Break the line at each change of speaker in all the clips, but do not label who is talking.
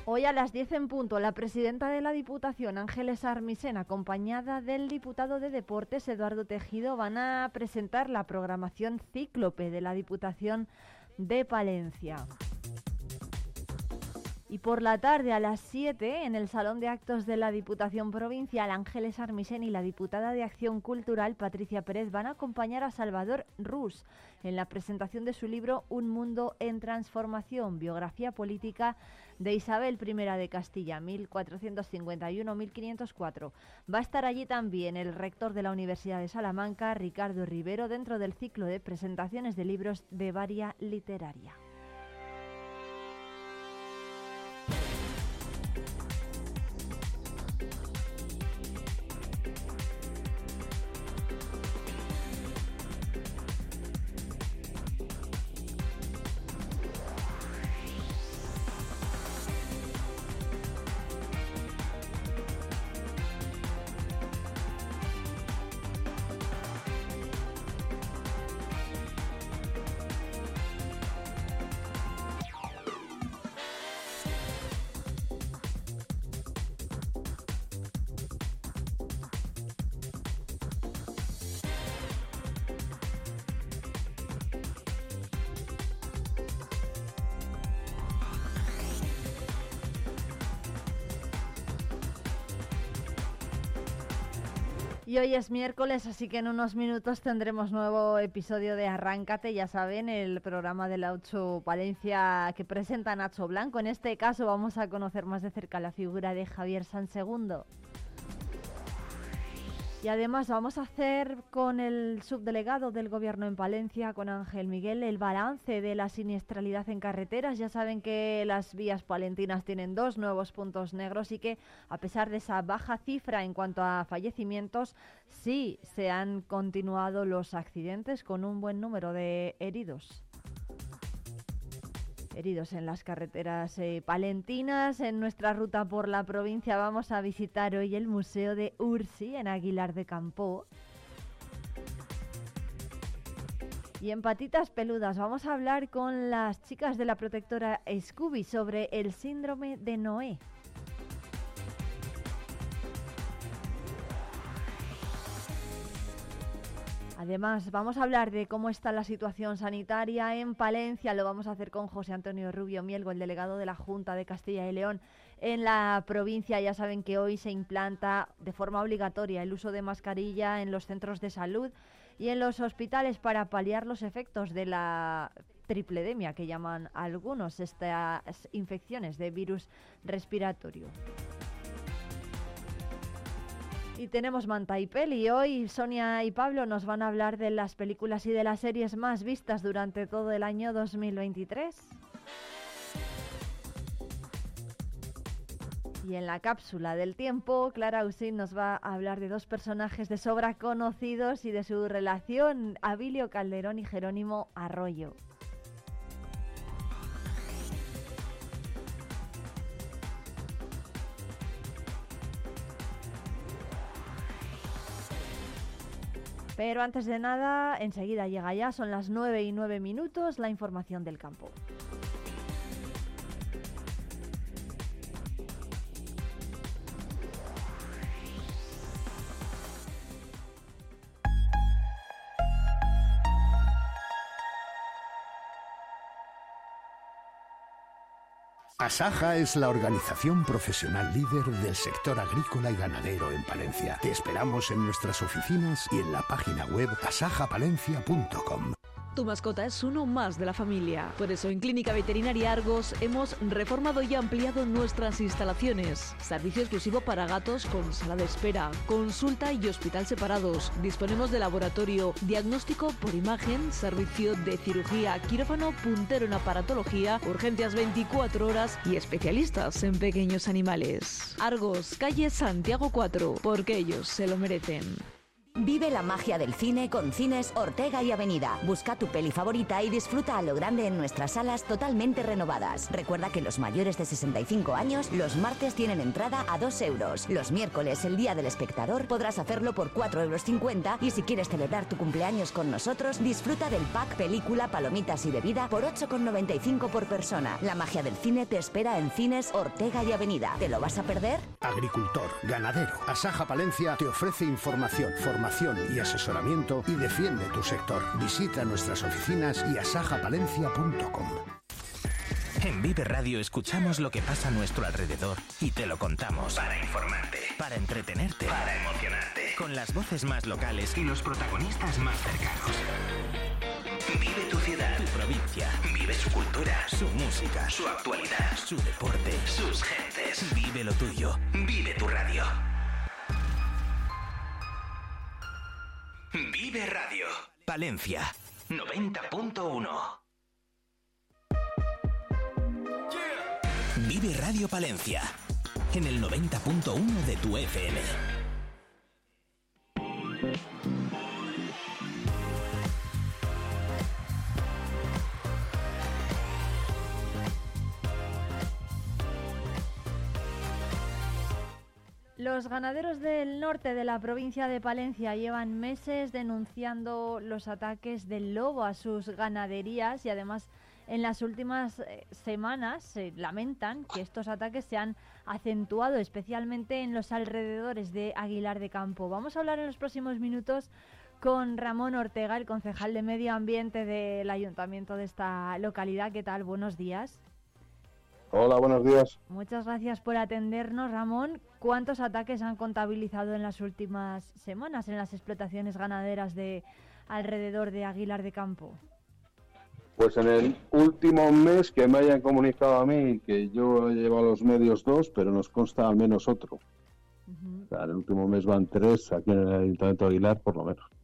Hoy a las 10 en punto, la presidenta de la Diputación, Ángeles Armisen, acompañada del diputado de Deportes, Eduardo Tejido, van a presentar la programación Cíclope de la Diputación de Palencia. Y por la tarde a las 7, en el Salón de Actos de la Diputación Provincial, Ángeles Armisen y la diputada de Acción Cultural, Patricia Pérez, van a acompañar a Salvador Rus en la presentación de su libro Un mundo en transformación, biografía política de Isabel I de Castilla, 1451-1504. Va a estar allí también el rector de la Universidad de Salamanca, Ricardo Rivero, dentro del ciclo de presentaciones de libros de Varia Literaria. Y hoy es miércoles, así que en unos minutos tendremos nuevo episodio de Arráncate, ya saben, el programa de la 8 Palencia que presenta Nacho Blanco. En este caso vamos a conocer más de cerca la figura de Javier Sansegundo. Y además vamos a hacer con el subdelegado del Gobierno en Palencia, con Ángel Miguel, el balance de la siniestralidad en carreteras. Ya saben que las vías palentinas tienen 2 nuevos puntos negros y que a pesar de esa baja cifra en cuanto a fallecimientos, sí se han continuado los accidentes con un buen número de heridos en las carreteras palentinas. En nuestra ruta por la provincia vamos a visitar hoy el Museo de Ursi en Aguilar de Campoo. Y en Patitas Peludas vamos a hablar con las chicas de la protectora Scooby sobre el síndrome de Noé. Además, vamos a hablar de cómo está la situación sanitaria en Palencia. Lo vamos a hacer con José Antonio Rubio Mielgo, el delegado de la Junta de Castilla y León en la provincia. Ya saben que hoy se implanta de forma obligatoria el uso de mascarilla en los centros de salud y en los hospitales para paliar los efectos de la tripledemia, que llaman algunos, estas infecciones de virus respiratorio. Y tenemos Manta y Peli. Hoy Sonia y Pablo nos van a hablar de las películas y de las series más vistas durante todo el año 2023. Y en la cápsula del tiempo, Clara Usín nos va a hablar de 2 personajes de sobra conocidos y de su relación, Abilio Calderón y Jerónimo Arroyo. Pero antes de nada, enseguida llega ya, son las 9:09, la información del campo.
Asaja es la organización profesional líder del sector agrícola y ganadero en Palencia. Te esperamos en nuestras oficinas y en la página web asajapalencia.com.
Tu mascota es uno más de la familia. Por eso en Clínica Veterinaria Argos hemos reformado y ampliado nuestras instalaciones. Servicio exclusivo para gatos con sala de espera, consulta y hospital separados. Disponemos de laboratorio, diagnóstico por imagen, servicio de cirugía, quirófano puntero en aparatología, urgencias 24 horas y especialistas en pequeños animales. Argos, calle Santiago 4, porque ellos se lo merecen.
Vive la magia del cine con Cines Ortega y Avenida. Busca tu peli favorita y disfruta a lo grande en nuestras salas totalmente renovadas. Recuerda que los mayores de 65 años los martes tienen entrada a 2 euros. Los miércoles, el Día del Espectador, podrás hacerlo por 4,50 euros y si quieres celebrar tu cumpleaños con nosotros, disfruta del pack película, palomitas y bebida por 8,95 por persona. La magia del cine te espera en Cines Ortega y Avenida. ¿Te lo vas a perder?
Agricultor, ganadero. Asaja Palencia te ofrece información, formación y asesoramiento y defiende tu sector. Visita nuestras oficinas y asajapalencia.com.
En Vive Radio escuchamos lo que pasa a nuestro alrededor y te lo contamos. Para informarte, para entretenerte, para emocionarte. Con las voces más locales y los protagonistas más cercanos. Vive tu ciudad, tu provincia. Vive su cultura, su música, su actualidad, su deporte, sus gentes. Vive lo tuyo. Vive tu radio. Vive Radio. Palencia 90.1. Vive Radio Palencia en el 90.1 de tu FM.
Los ganaderos del norte de la provincia de Palencia llevan meses denunciando los ataques del lobo a sus ganaderías y además en las últimas semanas se lamentan que estos ataques se han acentuado especialmente en los alrededores de Aguilar de Campo. Vamos a hablar en los próximos minutos con Ramón Ortega, el concejal de Medio Ambiente del Ayuntamiento de esta localidad. ¿Qué tal? Buenos días.
Hola, buenos días.
Muchas gracias por atendernos, Ramón. ¿Cuántos ataques han contabilizado en las últimas semanas en las explotaciones ganaderas de alrededor de Aguilar de Campo?
Pues en el último mes que me hayan comunicado a mí, que yo he llevado a los medios 2, pero nos consta al menos otro. O sea, en el último mes van 3 aquí en el Ayuntamiento de Aguilar, por lo menos.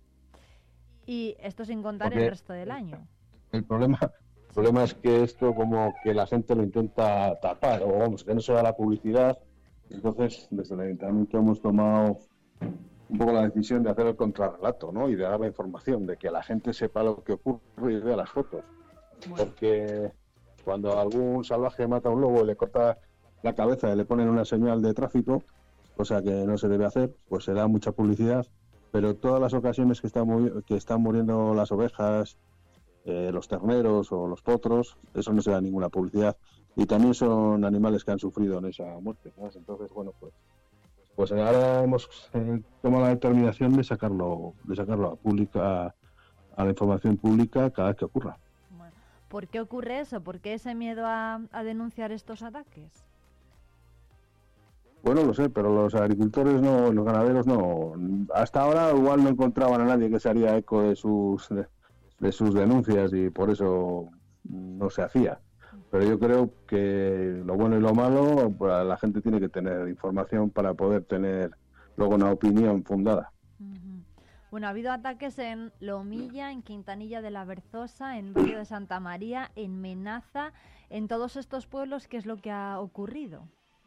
Y esto sin contar
Porque
el resto del año.
El problema es que esto como que la gente lo intenta tapar, o vamos, que no se da la publicidad. Entonces, desde el Ayuntamiento hemos tomado un poco la decisión de hacer el contrarrelato, ¿no? Y de dar la información, de que la gente sepa lo que ocurre y vea las fotos. Bueno. Porque cuando algún salvaje mata a un lobo y le corta la cabeza y le ponen una señal de tráfico, cosa que no se debe hacer, pues se da mucha publicidad. Pero todas las ocasiones que están muriendo las ovejas, los terneros o los potros, eso no se da ninguna publicidad. Y también son animales que han sufrido en esa muerte, ¿sabes? Entonces, bueno, pues ahora hemos tomado la determinación de sacarlo a la información pública cada vez que ocurra.
Bueno, ¿por qué ocurre eso? ¿Por qué ese miedo a denunciar estos ataques?
Bueno, lo sé, pero los agricultores no, los ganaderos no. Hasta ahora igual no encontraban a nadie que se haría eco de sus denuncias y por eso no se hacía. Pero yo creo que lo bueno y lo malo, pues la gente tiene que tener información para poder tener luego una opinión fundada.
Bueno, ha habido ataques en Lomilla, en Quintanilla de la Berzosa, en Barrio de Santa María, en Menaza. En todos estos pueblos, ¿qué es lo que ha ocurrido?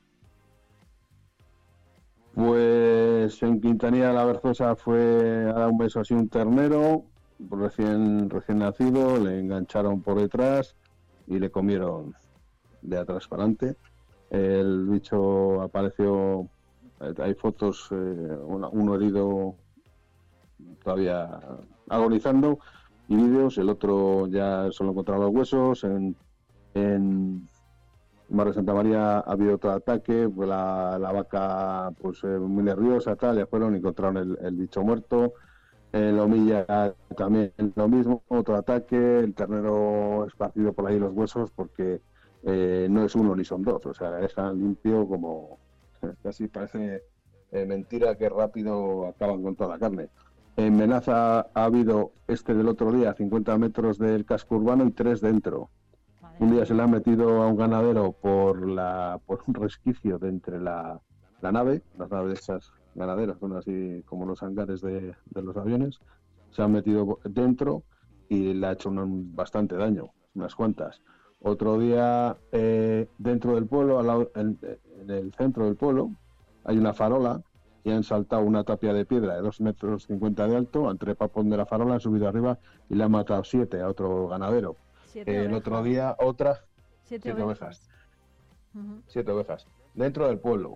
Pues en Quintanilla de la Berzosa a dar un beso así un ternero recién nacido, le engancharon por detrás y le comieron de atrás para adelante. El bicho apareció, hay fotos, uno herido todavía agonizando y vídeos, el otro ya solo encontraron los huesos. En Barrio Santa María ha habido otro ataque, pues la vaca pues muy nerviosa, tal, ya fueron y encontraron el bicho muerto. En Lomilla también lo mismo, otro ataque, el ternero esparcido por ahí los huesos porque no es uno ni son dos, o sea, la dejan limpio como casi parece mentira que rápido acaban con toda la carne. En Menaza ha habido del otro día a 50 metros del casco urbano y 3 dentro. Un día se le ha metido a un ganadero por un resquicio de entre la nave, las naves esas ganaderas, son así como los hangares de los aviones, se han metido dentro y le ha hecho bastante daño, unas cuantas. Otro día dentro del pueblo, en el centro del pueblo, hay una farola y han saltado una tapia de piedra de 2,50 metros de alto, han trepado por donde la farola, han subido arriba y le han matado 7 a otro ganadero. El otro día siete ovejas. 7 ovejas. Dentro del pueblo.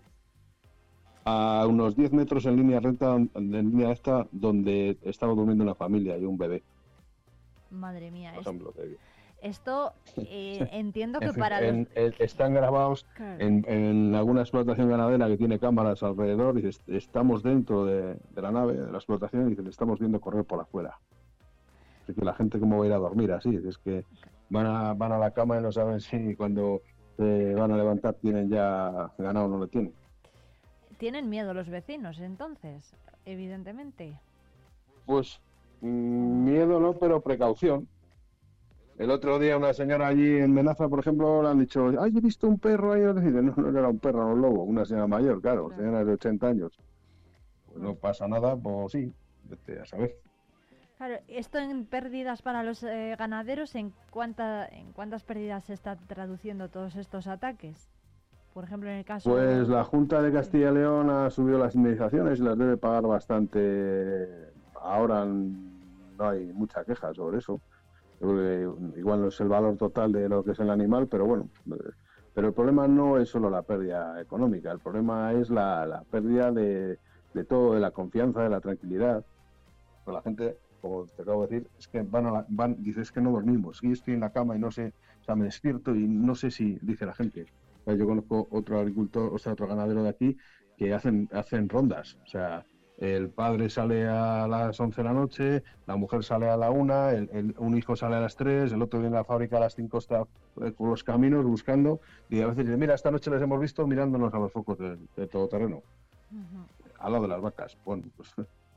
A unos 10 metros en línea recta, en línea esta, donde estaba durmiendo una familia y un bebé.
Madre mía.
Por ejemplo,
esto entiendo que para
están grabados en alguna explotación ganadera que tiene cámaras alrededor y estamos dentro de la nave, de la explotación, y le estamos viendo correr por afuera. Así que la gente cómo va a ir a dormir así, es que van a la cama y no saben si cuando van a levantar tienen ya ganado o no lo tienen.
¿Tienen miedo los vecinos entonces? Evidentemente.
Pues miedo no, pero precaución. El otro día una señora allí en Menaza, por ejemplo, le han dicho, ¡ay, he visto un perro ahí! No era un perro, era un lobo, una señora mayor, claro, señora de 80 años. Pues no pasa nada, pues sí, vete a saber.
Claro, esto en pérdidas para los ganaderos, ¿en cuántas pérdidas se está traduciendo todos estos ataques? Por ejemplo, en el caso...
Pues la Junta de Castilla y León ha subido las indemnizaciones y las debe pagar bastante. Ahora no hay mucha queja sobre eso. Igual no es el valor total de lo que es el animal, pero bueno. Pero el problema no es solo la pérdida económica, el problema es la pérdida de todo, de la confianza, de la tranquilidad. Pues la gente, como te acabo de decir, es que dice, es que no dormimos, y estoy en la cama y no sé, o sea, me despierto y no sé si, dice la gente. Yo conozco otro agricultor, o sea, otro ganadero de aquí, que hacen rondas, o sea, el padre sale a las 11 de la noche, la mujer sale a la 1, un hijo sale a las 3, el otro viene a la fábrica a las 5, está por los caminos buscando, y a veces dice, mira, esta noche les hemos visto mirándonos a los focos de todoterreno, al lado de las vacas. Bueno, pues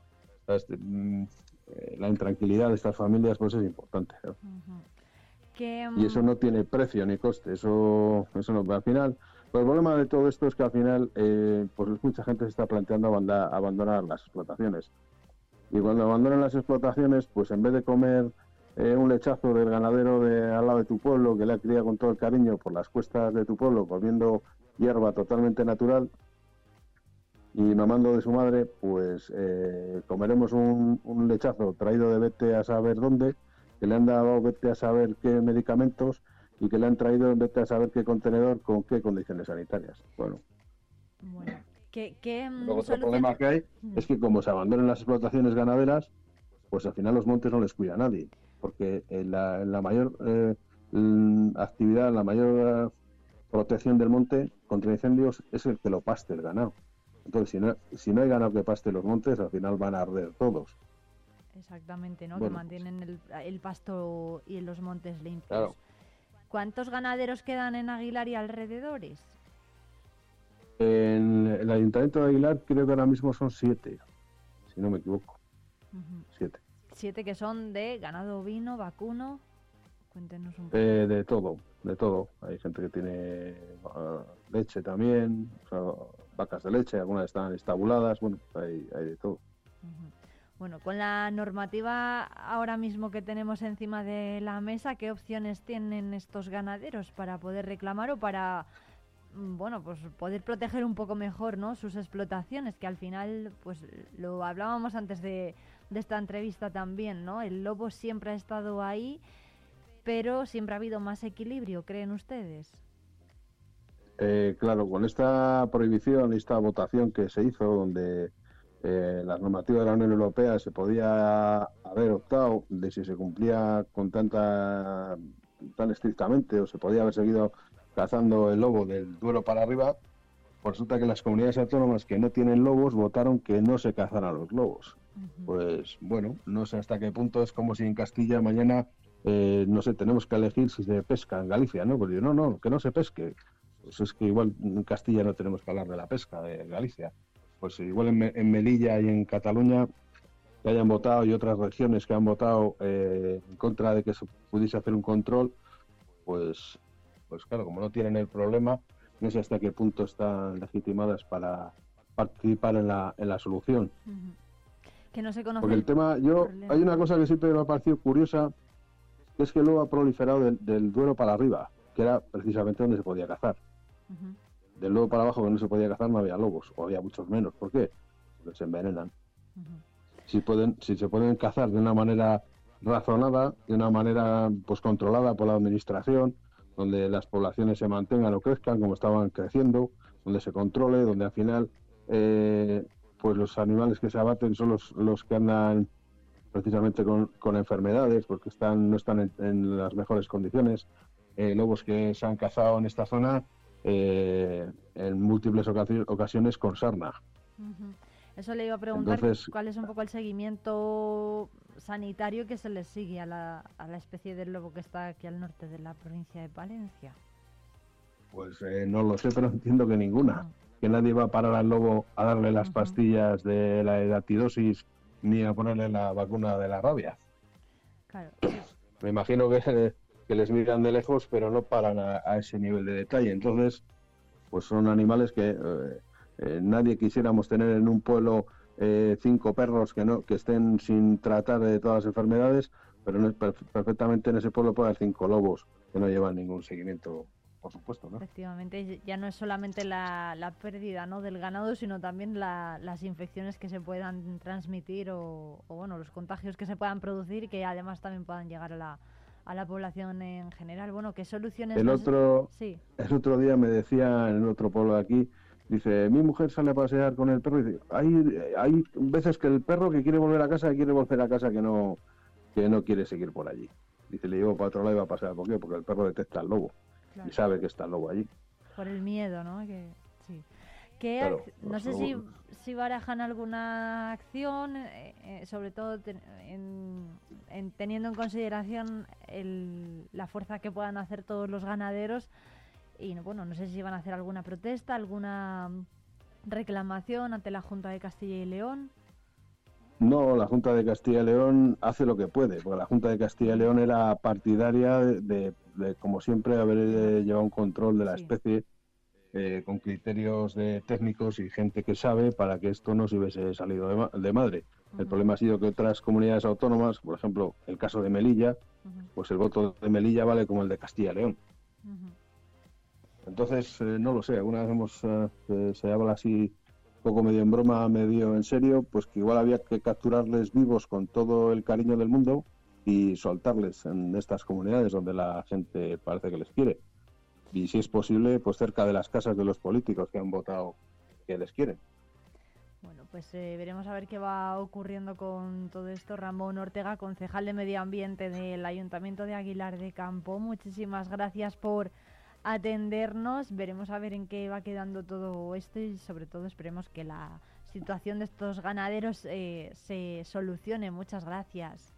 la intranquilidad de estas familias pues es importante, ¿no? Y eso no tiene precio ni coste, eso no, al final, pues el problema de todo esto es que al final pues mucha gente se está planteando abandonar las explotaciones, y cuando abandonan las explotaciones, pues en vez de comer un lechazo del ganadero al lado de tu pueblo, que le ha criado con todo el cariño por las cuestas de tu pueblo, comiendo hierba totalmente natural y mamando de su madre, pues comeremos un lechazo traído de vete a saber dónde, que le han dado vete a saber qué medicamentos y que le han traído vete a saber qué contenedor con qué condiciones sanitarias. Bueno. Luego otro problema que hay es que como se abandonan las explotaciones ganaderas, pues al final los montes no les cuida nadie, porque la mayor actividad, la mayor protección del monte contra incendios es el que lo paste el ganado. Entonces, si no hay ganado que paste los montes, al final van a arder todos.
Exactamente, ¿no?
Bueno,
que mantienen el pasto y los montes limpios.
Claro.
¿Cuántos ganaderos quedan en Aguilar y alrededores?
En el Ayuntamiento de Aguilar creo que ahora mismo son 7, si no me equivoco. 7.
7 que son de ganado ovino, vacuno. Cuéntenos un poco.
De todo. Hay gente que tiene leche también, o sea, vacas de leche, algunas están estabuladas, bueno, hay de todo.
Bueno, con la normativa ahora mismo que tenemos encima de la mesa, ¿qué opciones tienen estos ganaderos para poder reclamar o para, bueno, pues poder proteger un poco mejor, ¿no?, sus explotaciones, que al final, pues lo hablábamos antes de esta entrevista también, ¿no? El lobo siempre ha estado ahí, pero siempre ha habido más equilibrio, ¿creen ustedes?
Claro, con esta prohibición y esta votación que se hizo, donde la normativa de la Unión Europea se podía haber optado de si se cumplía con tan estrictamente, o se podía haber seguido cazando el lobo del Duero para arriba, pues resulta que las comunidades autónomas que no tienen lobos votaron que no se cazaran los lobos. Pues bueno, no sé hasta qué punto, es como si en Castilla mañana, no sé, tenemos que elegir si se pesca en Galicia, ¿no? Pues yo, no, que no se pesque. Pues es que igual en Castilla no tenemos que hablar de la pesca de Galicia. Pues igual en Melilla y en Cataluña que hayan votado, y otras regiones que han votado en contra de que se pudiese hacer un control, pues claro, como no tienen el problema, no sé hasta qué punto están legitimadas para participar en la solución.
Que no se conoce.
Porque el tema, hay una cosa que siempre me ha parecido curiosa, que es que luego ha proliferado del Duero para arriba, que era precisamente donde se podía cazar. Del Duero para abajo, que no se podía cazar, no había lobos, o había muchos menos. ¿Por qué? porque se envenenan. Si se pueden cazar de una manera razonada, de una manera pues controlada por la administración, donde las poblaciones se mantengan o crezcan como estaban creciendo, donde se controle, donde al final pues los animales que se abaten son los que andan precisamente con enfermedades, porque no están en las mejores condiciones. Lobos que se han cazado en esta zona en múltiples ocasiones con sarna.
Eso le iba a preguntar.
Entonces,
cuál es un poco el seguimiento sanitario que se le sigue a la especie del lobo que está aquí al norte de la provincia de Palencia.
Pues no lo sé, pero entiendo que ninguna. Que nadie va a parar al lobo a darle las pastillas de la edatidosis ni a ponerle la vacuna de la rabia.
Claro.
Me imagino que les miran de lejos, pero no paran a ese nivel de detalle. Entonces, pues son animales que nadie quisiéramos tener en un pueblo 5 perros que estén sin tratar de todas las enfermedades, pero perfectamente en ese pueblo puede haber 5 lobos que no llevan ningún seguimiento, por supuesto, ¿no?
Efectivamente, ya no es solamente la pérdida, ¿no?, del ganado, sino también las infecciones que se puedan transmitir o bueno, los contagios que se puedan producir y que además también puedan llegar a la población en general. Bueno, ¿qué soluciones?
El otro día me decía en otro pueblo de aquí, dice, mi mujer sale a pasear con el perro y dice, hay veces que el perro que quiere volver a casa que no quiere seguir por allí. Dice, le llevo para otro lado y va a pasear. ¿Por qué? Porque el perro detecta al lobo. Claro. Y sabe que está el lobo allí.
Por el miedo, ¿no? Sí.
Claro,
no sé si barajan alguna acción, sobre todo teniendo en consideración la fuerza que puedan hacer todos los ganaderos. Y bueno, no sé si van a hacer alguna protesta, alguna reclamación ante la Junta de Castilla y León.
No, la Junta de Castilla y León hace lo que puede, porque la Junta de Castilla y León era partidaria de como siempre, haber llevado un control de la especie con criterios de técnicos y gente que sabe para que esto no se hubiese salido de madre. El problema ha sido que otras comunidades autónomas, por ejemplo, el caso de Melilla, pues el voto de Melilla vale como el de Castilla y León. Entonces, no lo sé, alguna vez se habla así, poco medio en broma, medio en serio, pues que igual había que capturarles vivos con todo el cariño del mundo y soltarles en estas comunidades donde la gente parece que les quiere. Y si es posible, pues cerca de las casas de los políticos que han votado que les quieren.
Bueno, pues veremos a ver qué va ocurriendo con todo esto. Ramón Ortega, concejal de Medio Ambiente del Ayuntamiento de Aguilar de Campo, muchísimas gracias por atendernos. Veremos a ver en qué va quedando todo esto y sobre todo esperemos que la situación de estos ganaderos se solucione. Muchas gracias.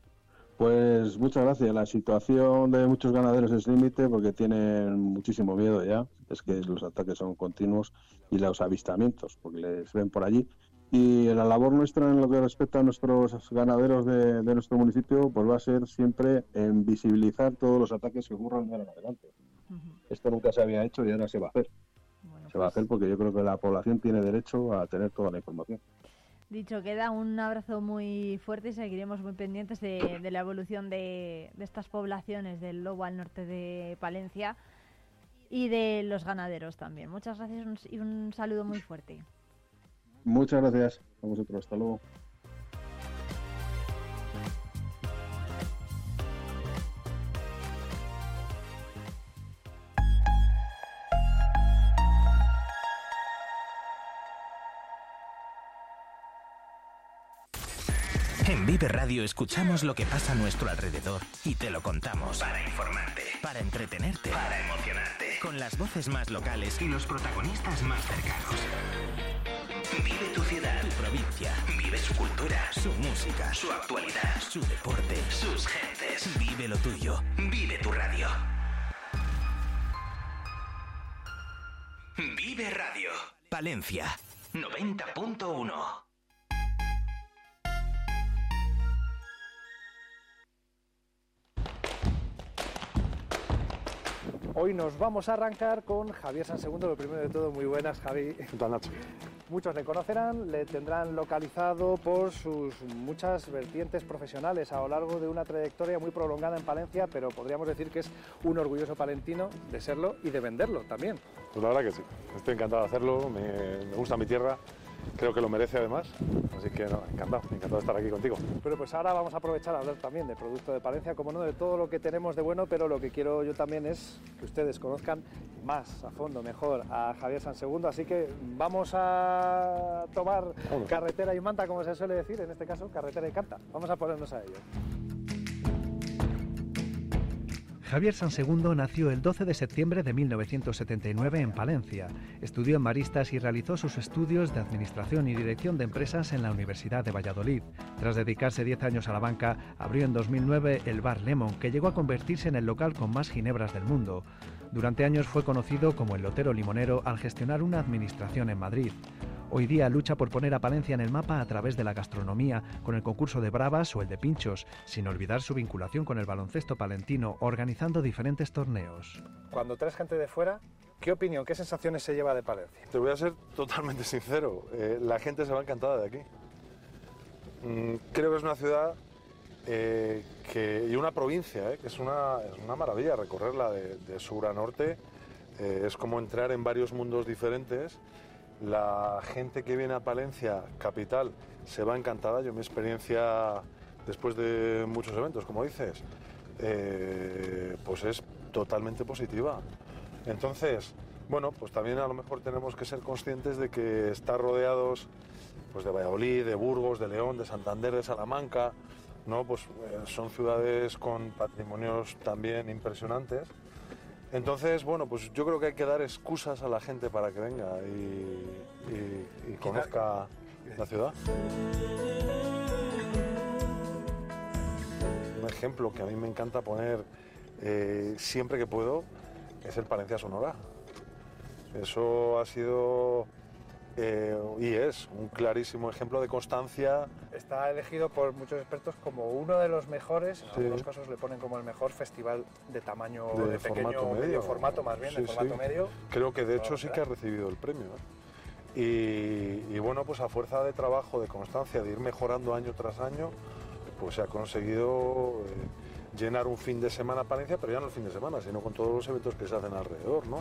Pues muchas gracias. La situación de muchos ganaderos es límite porque tienen muchísimo miedo ya. Es que los ataques son continuos y los avistamientos porque les ven por allí. Y la labor nuestra en lo que respecta a nuestros ganaderos de nuestro municipio pues va a ser siempre en visibilizar todos los ataques que ocurran de ahora en adelante. Esto nunca se había hecho y ahora se va a hacer. Bueno, se va a hacer porque yo creo que la población tiene derecho a tener toda la información.
Dicho queda, un abrazo muy fuerte y seguiremos muy pendientes de la evolución de estas poblaciones del lobo al norte de Palencia y de los ganaderos también. Muchas gracias y un saludo muy fuerte.
Muchas gracias a vosotros. Hasta luego.
En Vive Radio escuchamos lo que pasa a nuestro alrededor y te lo contamos. Para informarte, para entretenerte, para emocionarte. Con las voces más locales y los protagonistas más cercanos. Vive tu ciudad, tu provincia. Vive su cultura, su música, su actualidad, su deporte, sus gentes. Vive lo tuyo. Vive tu radio. Vive Radio. Palencia 90.1.
Hoy nos vamos a arrancar con Javier Sansegundo. Lo primero de todo, muy buenas, Javi.
Nacho.
Muchos le conocerán, le tendrán localizado por sus muchas vertientes profesionales a lo largo de una trayectoria muy prolongada en Palencia, pero podríamos decir que es un orgulloso palentino de serlo y de venderlo también.
Pues la verdad que sí, estoy encantado de hacerlo, me gusta mi tierra creo que lo merece además, así que no, encantado de estar aquí contigo.
Pero pues ahora vamos a aprovechar a hablar también de producto de Palencia, como no, de todo lo que tenemos de bueno, pero lo que quiero yo también es que ustedes conozcan más a fondo, mejor a Javier Sansegundo, así que vamos a tomar carretera y manta, como se suele decir, en este caso carretera y canta. Vamos a ponernos a ello.
Javier Sansegundo nació el 12 de septiembre de 1979 en Palencia. Estudió en Maristas y realizó sus estudios de Administración y Dirección de Empresas en la Universidad de Valladolid. Tras dedicarse 10 años a la banca, abrió en 2009 el Bar Lemon, que llegó a convertirse en el local con más ginebras del mundo. Durante años fue conocido como el lotero limonero al gestionar una administración en Madrid. Hoy día lucha por poner a Palencia en el mapa a través de la gastronomía, con el concurso de bravas o el de pinchos, sin olvidar su vinculación con el baloncesto palentino, organizando diferentes torneos.
Cuando traes gente de fuera, ¿qué opinión, qué sensaciones se lleva de Palencia?
Te voy a ser totalmente sincero, la gente se va encantada de aquí. Creo que es una ciudad y una provincia que es una maravilla recorrerla de sur a norte. Es como entrar en varios mundos diferentes. La gente que viene a Palencia, capital, se va encantada. Yo mi experiencia, después de muchos eventos, como dices, pues es totalmente positiva. Entonces, bueno, pues también a lo mejor tenemos que ser conscientes de que estar rodeados pues de Valladolid, de Burgos, de León, de Santander, de Salamanca, ¿no? Pues son ciudades con patrimonios también impresionantes. Entonces, bueno, pues yo creo que hay que dar excusas a la gente para que venga y conozca la ciudad. Un ejemplo que a mí me encanta poner siempre que puedo es el Palencia Sonora. Eso ha sido y es un clarísimo ejemplo de constancia.
Está elegido por muchos expertos como uno de los mejores, en algunos casos le ponen como el mejor festival de tamaño de pequeño, medio formato más bien, de formato medio.
Creo que de hecho sí que ha recibido el premio. Y bueno, pues a fuerza de trabajo, de constancia, de ir mejorando año tras año, pues se ha conseguido llenar un fin de semana Palencia, pero ya no el fin de semana, sino con todos los eventos que se hacen alrededor, ¿no?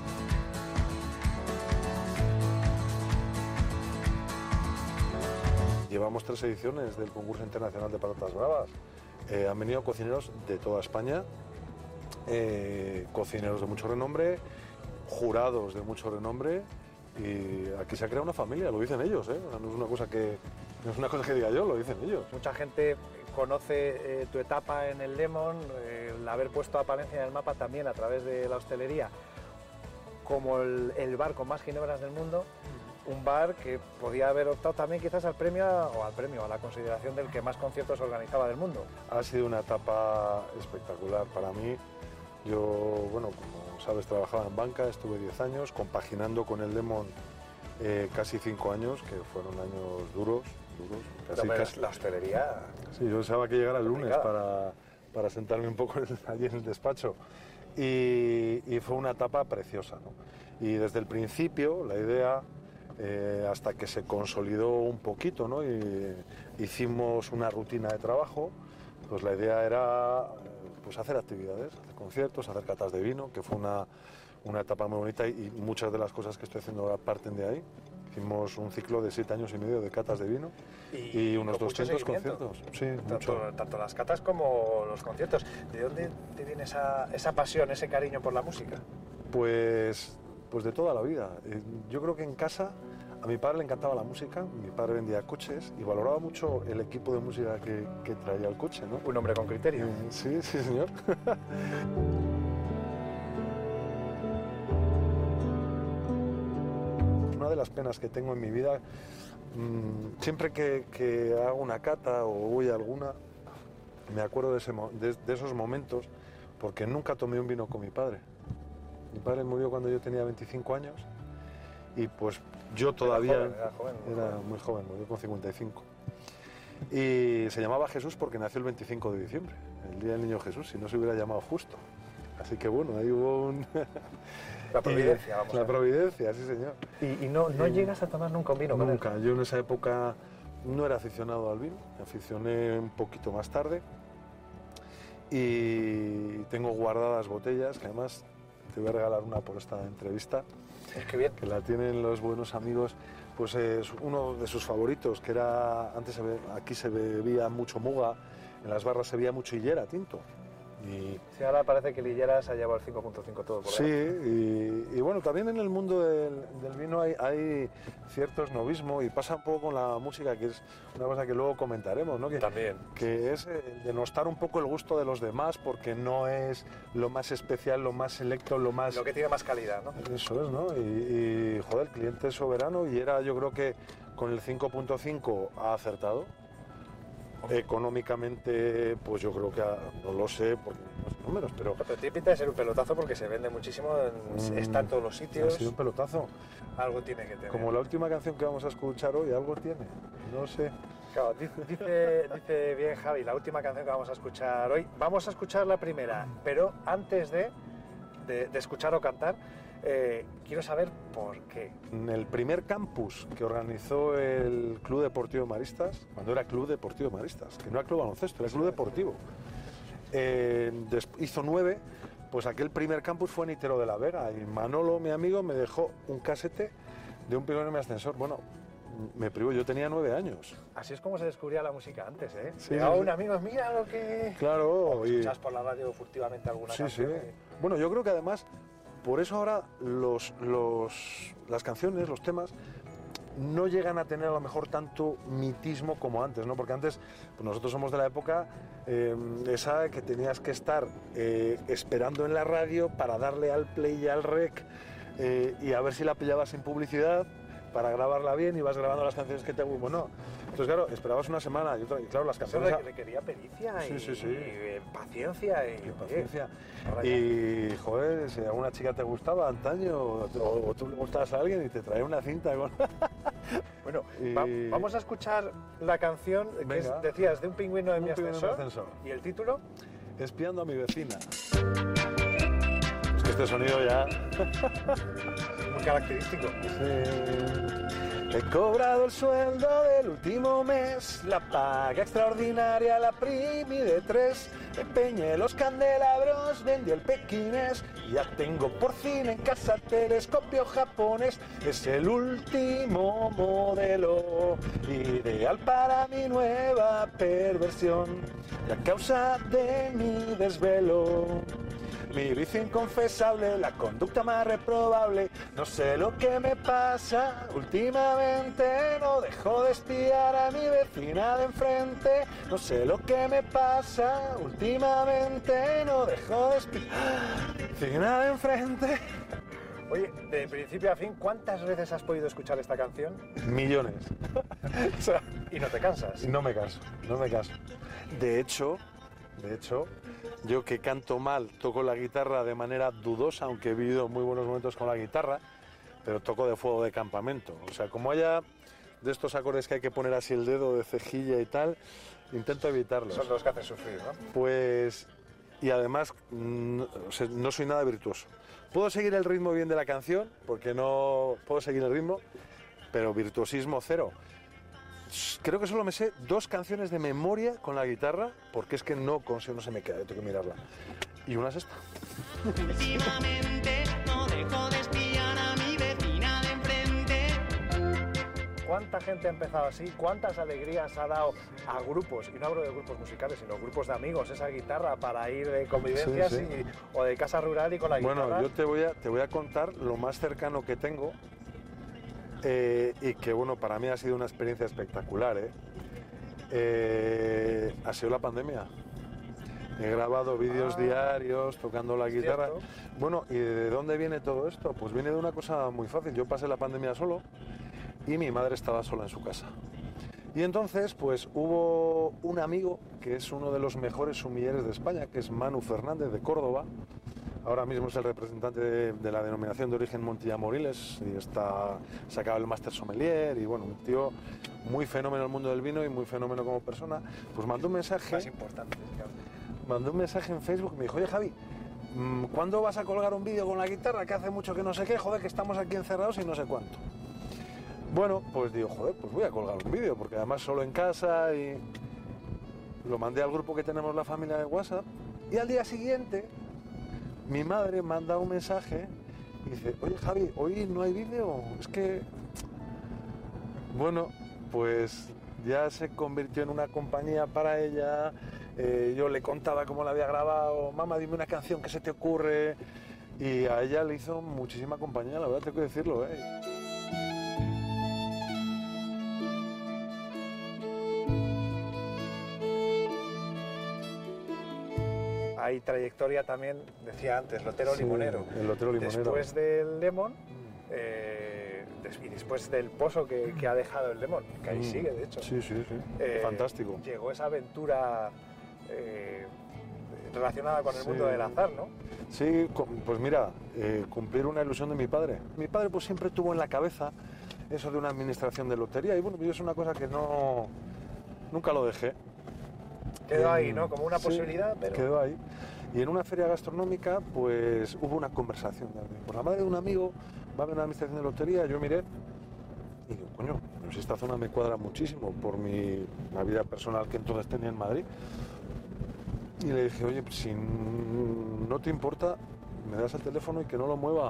Llevamos 3 ediciones del concurso internacional de patatas bravas. Han venido cocineros de toda España, cocineros de mucho renombre, jurados de mucho renombre, y aquí se ha creado una familia, lo dicen ellos, ¿eh? No es una cosa que diga yo, lo dicen ellos.
Mucha gente conoce tu etapa en el Lemon, el haber puesto a Palencia en el mapa también a través de la hostelería como el bar con más ginebras del mundo. Un bar que podía haber optado también quizás al premio, a la consideración del que más conciertos organizaba del mundo.
Ha sido una etapa espectacular para mí. Yo, bueno, como sabes, trabajaba en banca, estuve 10 años, compaginando con el Lemon casi 5 años, que fueron años duros.
Casi. La hostelería...
Sí, yo pensaba que llegara el lunes para sentarme un poco allí en el despacho. Y fue una etapa preciosa, ¿no? Y desde el principio, la idea... hasta que se consolidó un poquito, ¿no? Y hicimos una rutina de trabajo, pues la idea era pues hacer actividades, hacer conciertos, hacer catas de vino, que fue una etapa muy bonita y muchas de las cosas que estoy haciendo ahora parten de ahí. Hicimos un ciclo de 7 años y medio de catas de vino y unos 200 conciertos. Sí,
tanto las catas como los conciertos. ¿De dónde te viene esa pasión, ese cariño por la música?
Pues de toda la vida. Yo creo que en casa a mi padre le encantaba la música, mi padre vendía coches y valoraba mucho el equipo de música que traía el coche, ¿no?
Un hombre con criterio.
Sí, señor. Una de las penas que tengo en mi vida, siempre que hago una cata o voy a alguna, me acuerdo de esos momentos, porque nunca tomé un vino con mi padre. Mi padre murió cuando yo tenía 25 años y pues yo todavía era muy joven, murió con 55. Y se llamaba Jesús porque nació el 25 de diciembre, el Día del Niño Jesús, si no se hubiera llamado justo. Así que bueno, ahí hubo
La providencia,
vamos. La providencia, sí señor.
¿Y no llegas a tomar nunca un vino con él?
Nunca, yo en esa época no era aficionado al vino, me aficioné un poquito más tarde y tengo guardadas botellas que además... Te voy a regalar una por esta entrevista,
es que bien,
que la tienen los buenos amigos pues es uno de sus favoritos, que era, antes aquí se bebía mucho muga, en las barras se bebía mucho hillera, tinto. Y
sí, ahora parece que Lillera se ha llevado el 5.5 todo por ahí.
Sí, y bueno, también en el mundo del vino hay cierto esnovismo, y pasa un poco con la música, que es una cosa que luego comentaremos, ¿no? Que es denostar un poco el gusto de los demás, porque no es lo más especial, lo más selecto, lo
que tiene más calidad, ¿no?
Eso es, ¿no? Y joder, el cliente es soberano, y yo creo que con el 5.5 ha acertado. Económicamente, pues yo creo que no lo sé por los números, pero
tiene pinta de ser un pelotazo porque se vende muchísimo, está en todos los sitios.
Ha sido un pelotazo.
Algo tiene que tener.
Como la última canción que vamos a escuchar hoy, algo tiene. No sé.
Claro, dice bien Javi, la última canción que vamos a escuchar hoy. Vamos a escuchar la primera, pero antes de escuchar o cantar, quiero saber por qué.
En el primer campus que organizó el Club Deportivo Maristas, cuando era Club Deportivo Maristas, que no era Club Baloncesto, era Club Deportivo, hizo 9, pues aquel primer campus fue en Itero de la Vega, y Manolo, mi amigo, me dejó un casete de un pingüino en mi ascensor. Bueno, me privo, yo tenía 9 años.
Así es como se descubría la música antes, ¿eh?
Sí,
llegaba un amigo, mira lo que...
Claro.
O escuchas por la radio furtivamente alguna canción.
Sí. Bueno, yo creo que además, por eso ahora las canciones, los temas, no llegan a tener a lo mejor tanto mitismo como antes, ¿no? Porque antes, pues nosotros somos de la época esa que tenías que estar esperando en la radio para darle al play y al rec y a ver si la pillabas sin publicidad, para grabarla bien, y vas grabando las canciones que te gustan. Bueno, entonces claro, esperabas una semana y claro, las canciones...
Eso requería pericia y paciencia.
Y joder, si alguna chica te gustaba antaño, o tú le gustabas a alguien y te traía una cinta con...
Bueno, vamos a escuchar la canción que decías, de un pingüino en mi ascensor. ¿Y el título?
Espiando a mi vecina. Es que este sonido ya...
muy característico.
He cobrado el sueldo del último mes, la paga extraordinaria la primi de 3, empeñé los candelabros, vendí el pequinés, ya tengo porcina en casa, telescopio japonés, es el último modelo, ideal para mi nueva perversión, y a causa de mi desvelo. Mi vicio inconfesable, la conducta más reprobable, no sé lo que me pasa últimamente, no dejo de espiar a mi vecina de enfrente, no sé lo que me pasa últimamente, no dejo de espiar a mi vecina de enfrente.
Oye, de principio a fin, ¿cuántas veces has podido escuchar esta canción?
Millones.
¿Y no te cansas?
No me canso. De hecho, yo que canto mal, toco la guitarra de manera dudosa, aunque he vivido muy buenos momentos con la guitarra, pero toco de fuego de campamento. O sea, como haya de estos acordes que hay que poner así el dedo de cejilla y tal, intento evitarlos.
Son los que hacen sufrir, ¿no?
Pues, y además no soy nada virtuoso. Puedo seguir el ritmo bien de la canción, porque no puedo seguir el ritmo, pero virtuosismo cero. Creo que solo me sé 2 canciones de memoria con la guitarra, porque es que no se me queda, tengo que mirarla. Y una es esta.
Últimamente no dejo de espiar a mi vecina de enfrente.
¿Cuánta gente ha empezado así? ¿Cuántas alegrías ha dado a grupos? Y no hablo de grupos musicales, sino grupos de amigos, esa guitarra para ir de convivencias o de casa rural y con la guitarra.
Bueno, yo te voy a contar lo más cercano que tengo. Y que bueno, para mí ha sido una experiencia espectacular, ha sido la pandemia. He grabado vídeos diarios tocando la guitarra.
Cierto.
Bueno, ¿y de dónde viene todo esto? Pues viene de una cosa muy fácil. Yo pasé la pandemia solo y mi madre estaba sola en su casa. Y entonces pues hubo un amigo que es uno de los mejores sumilleres de España, que es Manu Fernández de Córdoba. Ahora mismo es el representante de la denominación de origen Montilla Moriles y se acaba el máster sommelier y bueno, un tío muy fenómeno en el mundo del vino y muy fenómeno como persona. Pues mandó un mensaje.
Más importante, claro.
Mandó un mensaje en Facebook y me dijo, oye Javi, ¿cuándo vas a colgar un vídeo con la guitarra? Que hace mucho que no sé qué, joder, que estamos aquí encerrados y no sé cuánto. Bueno, pues digo, joder, pues voy a colgar un vídeo, porque además solo en casa y lo mandé al grupo que tenemos la familia de WhatsApp y al día siguiente mi madre manda un mensaje y dice, oye Javi, hoy no hay vídeo, es que Bueno, pues ya se convirtió en una compañía para ella. Yo le contaba cómo la había grabado. Mamá, dime una canción que se te ocurre. Y a ella le hizo muchísima compañía, la verdad, tengo que decirlo,
Hay trayectoria también, decía antes, Lotero Limonero.
El Lotero Limonero.
Después del Lemon y después del pozo que ha dejado el Lemon, que ahí sigue, de hecho.
Sí. Fantástico.
Llegó esa aventura relacionada con el mundo del azar, ¿no?
Sí, pues mira, cumplir una ilusión de mi padre. Mi padre pues siempre tuvo en la cabeza eso de una administración de lotería y bueno, yo es una cosa que nunca lo dejé.
Quedó ahí, ¿no? Como una posibilidad, pero...
Quedó ahí. Y en una feria gastronómica, pues hubo una conversación. Por la madre de un amigo va a haber una administración de lotería, yo miré y digo, coño, pues esta zona me cuadra muchísimo por la vida personal que entonces tenía en Madrid. Y le dije, oye, pues si no te importa, me das el teléfono y que no lo mueva.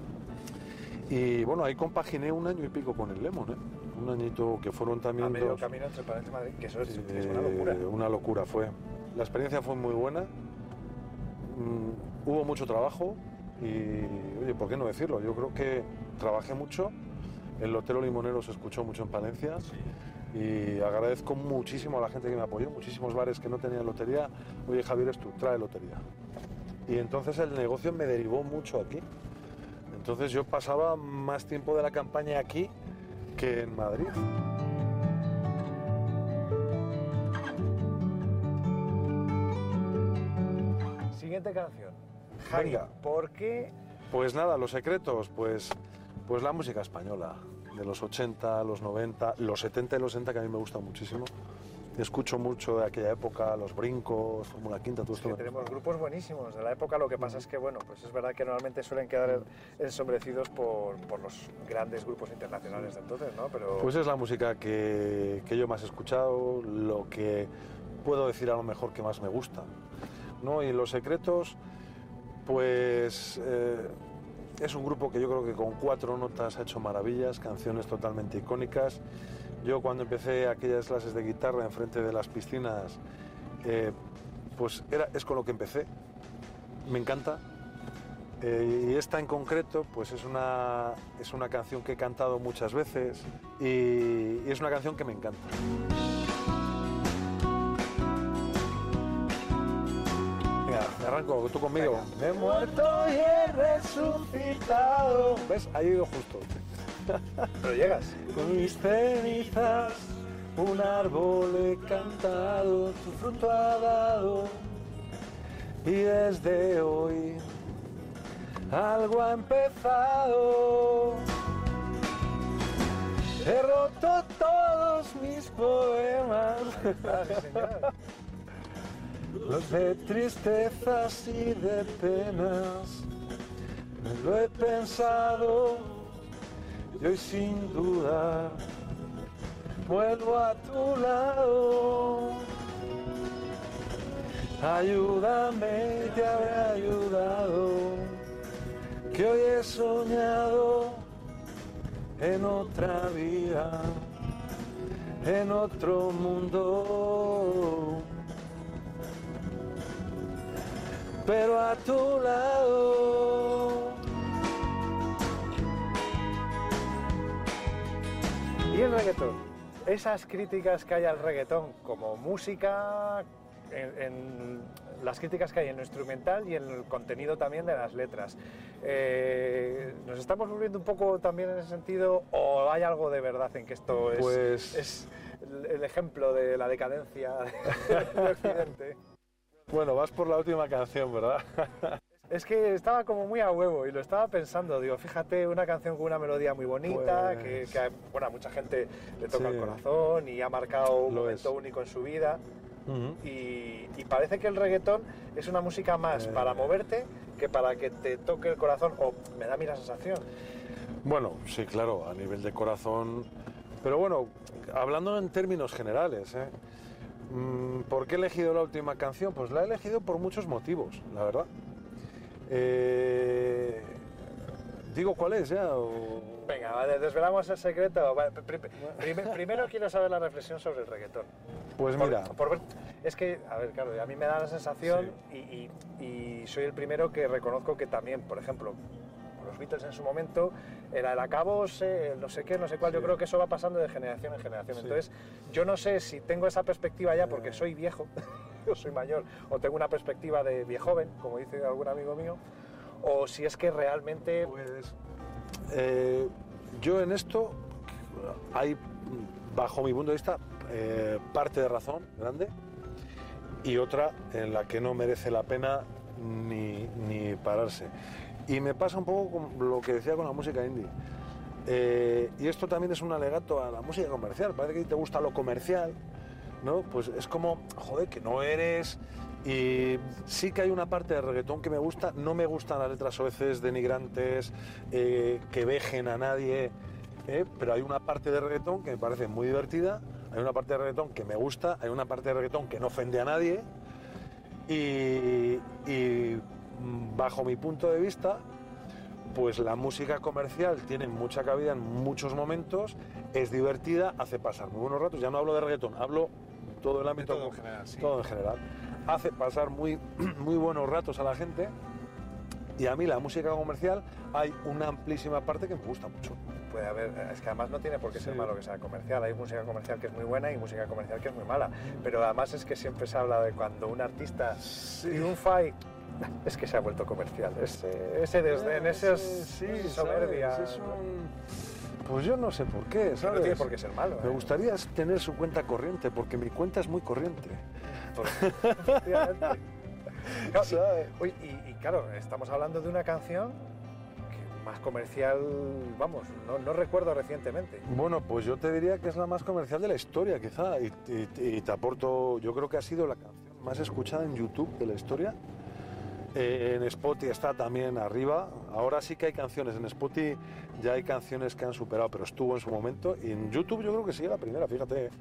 Y bueno, ahí compaginé 1 año y pico con el Lemon, un añito que fueron también
a medio camino entre Palencia y Madrid, que eso es una locura.
Una locura fue. La experiencia fue muy buena, hubo mucho trabajo y, oye, ¿por qué no decirlo? Yo creo que trabajé mucho, el Lotero Limonero se escuchó mucho en Palencia y agradezco muchísimo a la gente que me apoyó, muchísimos bares que no tenían lotería. Oye, Javier, tú trae lotería. Y entonces el negocio me derivó mucho aquí. Entonces yo pasaba más tiempo de la campaña aquí que en Madrid.
Siguiente canción. Javi,
Venga.
¿por qué?
Pues nada, los secretos, pues la música española, de los 80, los 90, los 70 y los 60, que a mí me gusta muchísimo. Escucho mucho de aquella época, Los Brincos, Fórmula Quinta, todo esto.
Tenemos grupos buenísimos de la época, lo que pasa es que, bueno, pues es verdad que normalmente suelen quedar ensombrecidos por los grandes grupos internacionales de entonces, ¿no? Pero...
Pues es la música que yo más he escuchado, lo que puedo decir a lo mejor que más me gusta, ¿no? Y Los Secretos, pues es un grupo que yo creo que con 4 notas ha hecho maravillas, canciones totalmente icónicas. Yo cuando empecé aquellas clases de guitarra enfrente de las piscinas, pues es con lo que empecé. Me encanta. Y esta en concreto, pues es una canción que he cantado muchas veces y es una canción que me encanta. Venga, me arranco tú conmigo.
Venga. Me he muerto y he resucitado.
¿Ves? Ahí he ido justo.
Pero llegas.
Con mis cenizas un árbol he cantado, tu fruto ha dado y desde hoy algo ha empezado. He roto todos mis poemas, los de tristezas y de penas. Me lo he pensado y hoy sin dudar vuelvo a tu lado. Ayúdame, te habré ayudado, que hoy he soñado en otra vida, en otro mundo, pero a tu lado.
Y el reggaetón, esas críticas que hay al reggaetón como música, en las críticas que hay en lo instrumental y en el contenido también de las letras. ¿Nos estamos volviendo un poco también en ese sentido o hay algo de verdad en que esto es el ejemplo de la decadencia de Occidente?
Bueno, vas por la última canción, ¿verdad?
Es que estaba como muy a huevo y lo estaba pensando, digo, fíjate, una canción con una melodía muy bonita,
pues...
que bueno, a mucha gente le toca el corazón y ha marcado un momento único en su vida. Y parece que el reggaetón es una música más para moverte que para que te toque el corazón, o me da a mí la sensación.
Bueno, sí, claro, a nivel de corazón, pero bueno, hablando en términos generales, ¿por qué he elegido la última canción? Pues la he elegido por muchos motivos, la verdad. ¿Digo cuál es ya? O...
Venga, vale, desvelamos el secreto. Vale, primero quiero saber la reflexión sobre el reggaetón.
Pues mira...
Es que, a ver, claro, a mí me da la sensación y soy el primero que reconozco que también, por ejemplo, los Beatles en su momento, era el acabose, el no sé qué, no sé cuál, yo creo que eso va pasando de generación en generación. Entonces, yo no sé si tengo esa perspectiva ya porque soy viejo, o soy mayor, o tengo una perspectiva de viejoven, como dice algún amigo mío, o si es que realmente...
Pues, yo en esto hay, bajo mi punto de vista, parte de razón grande y otra en la que no merece la pena ni pararse. Y me pasa un poco con lo que decía con la música indie. Y esto también es un alegato a la música comercial. Parece que te gusta lo comercial, ¿no? Pues es como, joder, que no eres... Y sí que hay una parte de reggaetón que me gusta. No me gustan las letras soeces, denigrantes, que vejen a nadie, pero hay una parte de reggaetón que me parece muy divertida, hay una parte de reggaetón que me gusta, hay una parte de reggaetón que no ofende a nadie y bajo mi punto de vista, pues la música comercial tiene mucha cabida en muchos momentos, es divertida, hace pasar muy buenos ratos. Ya no hablo de reggaetón, hablo todo el ámbito,
todo en general, sí.
Todo en general. Hace pasar muy buenos ratos a la gente y a mí la música comercial hay una amplísima parte que me gusta mucho.
Puede haber, es que además no tiene por qué ser malo que sea comercial, hay música comercial que es muy buena y música comercial que es muy mala, pero además es que siempre se habla de cuando un artista triunfa y es que se ha vuelto comercial, ese desdén, esa soberbia.
Pues yo no sé por qué, ¿sabes?
No tiene por qué ser malo.
Me gustaría tener su cuenta corriente, porque mi cuenta es muy corriente.
Y claro, estamos hablando de una canción que más comercial, vamos, no recuerdo recientemente.
Bueno, pues yo te diría que es la más comercial de la historia, quizá, y te aporto, yo creo que ha sido la canción más escuchada en YouTube de la historia. En Spotify está también arriba. Ahora sí que hay canciones. En Spotify ya hay canciones que han superado, pero estuvo en su momento. Y en YouTube yo creo que sigue la primera, fíjate.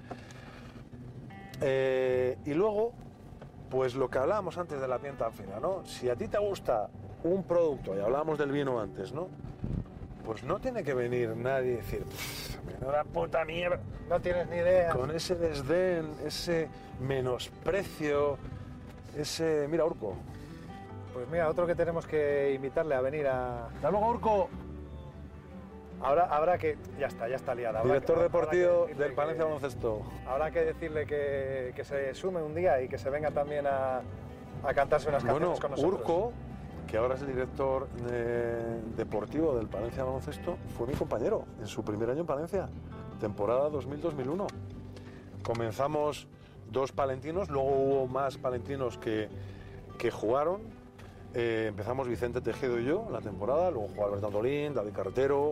Y luego, pues lo que hablábamos antes de la piel tan fina, ¿no? Si a ti te gusta un producto, y hablábamos del vino antes, ¿no? Pues no tiene que venir nadie y decir, menuda puta mierda.
No tienes ni idea.
Con ese desdén, ese menosprecio, ese... Mira, Urco.
Pues mira, otro que tenemos que invitarle a venir a...
¡Hasta luego, Urco!
Habrá que... Ya está liada.
Director deportivo del Palencia Baloncesto.
Habrá que decirle que se sume un día y que se venga también a cantarse unas canciones con nosotros.
Urco, que ahora es el director deportivo del Palencia Baloncesto, fue mi compañero en su primer año en Palencia, temporada 2000-2001. Comenzamos 2 palentinos, luego hubo más palentinos que jugaron. Empezamos Vicente Tejedo y yo la temporada, luego jugó Alberto Antolín, David Carretero,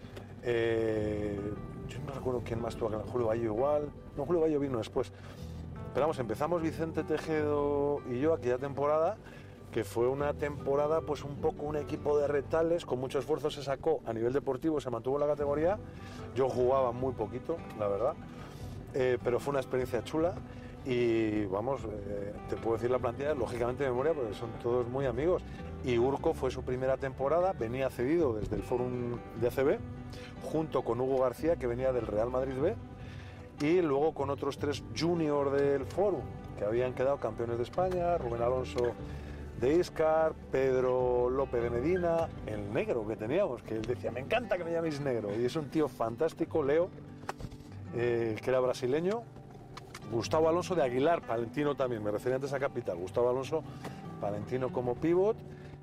yo no recuerdo quién más tuvo, Julio Bayo igual, no, Julio Bayo vino después, pero vamos, empezamos Vicente Tejedo y yo aquella temporada, que fue una temporada pues un poco un equipo de retales, con mucho esfuerzo se sacó a nivel deportivo, se mantuvo en la categoría, yo jugaba muy poquito, la verdad, pero fue una experiencia chula. Y vamos, te puedo decir la plantilla, lógicamente de memoria, porque son todos muy amigos. Y Urco fue su primera temporada, venía cedido desde el Fórum de ACB, junto con Hugo García, que venía del Real Madrid B, y luego con otros 3 juniors del Fórum, que habían quedado campeones de España, Rubén Alonso de Iscar, Pedro López de Medina, el negro que teníamos, que él decía, me encanta que me llaméis negro, y es un tío fantástico, Leo, que era brasileño. Gustavo Alonso de Aguilar, palentino también, me refería antes a Capital, Gustavo Alonso, palentino como pívot,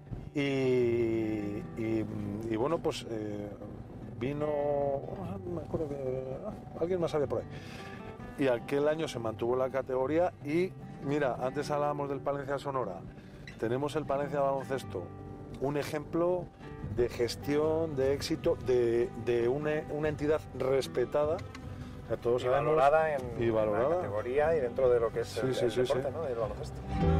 y bueno, pues vino, me acuerdo que alguien más había por ahí, y aquel año se mantuvo la categoría y mira, antes hablábamos del Palencia Sonora, tenemos el Palencia Baloncesto, un ejemplo de gestión, de éxito, de una entidad respetada, todos
y valorada
y valorada
la categoría y dentro de lo que es el deporte, ¿no? Del baloncesto.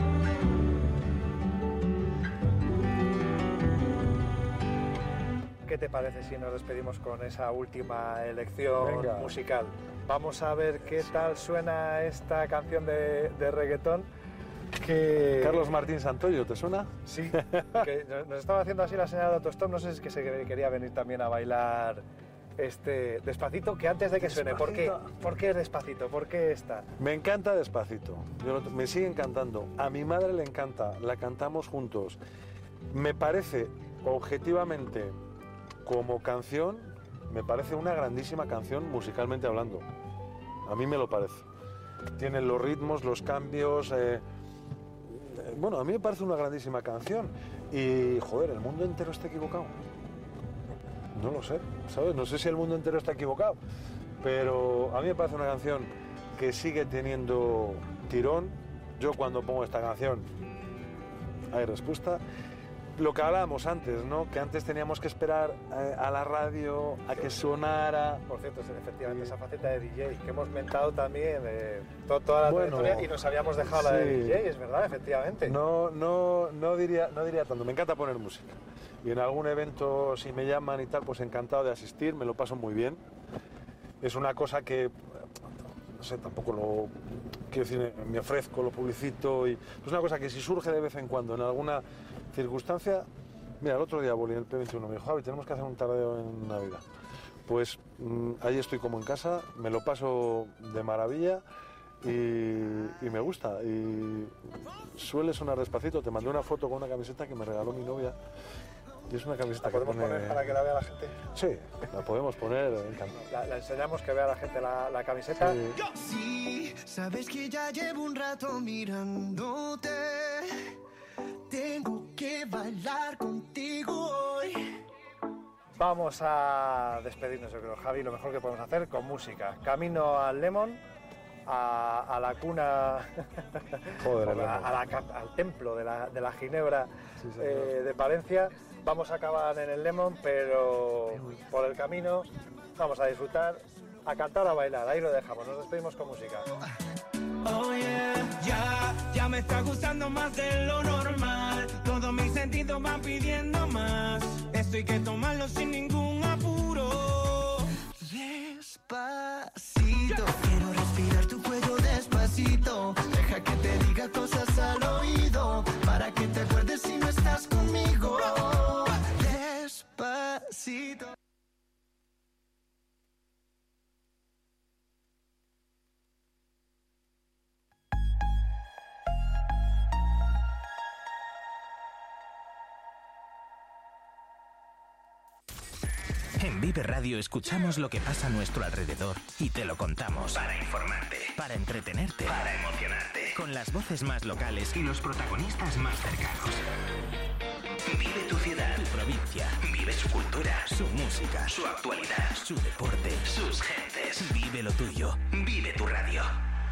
¿Qué te parece si nos despedimos con esa última elección musical? Vamos a ver qué tal suena esta canción de reggaetón que...
Carlos Martín Santoyo, ¿te suena?
Sí, que nos estaba haciendo así la señal de autostop, no sé si es que se quería venir también a bailar Despacito, que antes de que suene, ¿por qué es Despacito? ¿Por qué está?
Me encanta Despacito, me sigue encantando, a mi madre le encanta, la cantamos juntos. Me parece, objetivamente, como canción, me parece una grandísima canción musicalmente hablando. A mí me lo parece. Tiene los ritmos, los cambios... bueno, a mí me parece una grandísima canción. Y, joder, ¿el mundo entero está equivocado? No lo sé, ¿sabes? No sé si el mundo entero está equivocado, pero a mí me parece una canción que sigue teniendo tirón. Yo cuando pongo esta canción hay respuesta. Lo que hablábamos antes, ¿no? Que antes teníamos que esperar a la radio a que sonara.
Por cierto, efectivamente, esa faceta de DJ que hemos mentado también toda la trayectoria y nos habíamos dejado la de DJ, es verdad, efectivamente.
No diría tanto, me encanta poner música. Y en algún evento, si me llaman y tal, pues encantado de asistir, me lo paso muy bien. Es una cosa que, no sé, tampoco lo... Quiero decir, me ofrezco, lo publicito y... Es una cosa que si surge de vez en cuando en alguna circunstancia... Mira, el otro día volví en el P21, me dijo, Javi, tenemos que hacer un tardeo en Navidad. Pues ahí estoy como en casa, me lo paso de maravilla y me gusta. Y suele sonar Despacito, te mandé una foto con una camiseta que me regaló mi novia. Y es una camiseta que
podemos poner para que la vea la gente.
Sí, la podemos poner.
La enseñamos, que vea la gente la camiseta.
Sí, sabes que ya llevo un rato mirándote. Tengo que bailar contigo hoy.
Vamos a despedirnos, yo creo, Javi, lo mejor que podemos hacer con música. Camino al Lemon, a la cuna,
joder,
al templo de la Ginebra, sí, de Palencia. Vamos a acabar en el Lemon, pero por el camino vamos a disfrutar, a cantar, a bailar. Ahí lo dejamos, nos despedimos con música.
Oh yeah, ya me está gustando más de lo normal. Todos mis sentidos van pidiendo más. Esto hay que tomarlo sin ningún apuro. Despacito, quiero respirar tu cuello despacito. Deja que te diga cosas al oído, para que te acuerdes si no estás conmigo. Despacito.
En Vive Radio escuchamos lo que pasa a nuestro alrededor y te lo contamos. Para informarte, para entretenerte, para emocionarte. Con las voces más locales y los protagonistas más cercanos. Vive tu ciudad, tu provincia. Vive su cultura, su música, su actualidad, su deporte, sus gentes. Vive lo tuyo. Vive tu radio.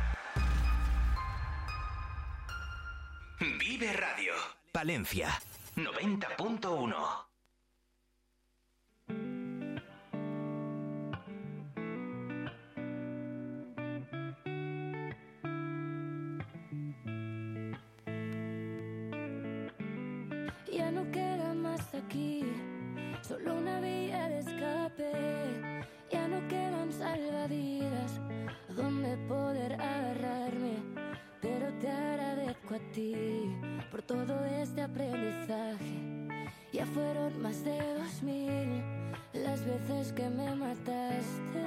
Vive Radio. Palencia 90.1.
Ya no queda más aquí, solo una vía de escape. Ya no quedan salvavidas donde poder agarrarme, pero te agradezco a ti por todo este aprendizaje. Ya fueron más de 2000 las veces que me mataste.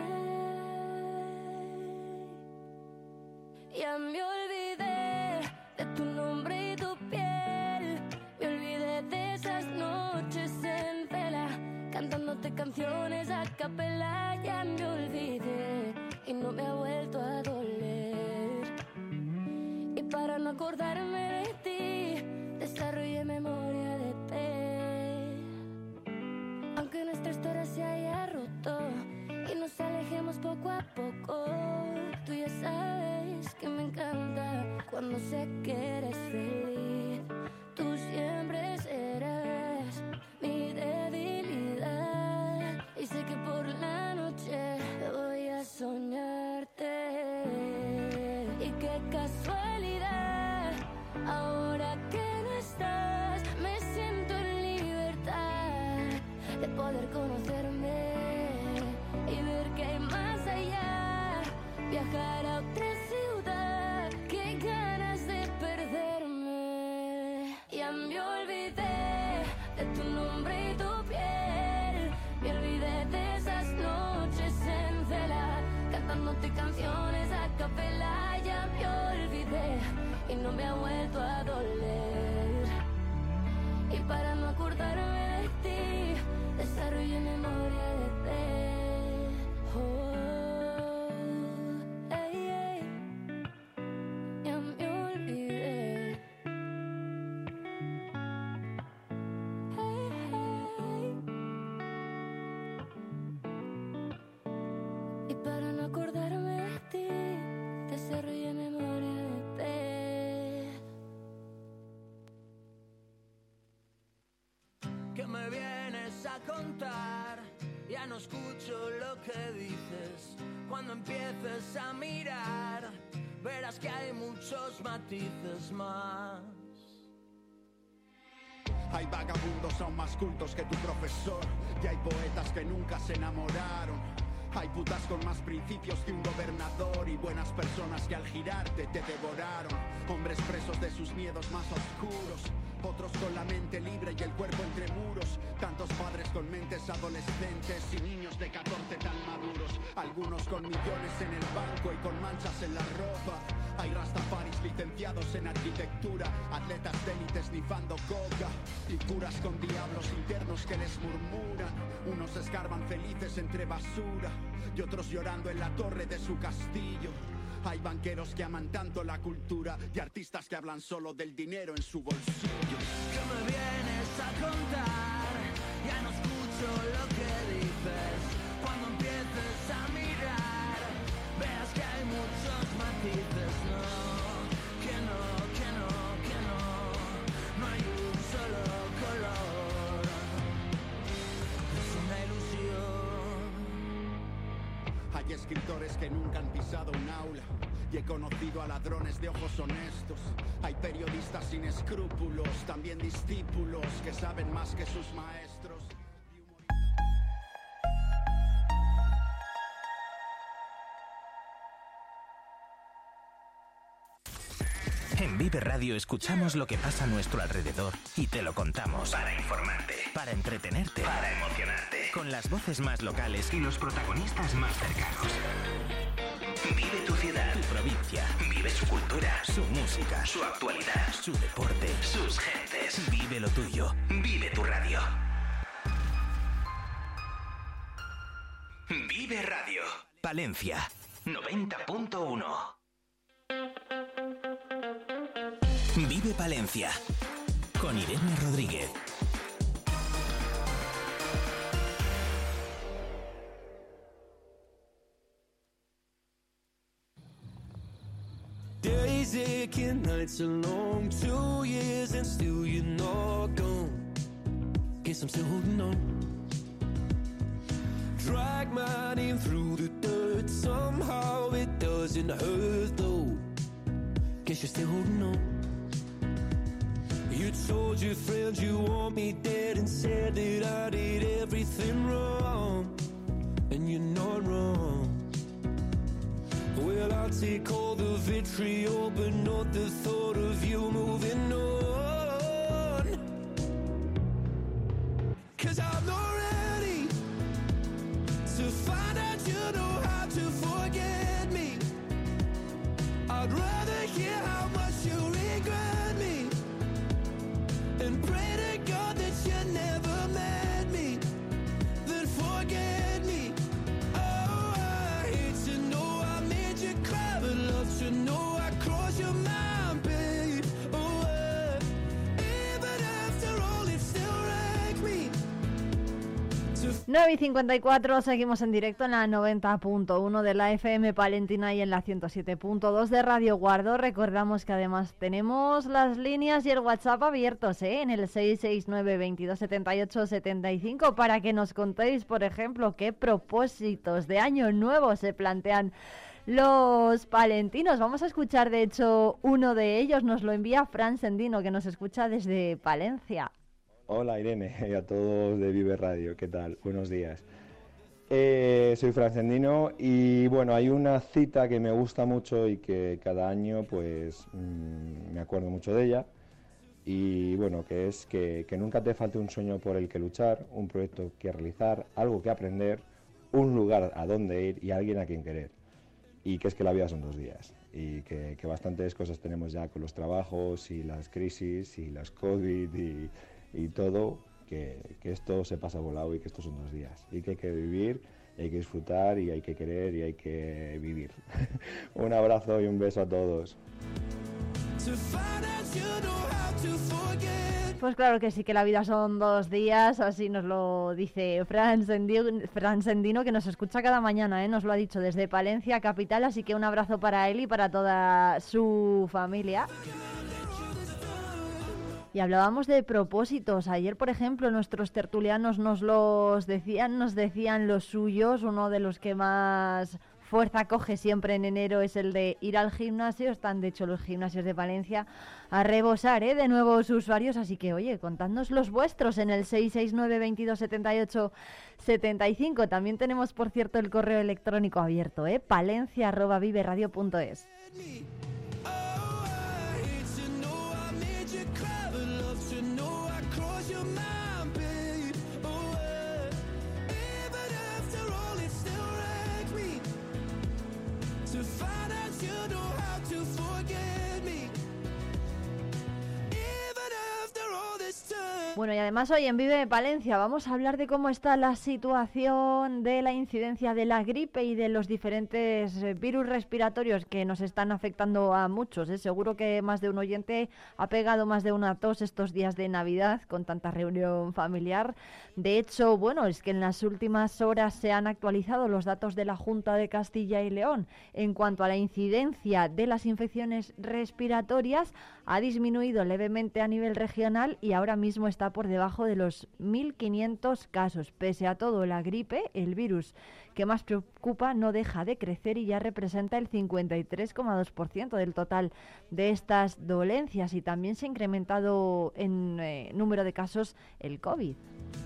Ya me olvidé de tu nombre y tu piel. Me olvidé de esas noches en vela, cantándote canciones a capela. Ya me olvidé y no me ha vuelto a doler. Y para no acordarme de ti, desarrollé memoria de pez. Aunque nuestra historia se haya roto y nos alejemos poco a poco, tú ya sabes que me encanta cuando sé que eres feliz. Tú siempre serás mi debilidad y sé que por la noche voy a soñarte. Y qué casualidad, ahora que no estás, me siento en libertad de poder conocerme y ver que hay más allá. Viajar a otra ciudad, qué ganas de perderme. cantándote canciones a capela. Ya me olvidé y no me ha vuelto a doler. Y para no acordarme de ti, desarrollé memoria de ti. Ya me olvidé. Y para no acordarme de ti, desarrollé memoria de ti.
¿Qué me vienes a contar? Ya no escucho lo que dices. Cuando empieces a mirar, verás que hay muchos matices más.
Hay vagabundos aún más cultos que tu profesor, y hay poetas que nunca se enamoraron. Hay putas con más principios que un gobernador y buenas personas que al girarte te devoraron. Hombres presos de sus miedos más oscuros, otros con la mente libre y el cuerpo entre muros. Tantos padres con mentes adolescentes y niños de 14 tan maduros. Algunos con millones en el banco y con manchas en la ropa. Hay rastafaris licenciados en arquitectura, atletas de élite snifando coca y curas con diablos internos que les murmuran. Unos escarban felices entre basura y otros llorando en la torre de su castillo. Hay banqueros que aman tanto la cultura y artistas que hablan solo del dinero en su bolsillo.
¿Qué me vienes a contar? Ya no escucho lo que dices. Cuando empieces a mirar, veas que hay muchos matices. No, que no, que no, que no. No hay un solo color. Es una ilusión.
Hay escritores que nunca han pisado un aula y he conocido a ladrones de ojos honestos. Hay periodistas sin escrúpulos, también discípulos que saben más que sus maestros.
En Vive Radio escuchamos lo que pasa a nuestro alrededor y te lo contamos. Para informarte, para entretenerte, para emocionarte. Con las voces más locales y los protagonistas más cercanos. Vive tu ciudad, tu provincia. Vive su cultura, su música, su actualidad, su deporte, sus gentes. Vive lo tuyo. Vive tu radio. Vive Radio. Palencia 90.1. Vive Palencia con Irene Rodríguez.
Days aching, nights are long, 2 years and still you're not gone. Guess I'm still holding on. Drag my name through the dirt, somehow it doesn't hurt though. Guess you're still holding on. You told your friends you want me dead and said that I did everything wrong. And you're not wrong. Well, I'll take all the vitriol, but not the thought of you moving on. 'Cause I'm not ready to find out you know how to forget me. I'd rather hear how much you regret me and pray to God that you never met me, then forget me. Oh, I hate to know I made you cry, but love to know I crossed your mind, babe. Oh, even after all, it still wrecked me.
9:54, seguimos en directo en la 90.1 de la FM Palentina y en la 107.2 de Radio Guardo. Recordamos que además tenemos las líneas y el WhatsApp abiertos en el 669 22 78 75 para que nos contéis, por ejemplo, qué propósitos de año nuevo se plantean los palentinos. Vamos a escuchar, de hecho, uno de ellos. Nos lo envía Fran Sendino, que nos escucha desde Palencia.
Hola Irene y a todos de Vive Radio, ¿qué tal? Buenos días. Soy Fran Sendino y bueno, hay una cita que me gusta mucho y que cada año pues me acuerdo mucho de ella y bueno, que es que nunca te falte un sueño por el que luchar, un proyecto que realizar, algo que aprender, un lugar a donde ir y alguien a quien querer. y que es que la vida son 2 días y que bastantes cosas tenemos ya con los trabajos y las crisis y las COVID y todo, que esto se pasa volado y que estos son 2 días y que hay que vivir, y hay que disfrutar y hay que querer y hay que vivir. Un abrazo y un beso a todos.
Pues claro que sí, que la vida son 2 días, así nos lo dice Fran Sendino, que nos escucha cada mañana, nos lo ha dicho desde Palencia, capital, así que un abrazo para él y para toda su familia. Y hablábamos de propósitos. Ayer, por ejemplo, nuestros tertulianos nos decían los suyos. Uno de los que más fuerza coge siempre en enero es el de ir al gimnasio. Están, de hecho, los gimnasios de Palencia a rebosar de nuevos usuarios. Así que, oye, contadnos los vuestros en el 669 22 78 75. También tenemos, por cierto, el correo electrónico abierto, palencia@viveradio.es. Bueno, y además hoy en Vive Palencia vamos a hablar de cómo está la situación de la incidencia de la gripe y de los diferentes virus respiratorios que nos están afectando a muchos. Seguro que más de un oyente ha pegado más de una tos estos días de Navidad con tanta reunión familiar. De hecho, bueno, es que en las últimas horas se han actualizado los datos de la Junta de Castilla y León. En cuanto a la incidencia de las infecciones respiratorias, ha disminuido levemente a nivel regional y ahora mismo está por debajo de los 1.500 casos. Pese a todo, la gripe, el virus que más preocupa, no deja de crecer y ya representa el 53,2% del total de estas dolencias, y también se ha incrementado en número de casos el COVID.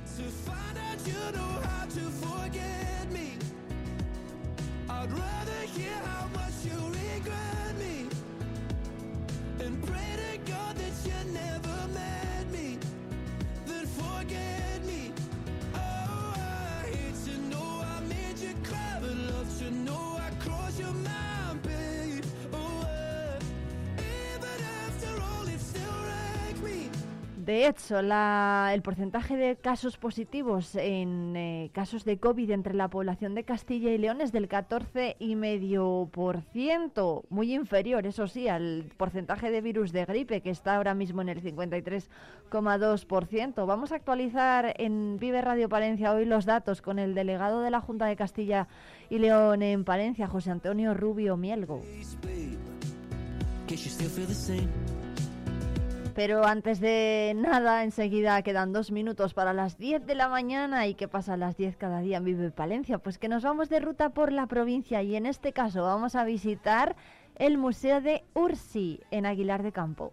De hecho, el porcentaje de casos positivos en casos de COVID entre la población de Castilla y León es del 14,5%, muy inferior, eso sí, al porcentaje de virus de gripe, que está ahora mismo en el 53,2%. Vamos a actualizar en Vive Radio Palencia hoy los datos con el delegado de la Junta de Castilla y León en Palencia, José Antonio Rubio Mielgo. Pero antes de nada, enseguida quedan 2 minutos para las 10 de la mañana. ¿Y qué pasa a las 10 cada día en Vive Palencia? Pues que nos vamos de ruta por la provincia y en este caso vamos a visitar el Museo de Ursi en Aguilar de Campo.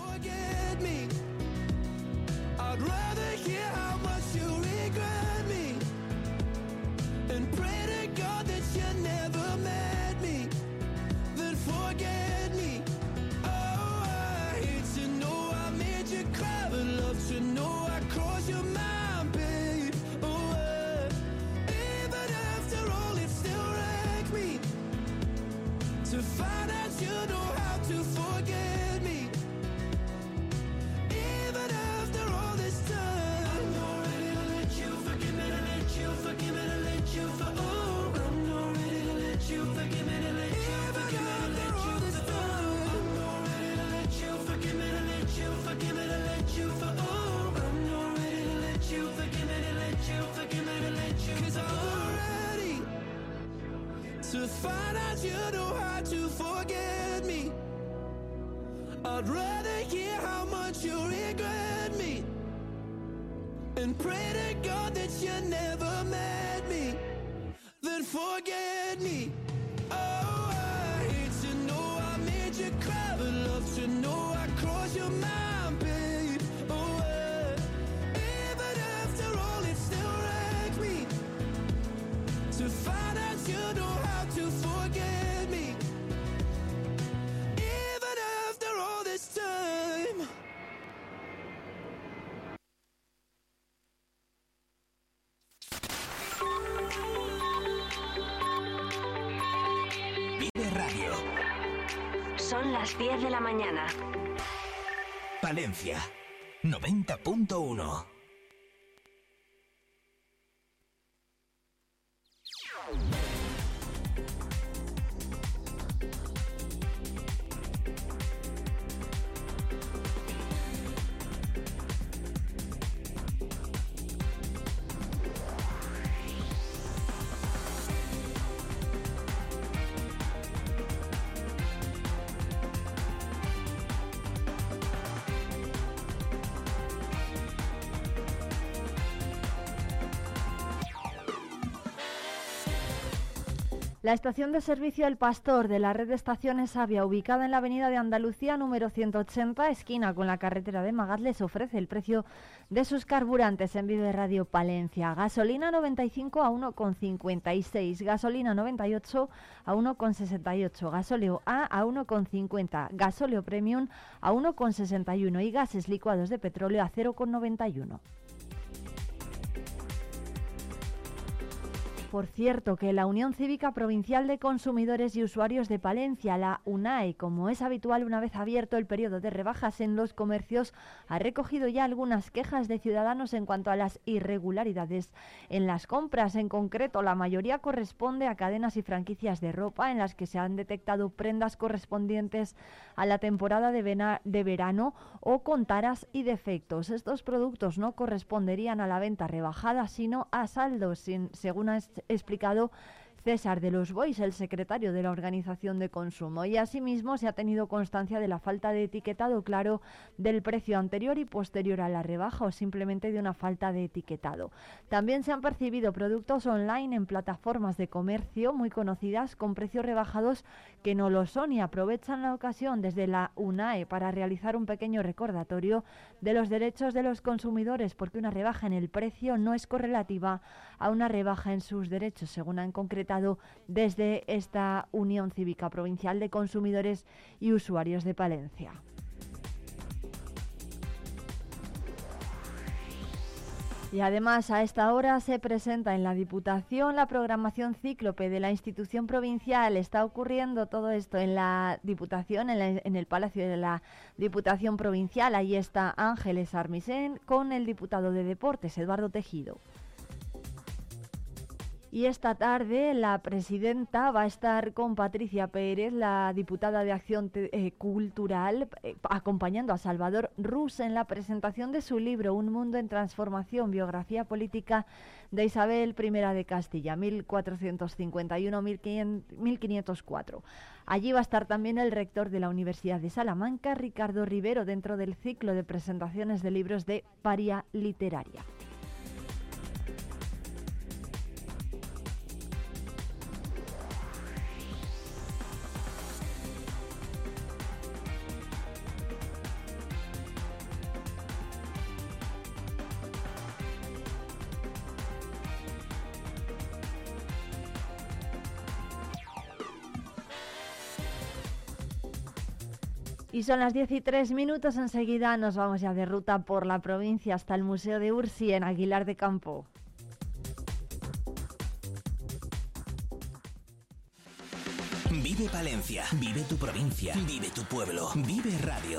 To find out you know how to forget me. I'd rather hear how much you regret me and pray to God that you never met me, then forget me. Oh, I hate to know I made you cry, but love to know I crossed your mind, babe. Oh, even after all, it still wrecks me to find out you know how to forget me, even after all this time.
Son las 10 de la mañana.
Palencia, 90.1.
La estación de servicio El Pastor de la red de estaciones Avia, ubicada en la avenida de Andalucía número 180, esquina con la carretera de Magat, les ofrece el precio de sus carburantes en Vive Radio Palencia. Gasolina 95 a 1,56, gasolina 98 a 1,68, gasóleo A a 1,50, gasóleo Premium a 1,61 y gases licuados de petróleo a 0,91. Por cierto, que la Unión Cívica Provincial de Consumidores y Usuarios de Palencia, la UNAE, como es habitual una vez abierto el periodo de rebajas en los comercios, ha recogido ya algunas quejas de ciudadanos en cuanto a las irregularidades en las compras. En concreto, la mayoría corresponde a cadenas y franquicias de ropa en las que se han detectado prendas correspondientes a la temporada de verano o con taras y defectos. Estos productos no corresponderían a la venta rebajada, sino a saldos, según ha explicado César de los Bois, el secretario de la Organización de Consumo, y asimismo se ha tenido constancia de la falta de etiquetado claro del precio anterior y posterior a la rebaja o simplemente de una falta de etiquetado. También se han percibido productos online en plataformas de comercio muy conocidas con precios rebajados que no lo son y aprovechan la ocasión desde la UNAE para realizar un pequeño recordatorio de los derechos de los consumidores, porque una rebaja en el precio no es correlativa a una rebaja en sus derechos, según han concretado desde esta Unión Cívica Provincial de Consumidores y Usuarios de Palencia. Y además a esta hora se presenta en la Diputación la programación cíclope de la institución provincial. Está ocurriendo todo esto en la Diputación, en el Palacio de la Diputación Provincial. Ahí está Ángeles Armisen con el diputado de Deportes, Eduardo Tejido. Y esta tarde la presidenta va a estar con Patricia Pérez, la diputada de Acción Cultural, acompañando a Salvador Rus en la presentación de su libro Un mundo en transformación, biografía política de Isabel I de Castilla, 1451-1504. Allí va a estar también el rector de la Universidad de Salamanca, Ricardo Rivero, dentro del ciclo de presentaciones de libros de Paria Literaria. Y son las 10:03, enseguida nos vamos ya de ruta por la provincia hasta el Museo de Ursi en Aguilar de Campo.
Vive Palencia, vive tu provincia, vive tu pueblo, Vive Radio.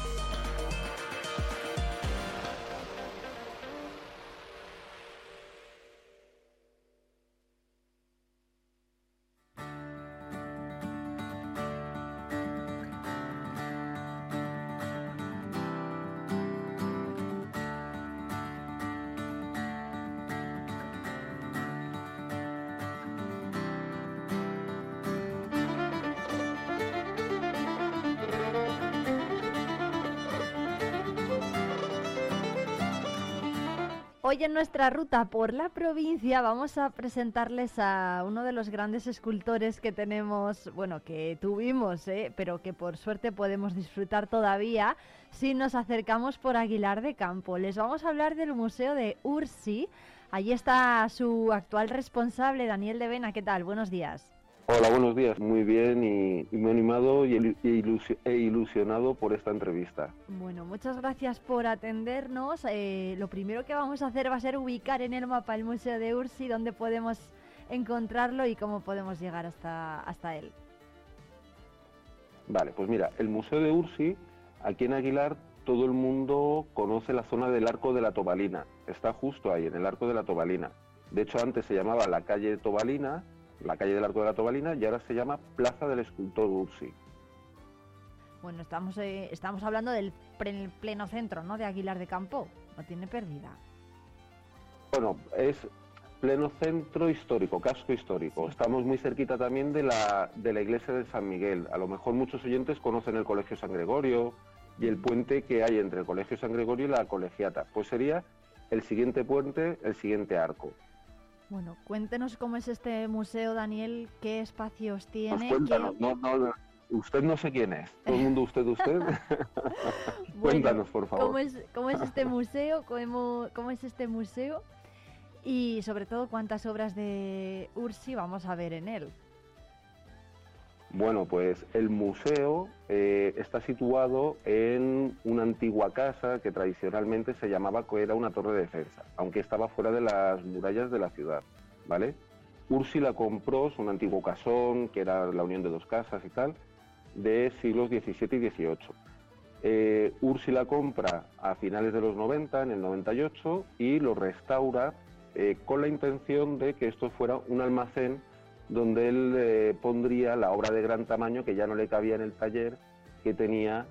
Hoy en nuestra ruta por la provincia vamos a presentarles a uno de los grandes escultores que tenemos, bueno, que tuvimos, pero que por suerte podemos disfrutar todavía si nos acercamos por Aguilar de Campo. Les vamos a hablar del Museo de Ursi. Allí está su actual responsable, Daniel de Vena. ¿Qué tal? Buenos días.
Hola, buenos días. Muy bien y muy animado e ilusionado por esta entrevista.
Bueno, muchas gracias por atendernos. Lo primero que vamos a hacer va a ser ubicar en el mapa el Museo de Ursi, dónde podemos encontrarlo y cómo podemos llegar hasta él.
Vale, pues mira, el Museo de Ursi, aquí en Aguilar, todo el mundo conoce la zona del Arco de la Tobalina. Está justo ahí, en el Arco de la Tobalina. De hecho, antes se llamaba la calle Tobalina, la calle del Arco de la Tobalina, y ahora se llama Plaza del Escultor Ursi.
Bueno, estamos hablando del pleno centro, ¿no?, de Aguilar de Campo. No tiene pérdida.
Bueno, es pleno centro histórico, casco histórico. Sí. Estamos muy cerquita también de la iglesia de San Miguel. A lo mejor muchos oyentes conocen el Colegio San Gregorio y el puente que hay entre el Colegio San Gregorio y la Colegiata. Pues sería el siguiente puente, el siguiente arco.
Bueno, cuéntenos cómo es este museo, Daniel, qué espacios tiene.
Pues cuéntanos, usted no sé quién es. Todo el mundo usted. Cuéntanos, por favor.
¿Cómo es este museo? ¿Cómo es este museo? Y sobre todo, ¿cuántas obras de Ursi vamos a ver en él?
Bueno, pues el museo está situado en una antigua casa que tradicionalmente se llamaba que era una torre de defensa, aunque estaba fuera de las murallas de la ciudad, ¿vale? Ursi la compró, es un antiguo casón, que era la unión de dos casas y tal, de siglos XVII y XVIII. Ursi la compra a finales de los 90, en el 98, y lo restaura con la intención de que esto fuera un almacén donde él pondría la obra de gran tamaño que ya no le cabía en el taller que tenía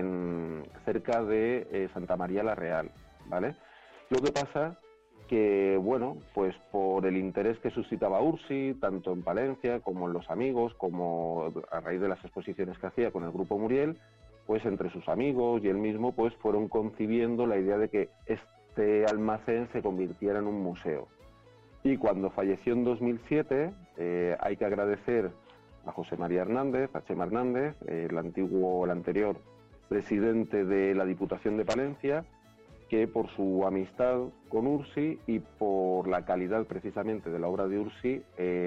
cerca de Santa María la Real, ¿vale? Lo que pasa que, bueno, pues por el interés que suscitaba Ursi, tanto en Palencia como en los amigos, como a raíz de las exposiciones que hacía con el Grupo Muriel, pues entre sus amigos y él mismo, pues fueron concibiendo la idea de que este almacén se convirtiera en un museo. Y cuando falleció en 2007, hay que agradecer a José María Hernández, a Chema Hernández, el anterior presidente de la Diputación de Palencia, que por su amistad con Ursi y por la calidad precisamente de la obra de Ursi,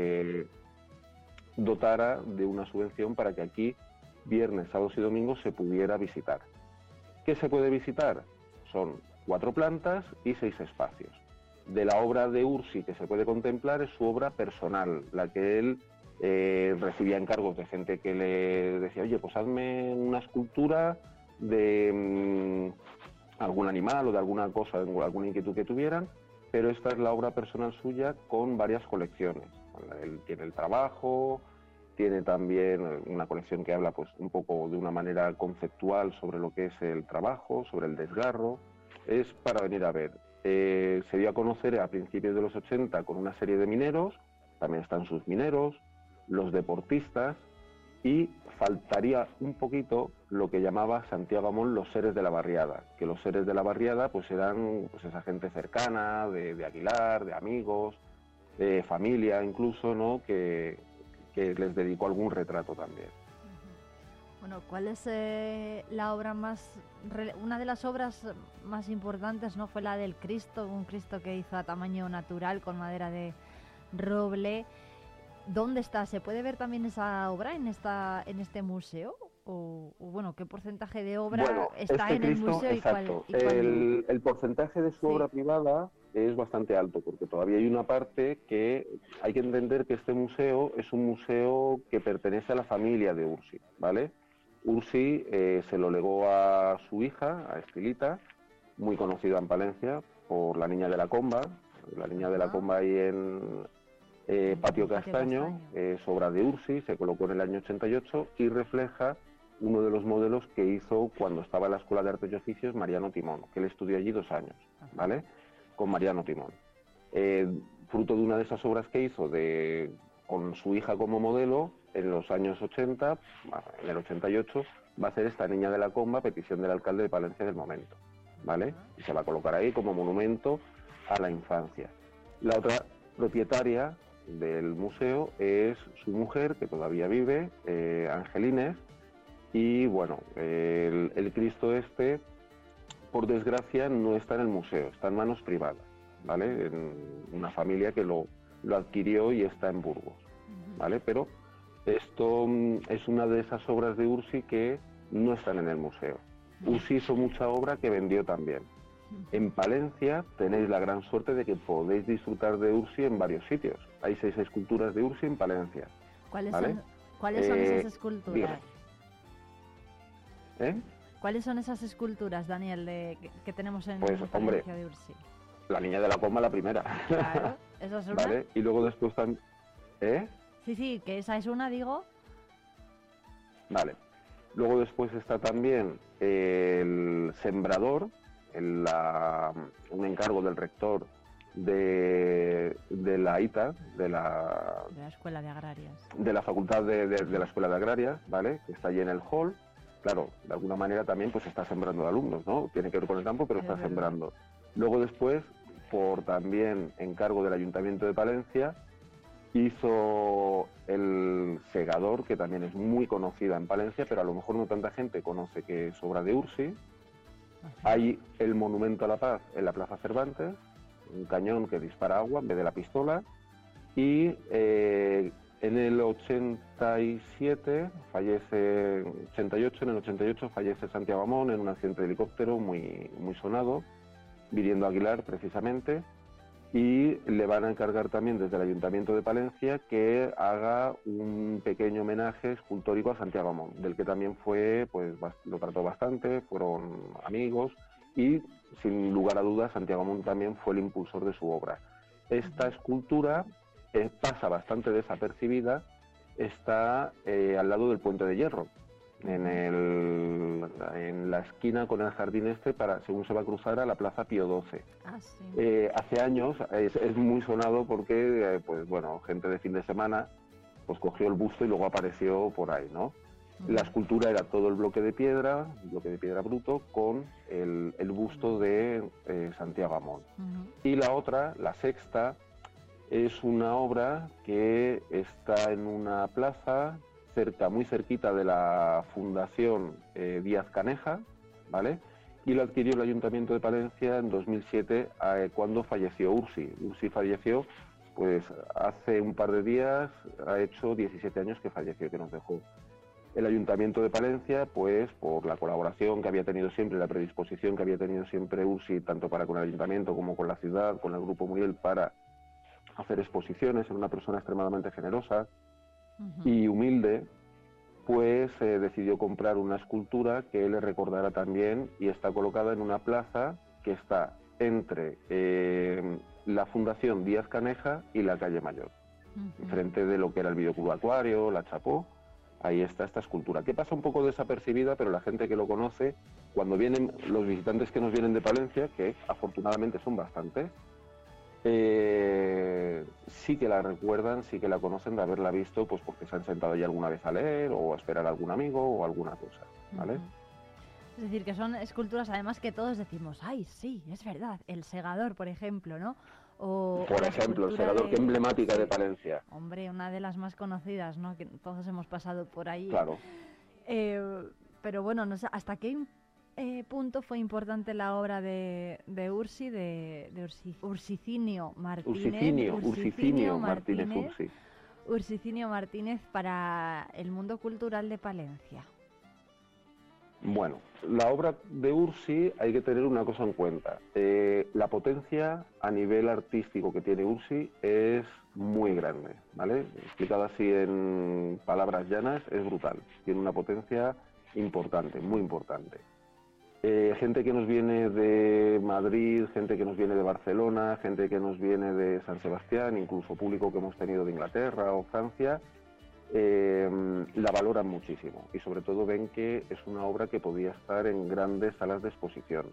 dotara de una subvención para que aquí, viernes, sábados y domingos, se pudiera visitar. ¿Qué se puede visitar? Son 4 plantas y 6 espacios. De la obra de Ursi que se puede contemplar es su obra personal, la que él recibía encargos de gente que le decía, oye, pues hazme una escultura de algún animal o de alguna cosa, alguna inquietud que tuvieran, pero esta es la obra personal suya con varias colecciones. Él tiene el trabajo, tiene también una colección que habla pues un poco de una manera conceptual sobre lo que es el trabajo, sobre el desgarro. Es para venir a ver. Se dio a conocer a principios de los 80 con una serie de mineros, también están sus mineros, los deportistas, y faltaría un poquito lo que llamaba Santiago Amón los seres de la barriada, que los seres de la barriada pues eran pues esa gente cercana, de Aguilar, de amigos, de familia incluso, ¿no?, que les dedicó algún retrato también.
Bueno, ¿cuál es una de las obras más importantes, ¿no? Fue la del Cristo, un Cristo que hizo a tamaño natural con madera de roble. ¿Dónde está? ¿Se puede ver también esa obra en este museo? O bueno, ¿qué porcentaje de obra está en el museo?
Exacto. El porcentaje de su obra privada es bastante alto, porque todavía hay una parte que hay que entender que este museo es un museo que pertenece a la familia de Ursi, ¿vale? Ursi se lo legó a su hija, a Estilita, muy conocida en Palencia por La Niña de la Comba. La Niña de la Comba ahí en Patio Castaño, es obra de Ursi, se colocó en el año 88 y refleja uno de los modelos que hizo cuando estaba en la Escuela de Artes y Oficios Mariano Timón, que él estudió allí 2 años, ¿vale?, con Mariano Timón. Fruto de una de esas obras que hizo con su hija como modelo, en los años 80, en el 88, va a hacer esta Niña de la Comba, petición del alcalde de Palencia del momento, ¿vale? Y se va a colocar ahí como monumento a la infancia. La otra propietaria del museo es su mujer, que todavía vive, Angelines, y bueno, el Cristo este, por desgracia, no está en el museo, está en manos privadas, ¿vale? En una familia que lo adquirió y está en Burgos, ¿vale? Pero esto es una de esas obras de Ursi que no están en el museo. Ursi hizo mucha obra que vendió también. En Palencia tenéis la gran suerte de que podéis disfrutar de Ursi en varios sitios. Hay 6 esculturas de Ursi en Palencia.
¿Cuáles son esas esculturas? ¿Cuáles son esas esculturas, Daniel, que tenemos en
Pues,
Palencia de Ursi?
La niña de la coma, la primera.
Claro, esa es una.
¿Vale? Y luego después también...
Sí, que esa es una, digo.
Vale. Luego después está también el sembrador, un encargo del rector de la ITA, de la
Escuela de Agrarias.
De la Facultad de la Escuela de Agrarias, ¿vale? Que está allí en el hall. Claro, de alguna manera también pues está sembrando alumnos, ¿no? Tiene que ver con el campo, pero está sembrando. Luego después, por también encargo del Ayuntamiento de Palencia, hizo el segador, que también es muy conocida en Palencia, pero a lo mejor no tanta gente conoce que es obra de Ursi. Hay el Monumento a la Paz en la Plaza Cervantes, un cañón que dispara agua en vez de la pistola, y en el 87 fallece, 88, en el 88 fallece Santiago Amón en un accidente de helicóptero muy sonado, viniendo a Aguilar precisamente, y le van a encargar también desde el Ayuntamiento de Palencia que haga un pequeño homenaje escultórico a Santiago Amón, del que también fue, pues lo trató bastante, fueron amigos, y sin lugar a dudas Santiago Amón también fue el impulsor de su obra. Esta escultura pasa bastante desapercibida, está al lado del Puente de Hierro, en la esquina con el jardín según se va a cruzar a la Plaza Pío XII. Hace años es muy sonado porque pues bueno, gente de fin de semana pues cogió el busto y luego apareció por ahí, ¿no? La escultura era todo el bloque de piedra bruto, con el busto de Santiago Amón. Y la otra, la sexta, es una obra que está en una plaza muy cerquita de la Fundación Díaz Caneja, ¿vale? Y lo adquirió el Ayuntamiento de Palencia en 2007, cuando falleció Ursi. Ursi falleció, pues hace un par de días, ha hecho 17 años que falleció, que nos dejó. El Ayuntamiento de Palencia, pues por la colaboración que había tenido siempre, la predisposición que había tenido siempre Ursi, tanto para con el Ayuntamiento como con la ciudad, con el Grupo Muriel, para hacer exposiciones, era una persona extremadamente generosa y humilde, pues decidió comprar una escultura que le recordara también, y está colocada en una plaza que está entre la Fundación Díaz Caneja y la calle Mayor, frente de lo que era el Videoclub Acuario, la Chapó. Ahí está esta escultura, que pasa un poco desapercibida, pero la gente que lo conoce, cuando vienen los visitantes que nos vienen de Palencia, que afortunadamente son bastantes, sí que la recuerdan, sí que la conocen de haberla visto, pues porque se han sentado allí alguna vez a leer o a esperar a algún amigo o alguna cosa, ¿vale?
Es decir, que son esculturas además que todos decimos, ay, sí, es verdad, el segador, por ejemplo, ¿no?
Por ejemplo, el segador, que emblemática de Palencia.
Hombre, una de las más conocidas, ¿no? Que todos hemos pasado por ahí.
Claro.
Pero bueno, no sé, ¿hasta qué punto fue importante la obra de Ursi, de Ursicinio Martínez? Ursicinio Martínez para el mundo cultural de Palencia.
Bueno, la obra de Ursi hay que tener una cosa en cuenta. La potencia a nivel artístico que tiene Ursi es muy grande, ¿vale? Explicado así en palabras llanas, es brutal. Tiene una potencia importante, muy importante. Gente que nos viene de Madrid, gente que nos viene de Barcelona, gente que nos viene de San Sebastián, incluso público que hemos tenido de Inglaterra o Francia, la valoran muchísimo, y sobre todo ven que es una obra que podía estar en grandes salas de exposición.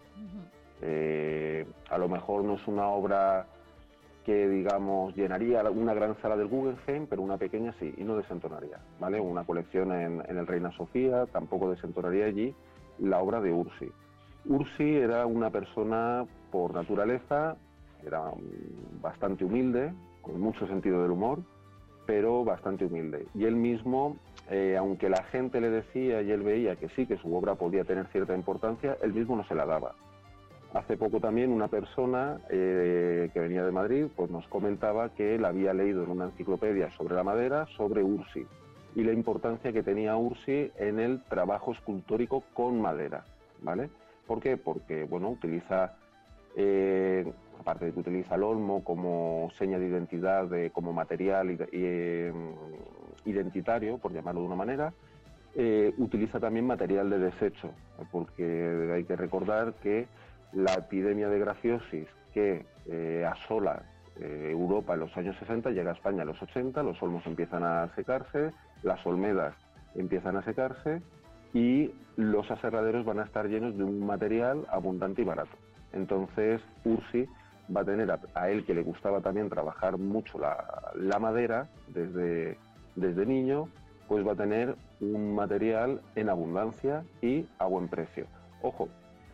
A lo mejor no es una obra que, digamos, llenaría una gran sala del Guggenheim, pero una pequeña sí, y no desentonaría, ¿vale? Una colección en el Reina Sofía tampoco desentonaría allí la obra de Ursi. Ursi era una persona por naturaleza, era bastante humilde, con mucho sentido del humor, pero bastante humilde. Y él mismo, aunque la gente le decía y él veía que sí, que su obra podía tener cierta importancia, él mismo no se la daba. Hace poco también una persona que venía de Madrid pues nos comentaba que él había leído en una enciclopedia sobre la madera, sobre Ursi, y la importancia que tenía Ursi en el trabajo escultórico con madera, ¿vale? ¿Por qué? Porque, bueno, utiliza, aparte de que utiliza el olmo como seña de identidad, como material identitario, por llamarlo de una manera, utiliza también material de desecho, porque hay que recordar que la epidemia de grafiosis que asola Europa en los años 60 llega a España en los 80, los olmos empiezan a secarse, las olmedas empiezan a secarse y los aserraderos van a estar llenos de un material abundante y barato. Entonces Ursi va a tener a él, que le gustaba también trabajar mucho la madera desde niño, pues va a tener un material en abundancia y a buen precio. Ojo,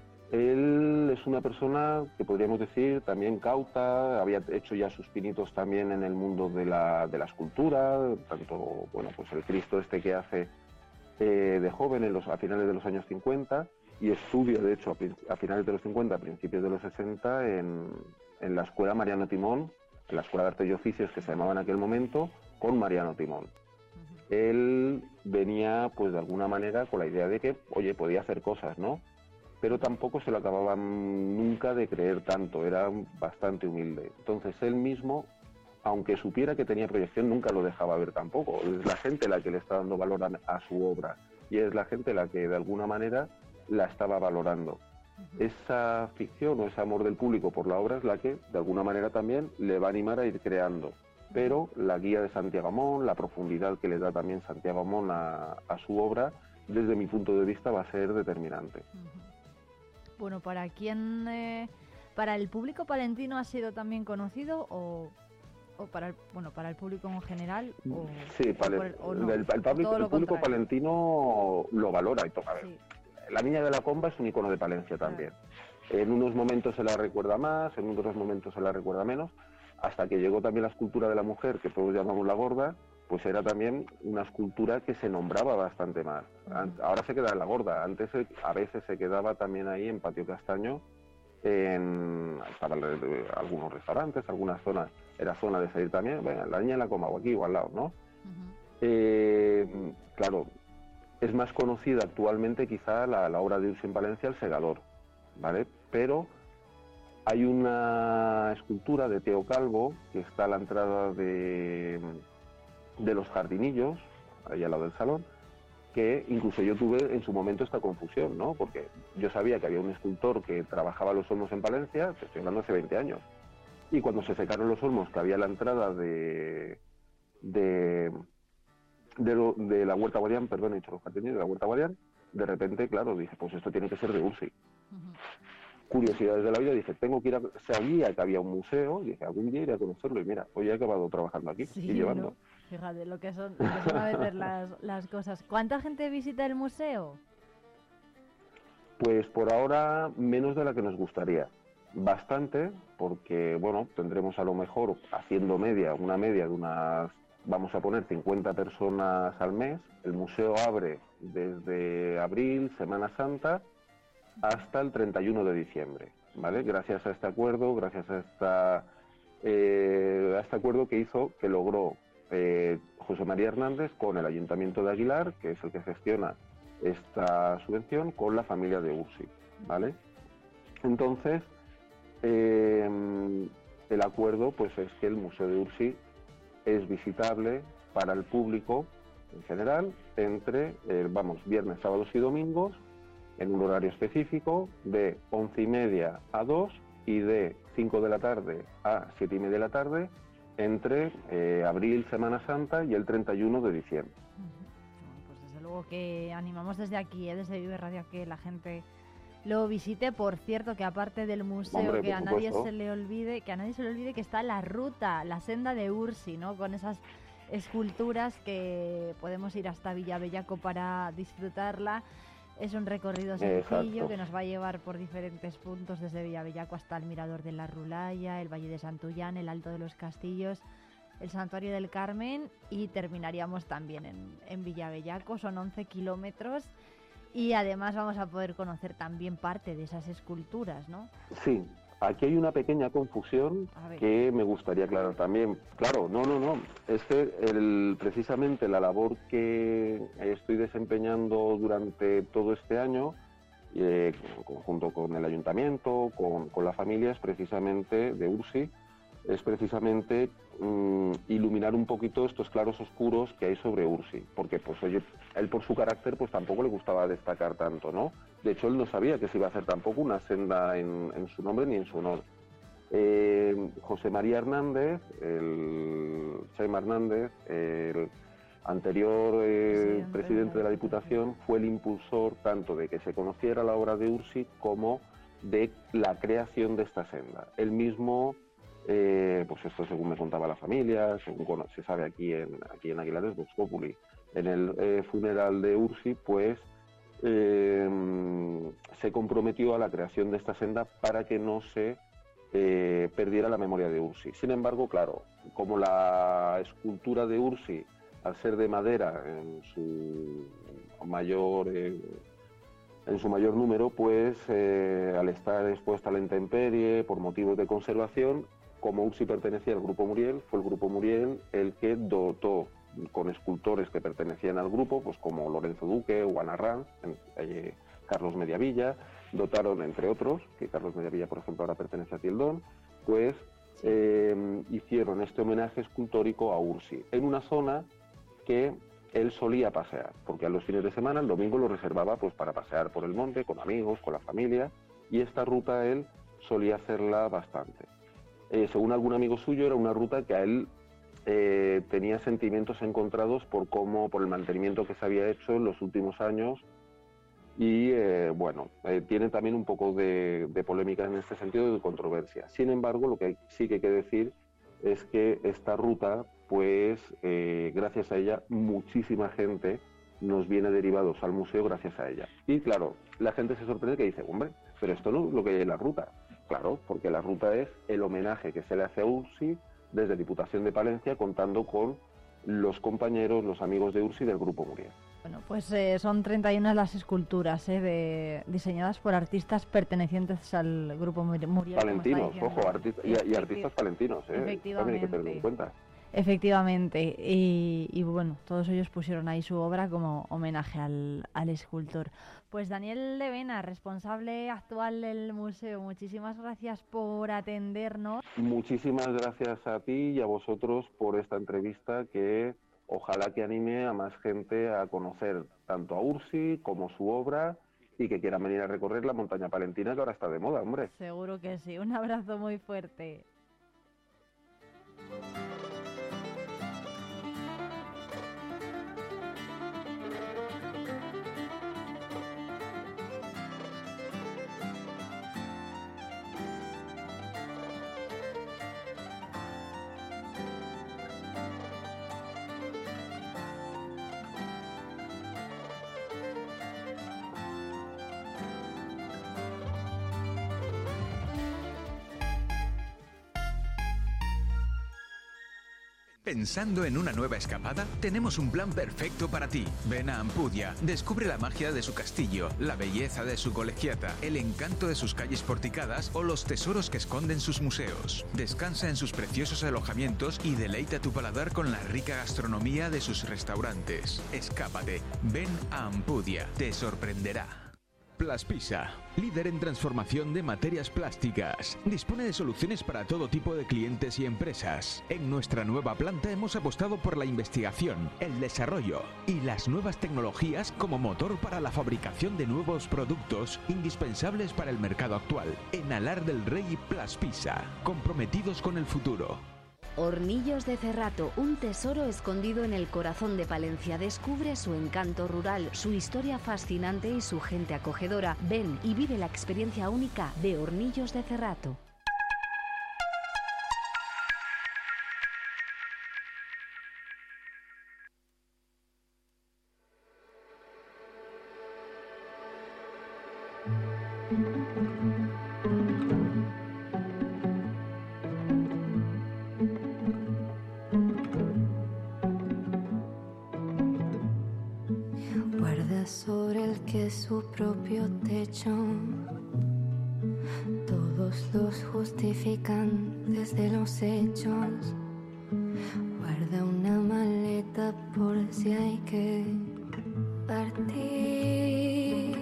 él es una persona que podríamos decir también cauta, había hecho ya sus pinitos también en el mundo de la escultura, tanto, bueno, pues el Cristo este que hace de joven a finales de los años 50, y estudia, de hecho, a finales de los 50, a principios de los 60, en la Escuela Mariano Timón, en la Escuela de Artes y Oficios que se llamaba en aquel momento, con Mariano Timón. Él venía, pues de alguna manera, con la idea de que, oye, podía hacer cosas, ¿no? Pero tampoco se lo acababan nunca de creer tanto, era bastante humilde. Entonces él mismo, aunque supiera que tenía proyección, nunca lo dejaba ver tampoco. Es la gente la que le está dando valor a su obra y es la gente la que de alguna manera la estaba valorando. Esa ficción o ese amor del público por la obra es la que de alguna manera también le va a animar a ir creando. Pero la guía de Santiago Amón, la profundidad que le da también Santiago Amón a su obra, desde mi punto de vista va a ser determinante.
Bueno, ¿para quién, para el público palentino ha sido también conocido o para el público en general?
Sí, el público palentino lo valora. A ver, sí. La Niña de la Comba es un icono de Palencia también. En unos momentos se la recuerda más, en otros momentos se la recuerda menos, hasta que llegó también la escultura de la mujer, que todos llamamos la gorda, pues era también una escultura que se nombraba bastante más. Ahora se queda en la gorda, antes a veces se quedaba también ahí en Patio Castaño, para algunos restaurantes, algunas zonas, era zona de salir también, venga, la Niña de la Comba o aquí o al lado, ¿no? Claro, es más conocida actualmente quizá la obra de Ursi en Palencia, El Segador, ¿vale? Pero hay una escultura de Teo Calvo que está a la entrada de los jardinillos, ahí al lado del salón, que incluso yo tuve en su momento esta confusión, ¿no? Porque yo sabía que había un escultor que trabajaba los olmos en Palencia, te estoy hablando hace 20 años, y cuando se secaron los olmos que había a la entrada de la Huerta Guadián, perdón, he dicho los jardines, de la Huerta Guadián, de repente, claro, dije, pues esto tiene que ser de Ursi. Curiosidades de la vida, dije, tengo que ir sabía que había un museo, dije, algún día iré a conocerlo, y mira, hoy he acabado trabajando aquí y llevando.
¿No? Fíjate lo que son a veces las cosas. ¿Cuánta gente visita el museo?
Pues por ahora menos de la que nos gustaría. Bastante, porque bueno, tendremos a lo mejor haciendo una media de unas, vamos a poner 50 personas al mes. El museo abre desde abril, Semana Santa, hasta el 31 de diciembre, ¿vale? Gracias a este acuerdo, gracias a este acuerdo que logró José María Hernández con el Ayuntamiento de Aguilar, que es el que gestiona esta subvención, con la familia de Ursi, ¿vale? Entonces, el acuerdo pues es que el Museo de Ursi es visitable para el público en general entre, viernes, sábados y domingos, en un horario específico de 11:30 a 2 y de 5 de la tarde a 7:30 de la tarde, entre abril, Semana Santa y el 31 de diciembre.
Pues desde luego que animamos desde aquí, desde Vive Radio, a que la gente lo visite. Por cierto, que aparte del museo, hombre, que a nadie se le olvide que está la ruta, la senda de Ursi, ¿no? Con esas esculturas que podemos ir hasta Villabellaco para disfrutarla. Es un recorrido sencillo que nos va a llevar por diferentes puntos, desde Villabellaco hasta el Mirador de la Rulaya, el Valle de Santullán, el Alto de los Castillos, el Santuario del Carmen, y terminaríamos también en Villabellaco. Son 11 kilómetros y además vamos a poder conocer también parte de esas esculturas, ¿no?
Sí. Aquí hay una pequeña confusión que me gustaría aclarar también. Claro, no. Es que precisamente la labor que estoy desempeñando durante todo este año, junto con el ayuntamiento, con la familia, es precisamente de Ursi, es precisamente iluminar un poquito estos claros oscuros que hay sobre Ursi, porque pues oye, él por su carácter pues tampoco le gustaba destacar tanto, ¿no? De hecho él no sabía que se iba a hacer tampoco una senda en su nombre ni en su honor. José María Hernández, Chema Hernández, el anterior presidente de la Diputación, fue el impulsor tanto de que se conociera la obra de Ursi como de la creación de esta senda. Él mismo, pues esto según me contaba la familia, según se sabe aquí en Aguilares Vox Populi, en el funeral de Ursi, pues se comprometió a la creación de esta senda para que no se perdiera la memoria de Ursi. Sin embargo, claro, como la escultura de Ursi, al ser de madera en su mayor número, pues al estar expuesta a la intemperie por motivos de conservación, como Ursi pertenecía al Grupo Muriel, fue el Grupo Muriel el que dotó con escultores que pertenecían al grupo, pues como Lorenzo Duque o Ana Ranz, Carlos Mediavilla, dotaron, entre otros, que Carlos Mediavilla, por ejemplo, ahora pertenece a Tildón, pues hicieron este homenaje escultórico a Ursi, en una zona que él solía pasear, porque a los fines de semana, el domingo lo reservaba pues para pasear por el monte, con amigos, con la familia, y esta ruta él solía hacerla bastante. Según algún amigo suyo, era una ruta que a él tenía sentimientos encontrados por el mantenimiento que se había hecho en los últimos años, y tiene también un poco de polémica en este sentido, de controversia. Sin embargo, lo que sí que hay que decir es que esta ruta, pues gracias a ella, muchísima gente nos viene derivados al museo gracias a ella. Y claro, la gente se sorprende que dice, hombre, pero esto no es lo que hay en la ruta. Claro, porque la ruta es el homenaje que se le hace a Ursi desde Diputación de Palencia, contando con los compañeros, los amigos de Ursi del Grupo Muriel.
Bueno, pues son 31 las esculturas diseñadas por artistas pertenecientes al Grupo Muriel.
Palentinos, ojo, y artistas palentinos,
Efectivamente.
También hay que tenerlo en cuenta.
Efectivamente, y bueno, todos ellos pusieron ahí su obra como homenaje al escultor. Pues Daniel Levena, responsable actual del museo, muchísimas gracias por atendernos.
Muchísimas gracias a ti y a vosotros por esta entrevista, que ojalá que anime a más gente a conocer tanto a Ursi como su obra, y que quieran venir a recorrer la montaña palentina, que ahora está de moda, hombre.
Seguro que sí. Un abrazo muy fuerte.
¿Pensando en una nueva escapada? Tenemos un plan perfecto para ti. Ven a Ampudia, descubre la magia de su castillo, la belleza de su colegiata, el encanto de sus calles porticadas o los tesoros que esconden sus museos. Descansa en sus preciosos alojamientos y deleita tu paladar con la rica gastronomía de sus restaurantes. Escápate, ven a Ampudia, te sorprenderá. Plaspisa, líder en transformación de materias plásticas. Dispone de soluciones para todo tipo de clientes y empresas. En nuestra nueva planta hemos apostado por la investigación, el desarrollo y las nuevas tecnologías como motor para la fabricación de nuevos productos indispensables para el mercado actual. En Alar del Rey, Plaspisa, comprometidos con el futuro.
Hornillos de Cerrato, un tesoro escondido en el corazón de Palencia. Descubre su encanto rural, su historia fascinante y su gente acogedora. Ven y vive la experiencia única de Hornillos de Cerrato.
Sobre el que es su propio techo, todos los justifican desde los hechos. Guarda una maleta por si hay que partir.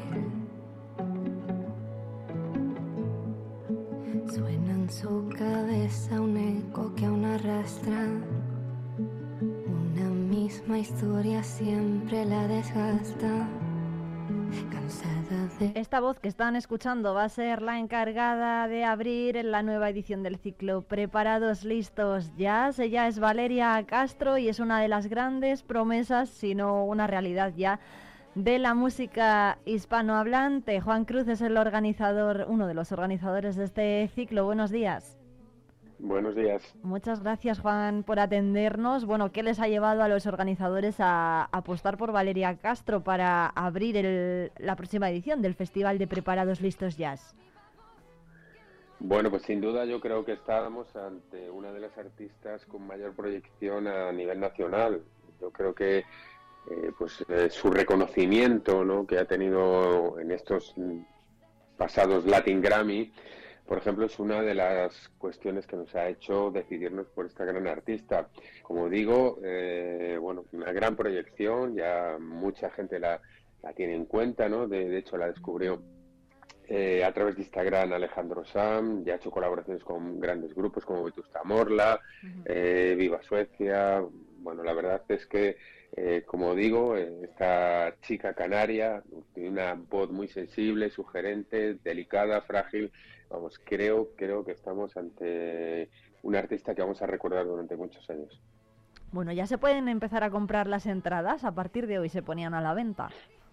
Suena en su cabeza un eco que aún arrastra. Una misma historia siempre la desgasta. Cansada de...
Esta voz que están escuchando va a ser la encargada de abrir la nueva edición del ciclo Preparados, Listos, Jazz. Ella es Valeria Castro y es una de las grandes promesas, si no una realidad ya, de la música hispanohablante. Juan Cruz es el organizador, uno de los organizadores de este ciclo. Buenos días.
Buenos días.
Muchas gracias, Juan, por atendernos. Bueno, ¿qué les ha llevado a los organizadores a apostar por Valeria Castro para abrir la próxima edición del Festival de Preparados, Listos, Jazz?
Bueno, pues sin duda yo creo que estábamos ante una de las artistas con mayor proyección a nivel nacional. Yo creo que su reconocimiento, ¿no?, que ha tenido en estos pasados Latin Grammy, por ejemplo, es una de las cuestiones que nos ha hecho decidirnos por esta gran artista. Como digo, una gran proyección, ya mucha gente la tiene en cuenta, ¿no? De hecho, la descubrió a través de Instagram Alejandro Sam, ya ha hecho colaboraciones con grandes grupos como Vetusta Morla, Viva Suecia. Bueno, la verdad es que, como digo, esta chica canaria tiene una voz muy sensible, sugerente, delicada, frágil. Vamos, creo que estamos ante una artista que vamos a recordar durante muchos años.
Bueno, ya se pueden empezar a comprar las entradas. A partir de hoy se ponían a la venta.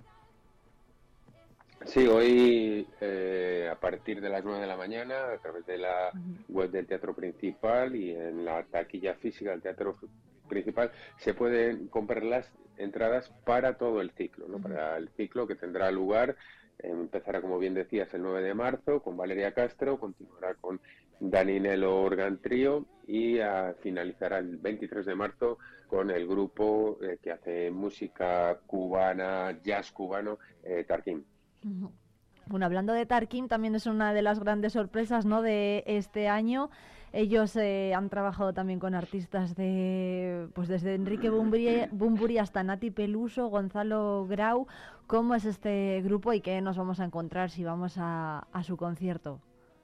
Sí, hoy a partir de las 9 de la mañana, a través de la web del Teatro Principal y en la taquilla física del Teatro Principal, se pueden comprar las entradas para todo el ciclo, ¿no? Para el ciclo que tendrá lugar. Empezará, como bien decías, el 9 de marzo con Valeria Castro, continuará con Dani Nelo Organ Trio y finalizará el 23 de marzo con el grupo que hace música cubana, jazz cubano, Tarquín.
Bueno, hablando de Tarquín, también es una de las grandes sorpresas, ¿no?, de este año. Ellos han trabajado también con artistas desde Enrique Bunbury hasta Nati Peluso, Gonzalo Grau. ¿Cómo es este grupo y qué nos vamos a encontrar si vamos a su concierto?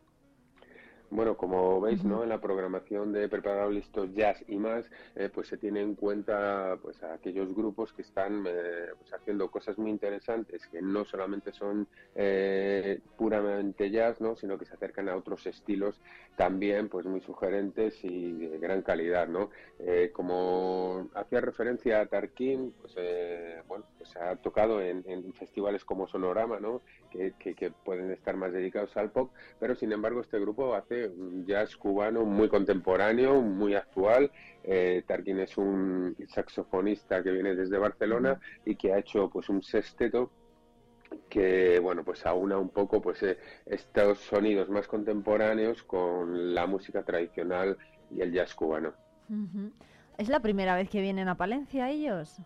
Bueno, como veis, ¿no?, en la programación de Preparados, Listos, Jazz y más, pues se tiene en cuenta pues a aquellos grupos que están haciendo cosas muy interesantes, que no solamente son puramente jazz, ¿no?, sino que se acercan a otros estilos también pues muy sugerentes y de gran calidad, ¿no? Como hacía referencia a Tarquín, pues ha tocado en festivales como Sonorama, ¿no?, que pueden estar más dedicados al pop, pero sin embargo este grupo hace un jazz cubano muy contemporáneo, muy actual. Tarquín es un saxofonista que viene desde Barcelona y que ha hecho pues un sexteto que aúna un poco estos sonidos más contemporáneos con la música tradicional y el jazz cubano.
¿Es la primera vez que vienen a Palencia ellos?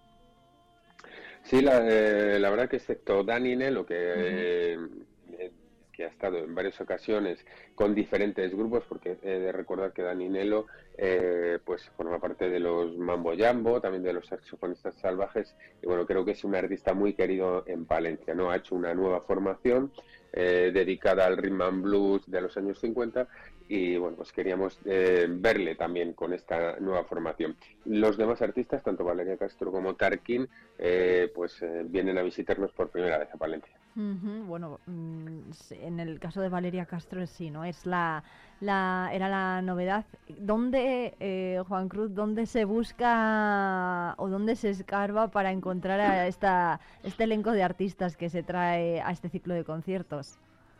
Sí, la verdad que excepto Dani Nelo, que ha estado en varias ocasiones con diferentes grupos, porque he de recordar que Dani Nelo forma parte de los Mambo Jambo, también de los Saxofonistas Salvajes, y bueno, creo que es un artista muy querido en Palencia, ¿no? Ha hecho una nueva formación dedicada al rhythm and blues de los años 50 y bueno, pues queríamos verle también con esta nueva formación. Los demás artistas, tanto Valeria Castro como Tarquín, vienen a visitarnos por primera vez a Palencia.
Bueno, en el caso de Valeria Castro sí, ¿no? Era la novedad. ¿Dónde, Juan Cruz, dónde se busca o dónde se escarba para encontrar a este elenco de artistas que se trae a este ciclo de conciertos?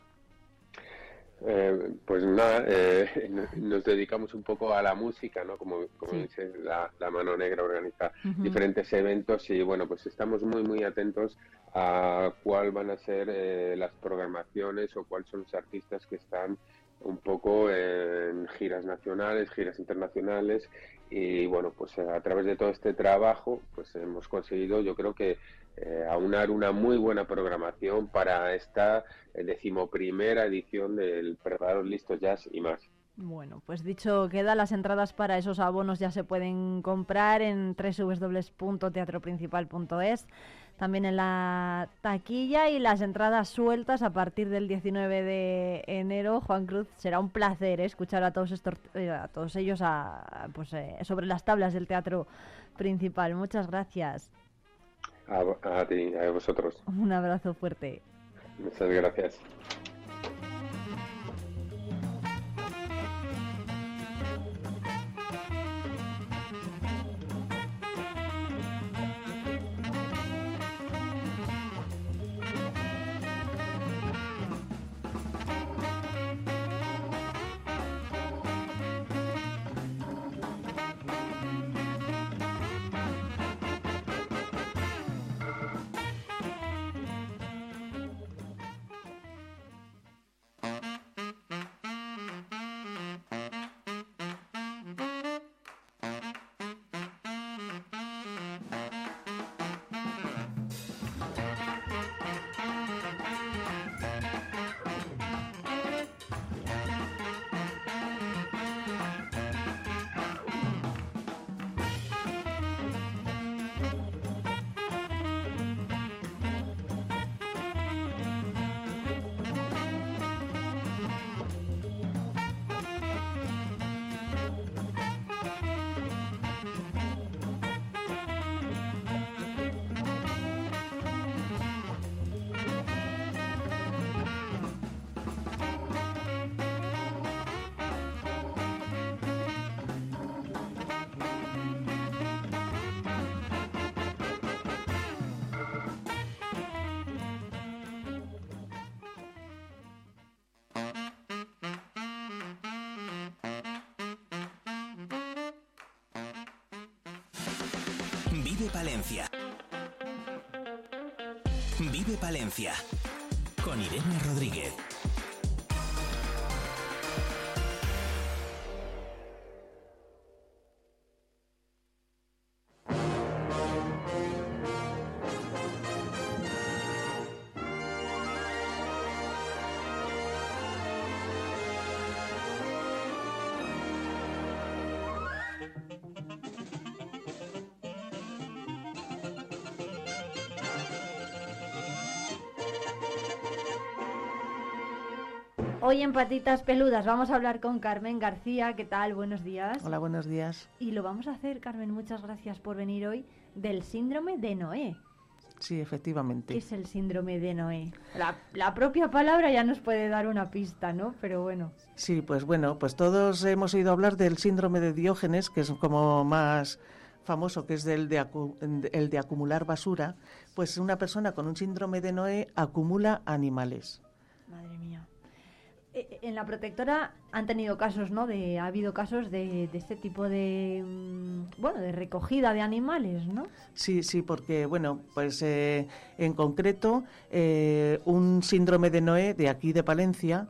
Nos dedicamos un poco a la música, ¿no? Como dice, la Mano Negra organiza diferentes eventos y bueno, pues estamos muy atentos a cuál van a ser las programaciones o cuáles son los artistas que están un poco en giras nacionales, giras internacionales y bueno, pues a través de todo este trabajo pues hemos conseguido, yo creo que aunar una muy buena programación para esta 11ª edición del Preparados, Listos, Jazz y más.
Bueno, pues dicho queda, las entradas para esos abonos ya se pueden comprar en www.teatroprincipal.es, también en la taquilla, y las entradas sueltas a partir del 19 de enero. Juan Cruz, será un placer escuchar a todos ellos sobre las tablas del Teatro Principal. Muchas gracias.
A ti, a vosotros.
Un abrazo fuerte.
Muchas gracias.
Vive Palencia. Vive Palencia. Con Irene Rodríguez.
Hoy en Patitas Peludas vamos a hablar con Carmen García. ¿Qué tal? Buenos días.
Hola, buenos días.
Y lo vamos a hacer, Carmen, muchas gracias por venir hoy, del síndrome de Noé.
Sí, efectivamente.
¿Qué es el síndrome de Noé? La propia palabra ya nos puede dar una pista, ¿no? Pero bueno.
Sí, pues bueno, pues todos hemos oído hablar del síndrome de Diógenes, que es como más famoso, que es el de acumular basura. Pues una persona con un síndrome de Noé acumula animales.
Madre mía. En la protectora han tenido casos, ¿no? Ha habido casos de este tipo de recogida de animales, ¿no?
Sí, porque bueno, pues en concreto un síndrome de Noé de aquí de Palencia,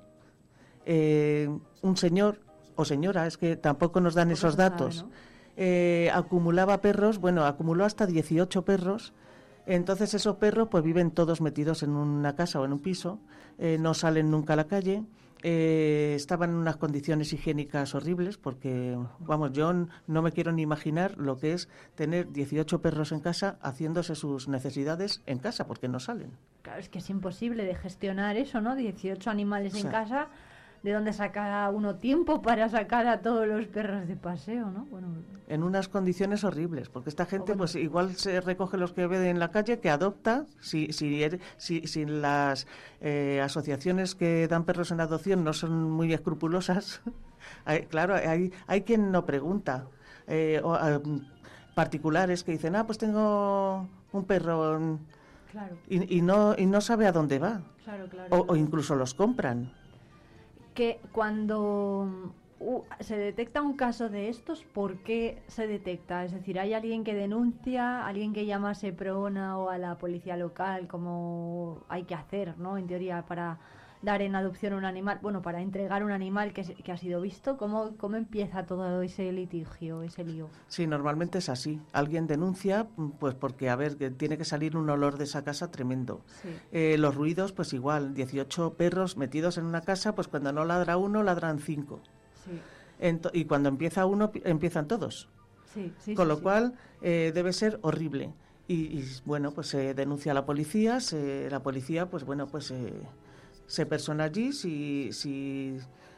un señor o señora, es que tampoco nos dan esos datos,
sabe, ¿no?
Acumulaba perros, acumuló hasta 18 perros. Entonces esos perros pues viven todos metidos en una casa o en un piso, no salen nunca a la calle. Estaban en unas condiciones higiénicas horribles porque, yo no me quiero ni imaginar lo que es tener 18 perros en casa haciéndose sus necesidades en casa porque no salen.
Claro, es que es imposible de gestionar eso, ¿no? 18 animales en casa. ¿De dónde saca uno tiempo para sacar a todos los perros de paseo, no?
En unas condiciones horribles, porque esta gente pues igual se recoge los que ve en la calle, que adopta, si las asociaciones que dan perros en adopción no son muy escrupulosas, claro, hay quien no pregunta, particulares que dicen, pues tengo un perro,
claro.
y no sabe a dónde va,
claro.
O incluso los compran.
Que cuando se detecta un caso de estos, ¿por qué se detecta? Es decir, ¿hay alguien que denuncia, alguien que llama a Seprona o a la policía local, como hay que hacer, ¿no? En teoría, para dar en adopción un animal, para entregar un animal que ha sido visto? ¿Cómo empieza todo ese litigio, ese lío?
Sí, normalmente es así. Alguien denuncia, pues porque, que tiene que salir un olor de esa casa tremendo. Sí. Los ruidos, pues igual, 18 perros metidos en una casa, pues cuando no ladra uno, ladran 5. Y cuando empieza uno, empiezan todos. Con lo cual debe ser horrible. Y bueno, pues se denuncia a la policía, la policía, pues bueno, pues se persona allí si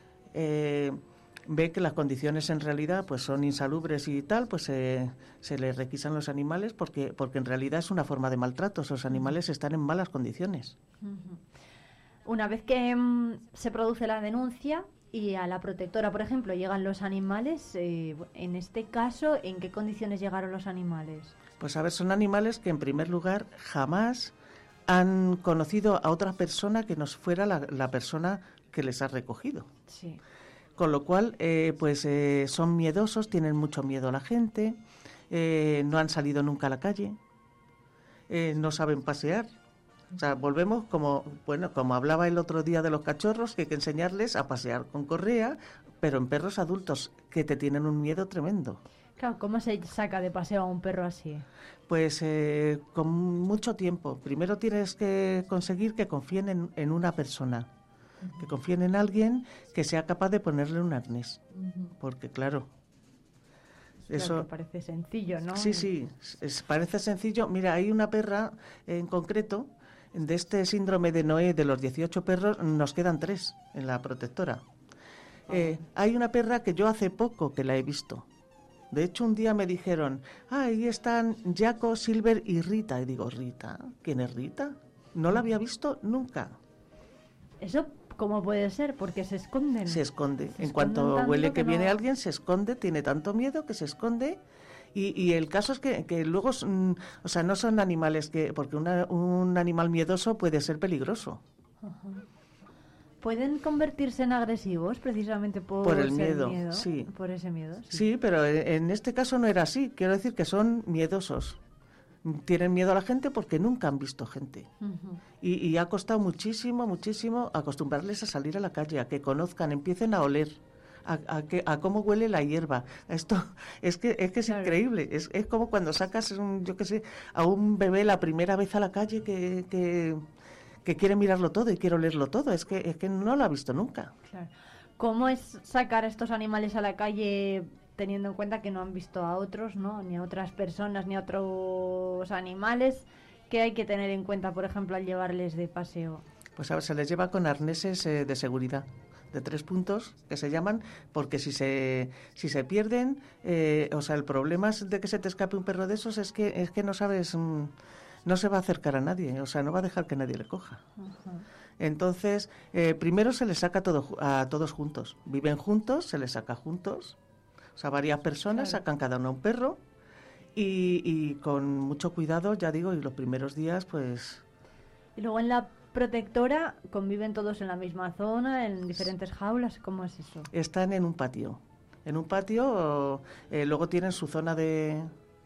ve que las condiciones en realidad pues son insalubres y tal, pues se les requisan los animales porque en realidad es una forma de maltrato. Esos animales están en malas condiciones.
Una vez que se produce la denuncia y a la protectora, por ejemplo, llegan los animales, en este caso, ¿en qué condiciones llegaron los animales?
Pues a ver, son animales que en primer lugar jamás han conocido a otra persona que no fuera la persona que les ha recogido.
Sí.
Con lo cual, son miedosos, tienen mucho miedo a la gente, no han salido nunca a la calle, no saben pasear. O sea, volvemos como hablaba el otro día de los cachorros, que hay que enseñarles a pasear con correa, pero en perros adultos que te tienen un miedo tremendo.
Claro, ¿cómo se saca de paseo a un perro así?
Pues con mucho tiempo. Primero tienes que conseguir que confíen en una persona, que confíen en alguien que sea capaz de ponerle un arnés. Porque claro, eso
que parece sencillo, ¿no?
Sí, parece sencillo. Mira, hay una perra en concreto, de este síndrome de Noé de los 18 perros, nos quedan 3 en la protectora. Hay una perra que yo hace poco que la he visto. De hecho, un día me dijeron, ahí están Jaco, Silver y Rita. Y digo, ¿Rita? ¿Quién es Rita? No la había visto nunca.
¿Eso cómo puede ser? Porque se esconden.
Se esconde. En cuanto huele que viene alguien, se esconde, tiene tanto miedo que se esconde. Y el caso es que luego, o sea, no son animales porque un animal miedoso puede ser peligroso.
¿Pueden convertirse en agresivos precisamente por
el miedo? Sí.
Por ese miedo.
Sí, pero en este caso no era así. Quiero decir que son miedosos. Tienen miedo a la gente porque nunca han visto gente. Y ha costado muchísimo acostumbrarles a salir a la calle, a que conozcan, empiecen a oler. A cómo huele la hierba. Esto es que es increíble. Es como cuando sacas, a un bebé la primera vez a la calle que quiere mirarlo todo y quiere olerlo todo. Es que no lo ha visto nunca.
Claro. ¿Cómo es sacar a estos animales a la calle teniendo en cuenta que no han visto a otros, ¿no? Ni a otras personas, ni a otros animales? ¿Qué hay que tener en cuenta, por ejemplo, al llevarles de paseo?
Pues a ver, se les lleva con arneses de seguridad de 3 puntos, que se llaman, porque si se pierden, o sea, el problema de que se te escape un perro de esos es que no sabes, no se va a acercar a nadie, o sea, no va a dejar que nadie le coja. Entonces, primero se les saca a todos juntos, viven juntos, se les saca juntos, o sea, varias personas sacan cada uno un perro y con mucho cuidado, ya digo, y los primeros días, pues...
Y luego en la protectora, ¿conviven todos en la misma zona, en diferentes jaulas? ¿Cómo es eso?
Están en un patio. En un patio, luego tienen su zona de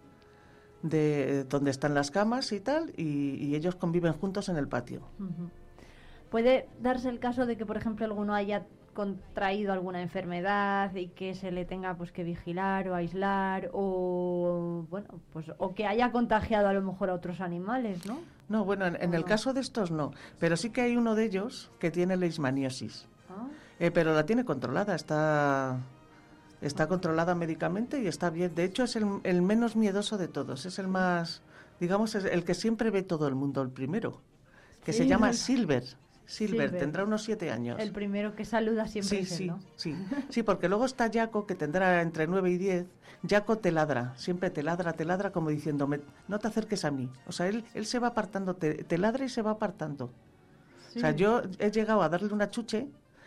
donde están las camas y tal, y ellos conviven juntos en el patio.
¿Puede darse el caso de que, por ejemplo, alguno haya contraído alguna enfermedad y que se le tenga pues que vigilar o aislar o que haya contagiado a lo mejor a otros animales, ¿no?
No, bueno, en el caso de estos no, pero sí que hay uno de ellos que tiene leishmaniosis, pero la tiene controlada, está controlada médicamente y está bien. De hecho, es el menos miedoso de todos, es el más, digamos, es el que siempre ve todo el mundo, el primero, que se llama Silver, tendrá unos 7 años.
El primero que saluda siempre es él, ¿no?
Sí, porque luego está Jaco, que tendrá entre 9 y 10. Jaco te ladra, siempre te ladra como diciendo, no te acerques a mí. O sea, él se va apartando, te ladra y se va apartando. Sí. O sea, yo he llegado a darle una chuche,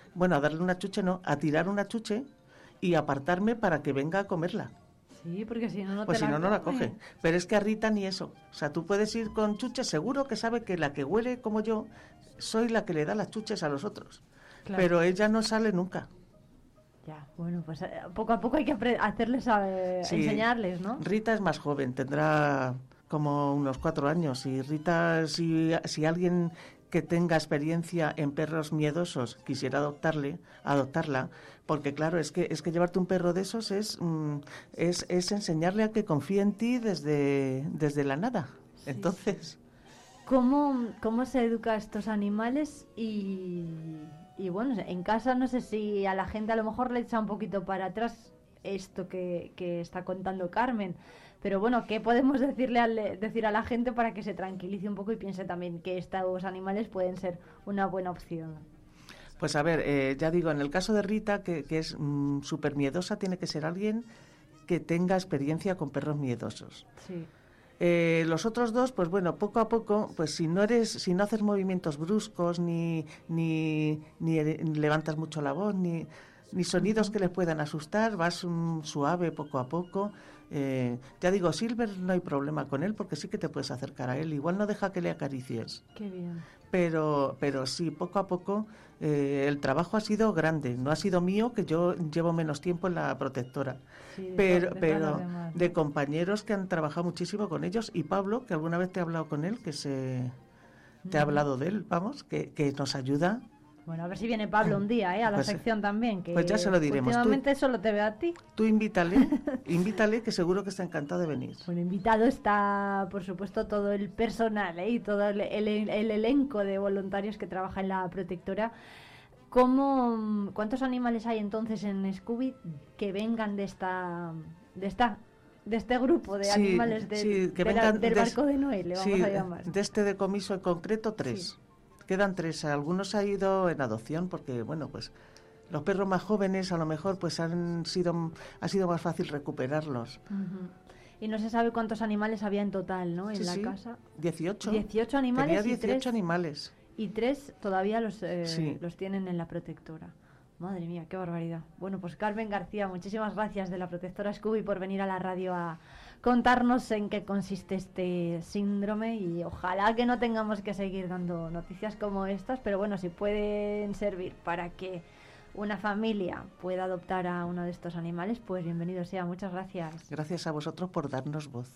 a tirar una chuche y apartarme para que venga a comerla.
Sí, porque si no,
pues si no la coge. Pero es que a Rita ni eso. O sea, tú puedes ir con chuches, seguro que sabe que la que huele como yo, soy la que le da las chuches a los otros. Claro. Pero ella no sale nunca.
Ya, bueno, pues poco a poco hay que hacerles enseñarles, ¿no?
Rita es más joven, tendrá como unos 4 años. Y Rita, si alguien que tenga experiencia en perros miedosos quisiera adoptarla, porque claro, es que llevarte un perro de esos es enseñarle a que confíe en ti desde la nada. Sí. Entonces...
¿Cómo se educa a estos animales y Y bueno, en casa no sé si a la gente a lo mejor le echa un poquito para atrás esto que está contando Carmen. Pero bueno, ¿qué podemos decir a la gente para que se tranquilice un poco y piense también que estos animales pueden ser una buena opción?
Pues a ver, ya digo, en el caso de Rita, que es súper miedosa, tiene que ser alguien que tenga experiencia con perros miedosos.
Sí.
Los otros dos, pues bueno, poco a poco, pues si no haces movimientos bruscos, ni levantas mucho la voz, ni sonidos que les puedan asustar, vas suave poco a poco. Ya digo, Silver no hay problema con él porque sí que te puedes acercar a él. Igual no deja que le acaricies.
Qué bien.
Pero sí, poco a poco el trabajo ha sido grande. No ha sido mío, que yo llevo menos tiempo en la protectora. Sí, pero de compañeros que han trabajado muchísimo con ellos. Y Pablo, que alguna vez te he hablado con él, te ha hablado de él, vamos, que nos ayuda.
Bueno, a ver si viene Pablo un día, a la
pues,
sección también. Que
pues ya se lo diremos.
Últimamente solo te veo a ti.
Tú invítale, que seguro que está encantado de venir.
Bueno, invitado está, por supuesto, todo el personal y todo el elenco de voluntarios que trabaja en la protectora. ¿Cuántos animales hay entonces en Scooby que vengan de este grupo de animales del barco de Noé, le vamos a llamar?
De este decomiso en concreto, 3. Sí. Quedan 3. Algunos han ido en adopción porque, bueno, pues los perros más jóvenes a lo mejor pues ha sido más fácil recuperarlos.
Uh-huh. Y no se sabe cuántos animales había en total, ¿no? En la casa.
18.
18 animales.
Tenía 18 animales.
Y 3 todavía los tienen en la protectora. Madre mía, qué barbaridad. Bueno, pues Carmen García, muchísimas gracias de la protectora Scooby por venir a la radio a contarnos en qué consiste este síndrome y ojalá que no tengamos que seguir dando noticias como estas, pero bueno, si pueden servir para que una familia pueda adoptar a uno de estos animales, pues bienvenido sea. Muchas gracias.
Gracias a vosotros por darnos voz.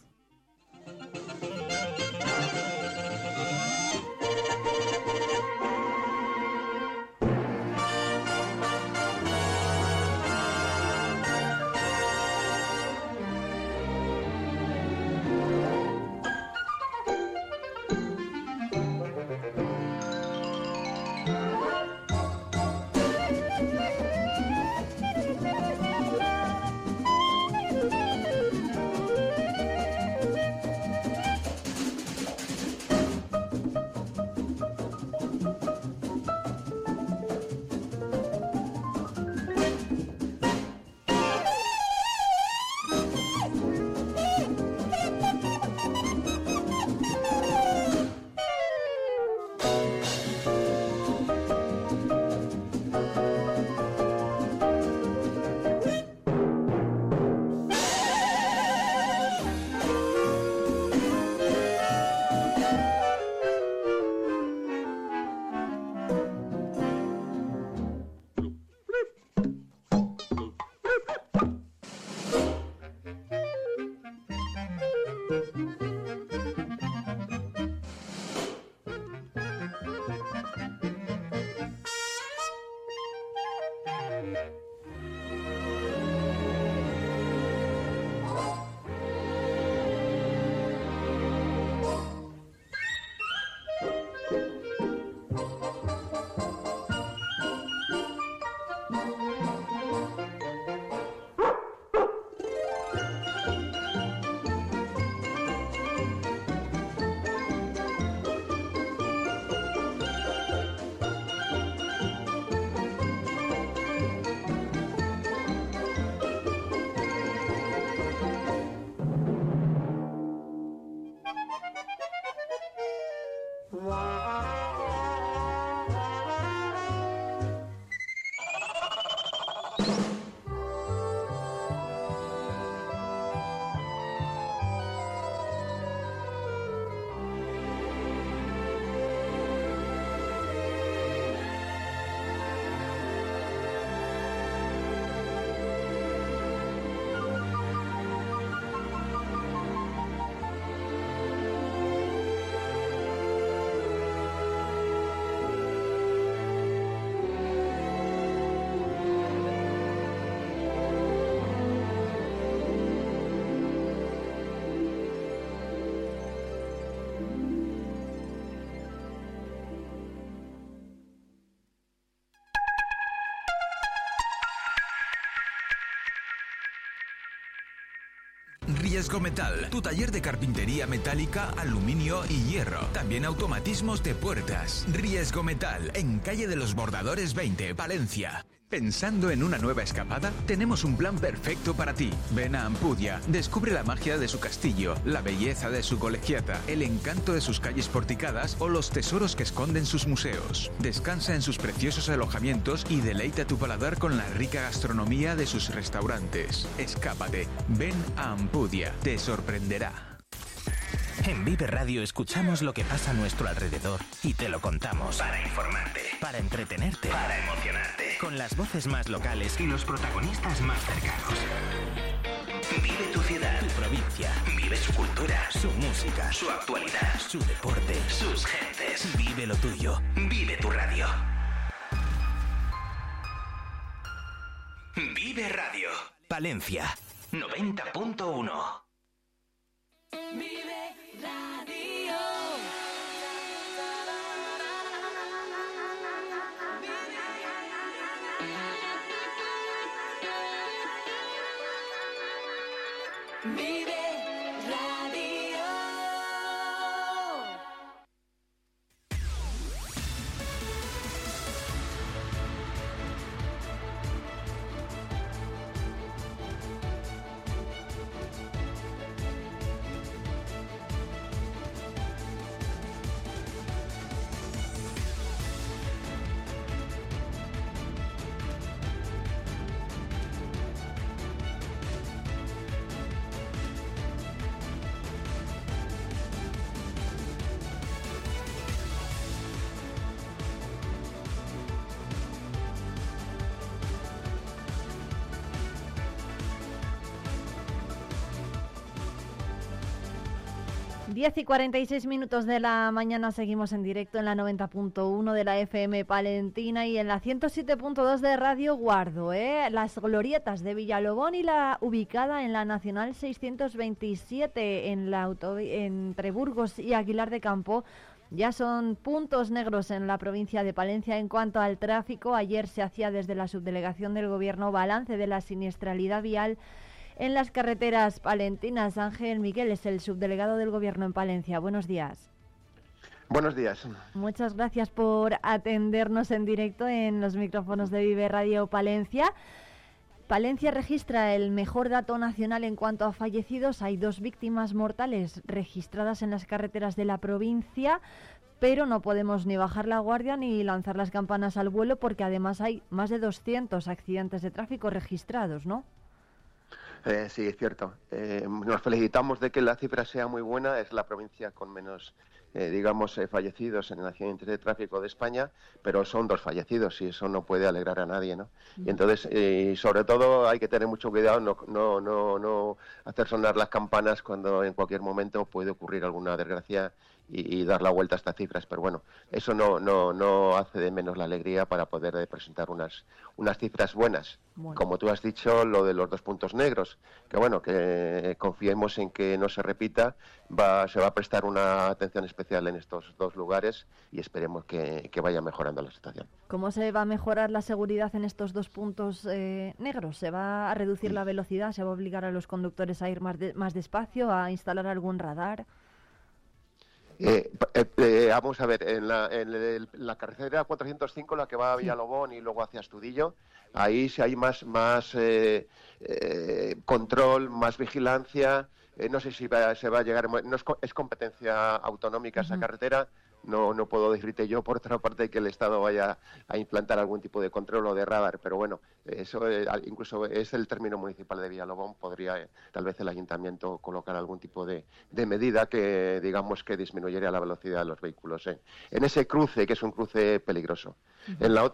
Riesgo Metal, tu taller de carpintería metálica, aluminio y hierro. También automatismos de puertas. Riesgo Metal, en calle de los Bordadores 20, Palencia. ¿Pensando en una nueva escapada? Tenemos un plan perfecto para ti. Ven a Ampudia, descubre la magia de su castillo, la belleza de su colegiata, el encanto de sus calles porticadas o los tesoros que esconden sus museos. Descansa en sus preciosos alojamientos y deleita tu paladar con la rica gastronomía de sus restaurantes. Escápate, ven a Ampudia, te sorprenderá.
En Vive Radio escuchamos lo que pasa a nuestro alrededor y te lo contamos. Para informarte, para entretenerte, para emocionarte. Con las voces más locales y los protagonistas más cercanos. Vive tu ciudad, tu provincia. Vive su cultura, su música, su actualidad, su deporte, sus gentes. Vive lo tuyo. Vive tu radio. Vive Radio. Palencia 90.1.
Vive Radio. Vive Radio.
10:46 de la mañana, seguimos en directo en la 90.1 de la FM Palentina y en la 107.2 de Radio Guardo, Las glorietas de Villalobón y la ubicada en la Nacional 627 entre Burgos y Aguilar de Campo. Ya son puntos negros en la provincia de Palencia en cuanto al tráfico. Ayer se hacía desde la subdelegación del Gobierno balance de la siniestralidad vial en las carreteras palentinas. Ángel Miguel es el subdelegado del Gobierno en Palencia. Buenos días.
Buenos días.
Muchas gracias por atendernos en directo en los micrófonos de Vive Radio Palencia. Palencia registra el mejor dato nacional en cuanto a fallecidos. Hay 2 víctimas mortales registradas en las carreteras de la provincia, pero no podemos ni bajar la guardia ni lanzar las campanas al vuelo porque además hay más de 200 accidentes de tráfico registrados, ¿no?
Sí, es cierto. Nos felicitamos de que la cifra sea muy buena. Es la provincia con menos, fallecidos en accidentes de tráfico de España, pero son 2 fallecidos y eso no puede alegrar a nadie, ¿no? Y entonces, sobre todo, hay que tener mucho cuidado, no hacer sonar las campanas cuando en cualquier momento puede ocurrir alguna desgracia y dar la vuelta a estas cifras. Pero bueno, eso no hace de menos la alegría para poder presentar unas cifras buenas. Bueno. Como tú has dicho, lo de los 2 puntos negros, que confiemos en que no se repita, se va a prestar una atención especial en estos 2 lugares y esperemos que vaya mejorando la situación.
¿Cómo se va a mejorar la seguridad en estos 2 puntos negros? ¿Se va a reducir la velocidad? ¿Se va a obligar a los conductores a ir más despacio, a instalar algún radar?
Vamos a ver, en la carretera 405, la que va a Villalobón y luego hacia Astudillo, ahí sí hay más control, más vigilancia. No sé si se va a llegar, es competencia autonómica esa carretera. No puedo decirte yo, por otra parte, que el Estado vaya a implantar algún tipo de control o de radar, pero bueno, eso incluso es el término municipal de Villalobón. Podría tal vez el ayuntamiento colocar algún tipo de medida que digamos que disminuyera la velocidad de los vehículos en ese cruce, que es un cruce peligroso. En el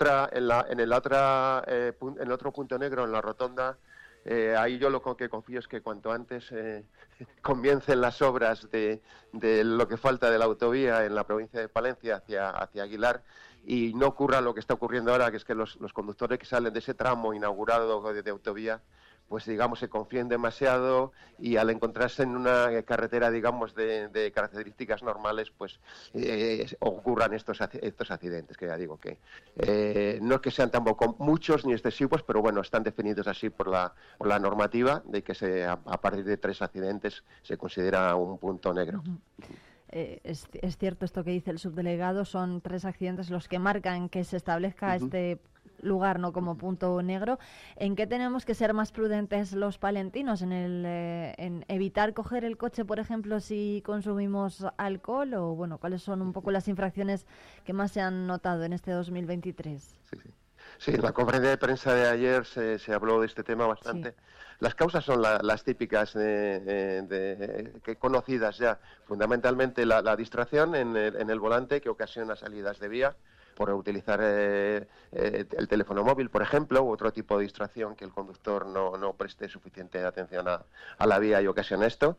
otro punto negro, en la rotonda, ahí yo lo que confío es que cuanto antes comiencen las obras de lo que falta de la autovía en la provincia de Palencia hacia Aguilar y no ocurra lo que está ocurriendo ahora, que es que los conductores que salen de ese tramo inaugurado de autovía pues digamos se confíen demasiado y al encontrarse en una carretera, digamos, de características normales, pues ocurran estos accidentes, que ya digo que no es que sean tampoco muchos ni excesivos, pero bueno, están definidos así por la normativa de que a partir de 3 accidentes se considera un punto negro.
Es cierto esto que dice el subdelegado, son 3 accidentes los que marcan que se establezca este lugar, ¿no?, como punto negro. ¿En qué tenemos que ser más prudentes los palentinos? ¿En evitar coger el coche, por ejemplo, si consumimos alcohol? O bueno, ¿cuáles son un poco las infracciones que más se han notado en este 2023?
Sí, en la conferencia de prensa de ayer se habló de este tema bastante. Sí. Las causas son las típicas que conocidas ya, fundamentalmente la distracción en el volante, que ocasiona salidas de vía por utilizar el teléfono móvil, por ejemplo, u otro tipo de distracción, que el conductor no preste suficiente atención a la vía y ocasiona esto.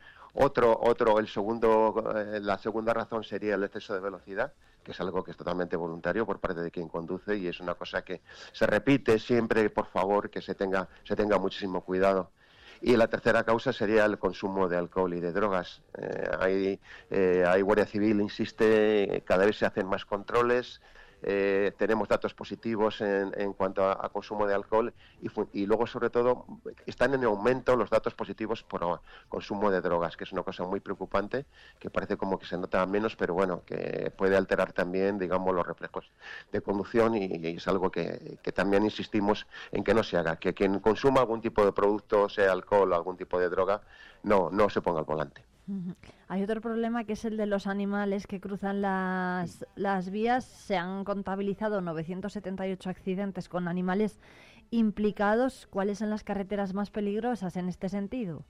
La segunda razón sería el exceso de velocidad, que es algo que es totalmente voluntario por parte de quien conduce y es una cosa que se repite siempre, por favor, que se tenga muchísimo cuidado. Y la tercera causa sería el consumo de alcohol y de drogas. Guardia Civil insiste, cada vez se hacen más controles. Tenemos datos positivos en cuanto a consumo de alcohol y luego, sobre todo, están en aumento los datos positivos por consumo de drogas, que es una cosa muy preocupante, que parece como que se nota menos, pero bueno, que puede alterar también, digamos, los reflejos de conducción y es algo que también insistimos en que no se haga, que quien consuma algún tipo de producto, sea alcohol o algún tipo de droga, no se ponga al volante.
Hay otro problema que es el de los animales que cruzan las vías. Se han contabilizado 978 accidentes con animales implicados. ¿Cuáles son las carreteras más peligrosas en este sentido?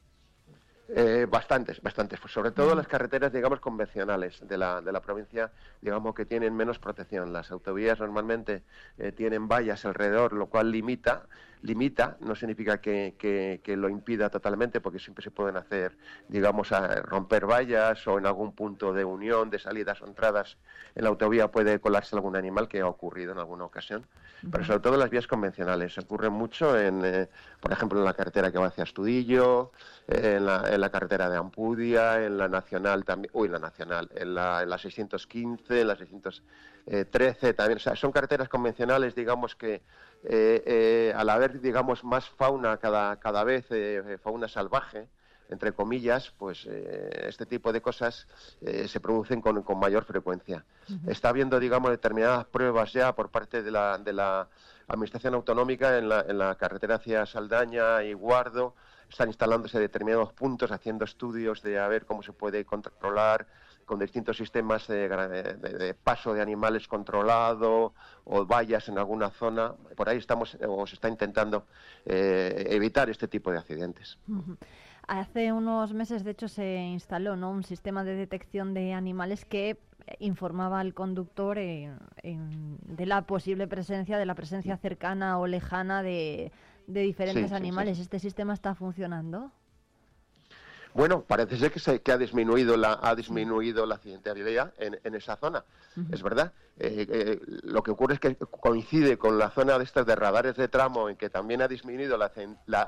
Bastantes, pues sobre todo las carreteras, digamos, convencionales de la provincia, digamos, que tienen menos protección. Las autovías normalmente tienen vallas alrededor, lo cual limita, no significa que lo impida totalmente, porque siempre se pueden hacer, digamos, a romper vallas o en algún punto de unión, de salidas o entradas en la autovía puede colarse algún animal, que ha ocurrido en alguna ocasión. Pero sobre todo en las vías convencionales. Ocurre mucho, por ejemplo, en la carretera que va hacia Astudillo, en la carretera de Ampudia, en la Nacional también, en la 615, en la 613 también. O sea, son carreteras convencionales, digamos, que al haber, digamos, más fauna cada vez, fauna salvaje, entre comillas, pues este tipo de cosas se producen con mayor frecuencia. Está habiendo, digamos, determinadas pruebas ya por parte de la Administración Autonómica en la carretera hacia Saldaña y Guardo. Están instalándose determinados puntos, haciendo estudios de a ver cómo se puede controlar con distintos sistemas de paso de animales controlado o vallas en alguna zona. Por ahí se está intentando evitar este tipo de accidentes.
Hace unos meses, de hecho, se instaló, ¿no?, un sistema de detección de animales que informaba al conductor de la posible presencia, de la presencia cercana o lejana de diferentes animales. Sí. ¿Este sistema está funcionando?
Bueno, parece ser que ha disminuido la accidentabilidad en esa zona. Es verdad. Lo que ocurre es que coincide con la zona de estas de radares de tramo, en que también ha disminuido la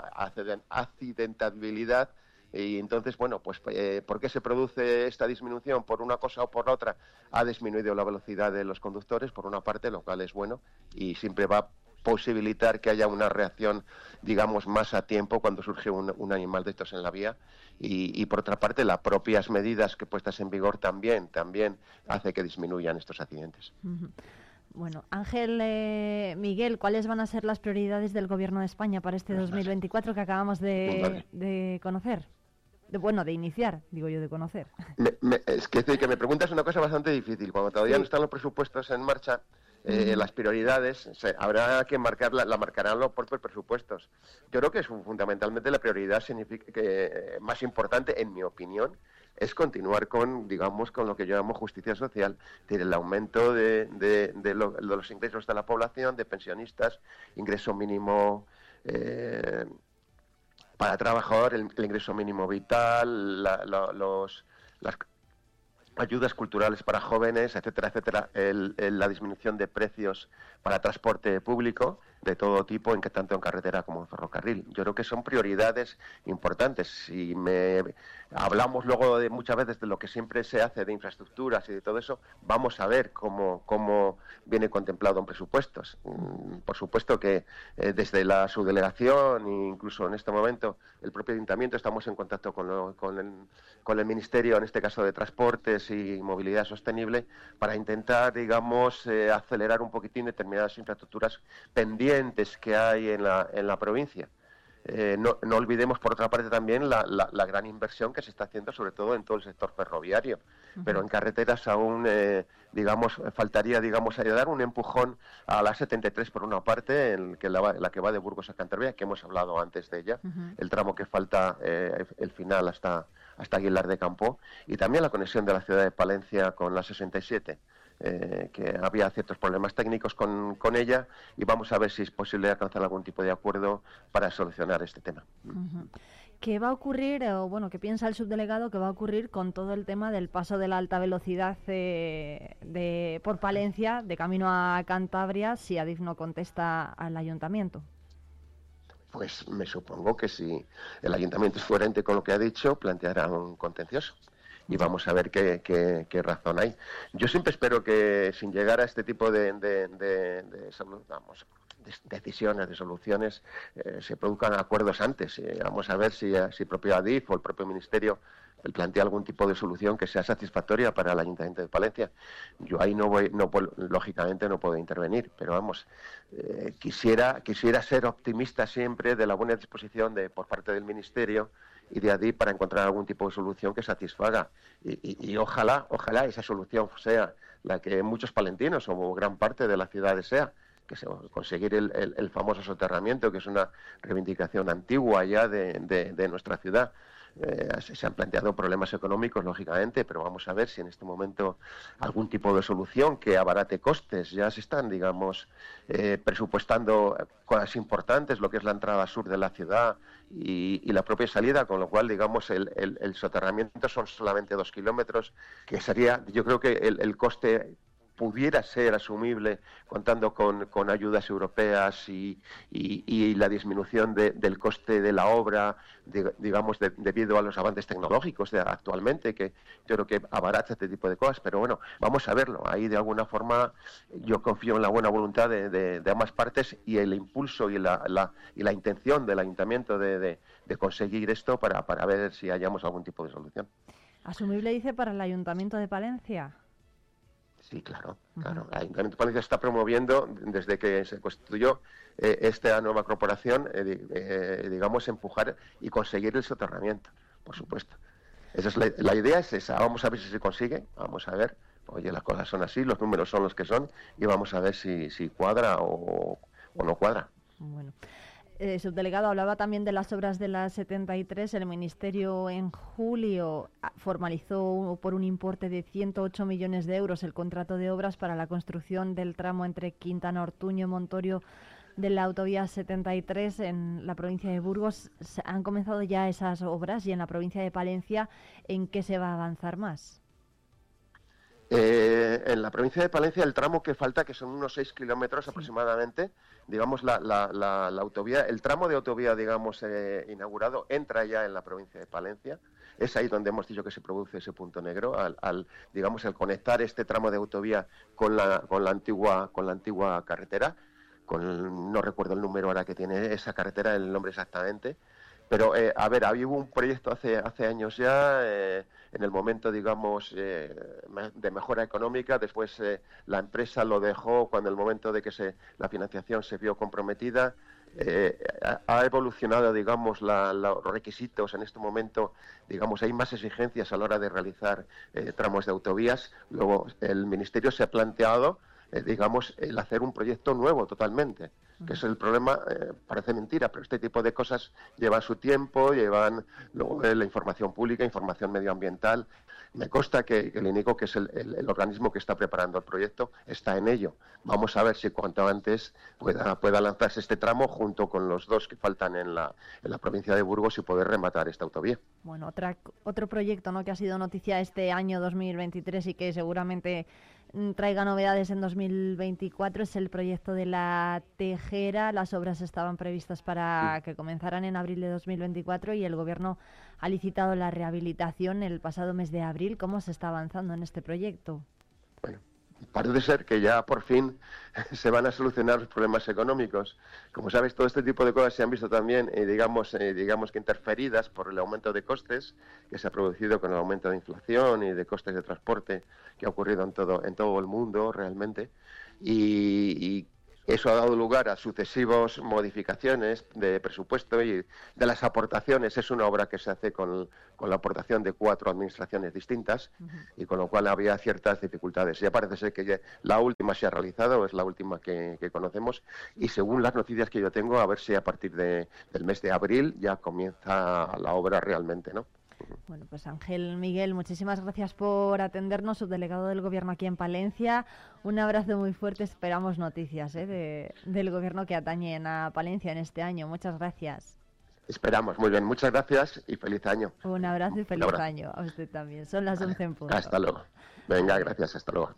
accidentabilidad. Y entonces, bueno, pues ¿por qué se produce esta disminución? Por una cosa o por la otra. Ha disminuido la velocidad de los conductores, por una parte, lo cual es bueno, y siempre va a posibilitar que haya una reacción, digamos, más a tiempo cuando surge un animal de estos en la vía. Y por otra parte, las propias medidas que puestas en vigor también hace que disminuyan estos accidentes.
Bueno, Ángel, Miguel, ¿cuáles van a ser las prioridades del Gobierno de España para este 2024 que acabamos de conocer? De iniciar, digo yo, de conocer.
Es que me preguntas una cosa bastante difícil. Cuando todavía no están los presupuestos en marcha, las prioridades habrá que la marcarán los propios presupuestos. Yo creo que es fundamentalmente la prioridad más importante, en mi opinión, es continuar con lo que yo llamo justicia social, es decir, el aumento de los ingresos de la población, de pensionistas, ingreso mínimo para trabajador, el ingreso mínimo vital, las ayudas culturales para jóvenes, etcétera, etcétera, la disminución de precios para transporte público. de todo tipo, tanto en carretera como en ferrocarril. Yo creo que son prioridades importantes. Si hablamos luego muchas veces de lo que siempre se hace de infraestructuras y de todo eso, vamos a ver cómo viene contemplado en presupuestos. Por supuesto que desde la subdelegación e incluso en este momento el propio ayuntamiento estamos en contacto con el Ministerio, en este caso de Transportes y Movilidad Sostenible, para intentar, digamos, acelerar un poquitín determinadas infraestructuras pendientes que hay en la provincia. No olvidemos, por otra parte, también la gran inversión que se está haciendo, sobre todo en todo el sector ferroviario. Pero en carreteras aún, faltaría, ayudar un empujón a la 73 por una parte, la que va de Burgos a Cantabria, que hemos hablado antes de ella, el tramo que falta, el final hasta Aguilar de Campo, y también la conexión de la ciudad de Palencia con la 67. Que había ciertos problemas técnicos con ella, y vamos a ver si es posible alcanzar algún tipo de acuerdo para solucionar este tema.
¿Qué va a ocurrir, qué piensa el subdelegado que va a ocurrir con todo el tema del paso de la alta velocidad por Palencia, de camino a Cantabria, si Adif no contesta al ayuntamiento?
Pues me supongo que si el ayuntamiento es coherente con lo que ha dicho, planteará un contencioso. Y vamos a ver qué razón hay. Yo siempre espero que, sin llegar a este tipo de decisiones, de soluciones, se produzcan acuerdos antes. Vamos a ver si el propio Adif o el propio Ministerio plantea algún tipo de solución que sea satisfactoria para el Ayuntamiento de Palencia. Yo ahí lógicamente no puedo intervenir, pero vamos, quisiera ser optimista siempre de la buena disposición por parte del Ministerio y de Adif para encontrar algún tipo de solución que satisfaga, y ojalá esa solución sea la que muchos palentinos o gran parte de la ciudad desea, que es conseguir el famoso soterramiento, que es una reivindicación antigua ya de nuestra ciudad. Se han planteado problemas económicos, lógicamente, pero vamos a ver si en este momento algún tipo de solución que abarate costes. Ya se están, presupuestando cosas importantes, lo que es la entrada sur de la ciudad y la propia salida, con lo cual, el soterramiento son solamente 2 kilómetros, que sería, yo creo que el coste pudiera ser asumible contando con ayudas europeas y la disminución del coste de la obra, debido a los avances tecnológicos actualmente, que yo creo que abarata este tipo de cosas. Pero bueno, vamos a verlo. Ahí, de alguna forma, yo confío en la buena voluntad de ambas partes y el impulso y la intención del ayuntamiento de conseguir esto para ver si hallamos algún tipo de solución.
¿Asumible, dice, para el Ayuntamiento de Palencia?
Sí, claro. El Ayuntamiento de Palencia está promoviendo, desde que se constituyó esta nueva corporación, empujar y conseguir el soterramiento, por supuesto. Esa es la idea es esa. Vamos a ver si se consigue, vamos a ver. Oye, las cosas son así, los números son los que son, y vamos a ver si cuadra o no cuadra.
Bueno. Subdelegado, hablaba también de las obras de la 73. El Ministerio en julio formalizó por un importe de 108 millones de euros el contrato de obras para la construcción del tramo entre Quintana Ortuño y Montorio de la autovía 73 en la provincia de Burgos. ¿Han comenzado ya esas obras? Y en la provincia de Palencia, ¿en qué se va a avanzar más?
En la provincia de Palencia, el tramo que falta, que son unos 6 kilómetros aproximadamente, la autovía, el tramo de autovía, inaugurado, entra ya en la provincia de Palencia. Es ahí donde hemos dicho que se produce ese punto negro, al conectar este tramo de autovía con la antigua carretera. No recuerdo el número ahora que tiene esa carretera, el nombre exactamente. Pero, había un proyecto hace años ya, en el momento, de mejora económica. Después la empresa lo dejó cuando el momento de que la financiación se vio comprometida. Ha evolucionado, los requisitos. En este momento, hay más exigencias a la hora de realizar tramos de autovías. Luego, el Ministerio se ha planteado el hacer un proyecto nuevo totalmente, que es el problema. Parece mentira, pero este tipo de cosas llevan su tiempo, llevan luego la información pública, información medioambiental. Me consta que el INICO, que es el organismo que está preparando el proyecto, está en ello. Vamos a ver si cuanto antes pueda lanzarse este tramo junto con los dos que faltan en la provincia de Burgos y poder rematar esta autovía.
Bueno, otro proyecto, ¿no?, que ha sido noticia este año 2023 y que seguramente traiga novedades en 2024 es el proyecto de la Tejera. Las obras estaban previstas para que comenzaran en abril de 2024 y el Gobierno ha licitado la rehabilitación el pasado mes de abril. ¿Cómo se está avanzando en este proyecto?
Parece ser que ya por fin se van a solucionar los problemas económicos. Como sabes, todo este tipo de cosas se han visto también, digamos que interferidas por el aumento de costes que se ha producido con el aumento de inflación y de costes de transporte que ha ocurrido en todo el mundo realmente. Y eso ha dado lugar a sucesivas modificaciones de presupuesto y de las aportaciones. Es una obra que se hace con la aportación de 4 administraciones distintas y con lo cual había ciertas dificultades. Ya parece ser que ya la última se ha realizado, es la última que conocemos y según las noticias que yo tengo, a ver si a partir del mes de abril ya comienza la obra realmente, ¿no?
Bueno, pues Ángel Miguel, muchísimas gracias por atendernos, subdelegado del Gobierno aquí en Palencia. Un abrazo muy fuerte, esperamos noticias del Gobierno que atañen a Palencia en este año. Muchas gracias.
Esperamos, muy bien, muchas gracias y feliz año.
Un abrazo y feliz año a usted también. Son las 11 en punto.
Hasta luego. Venga, gracias, hasta luego.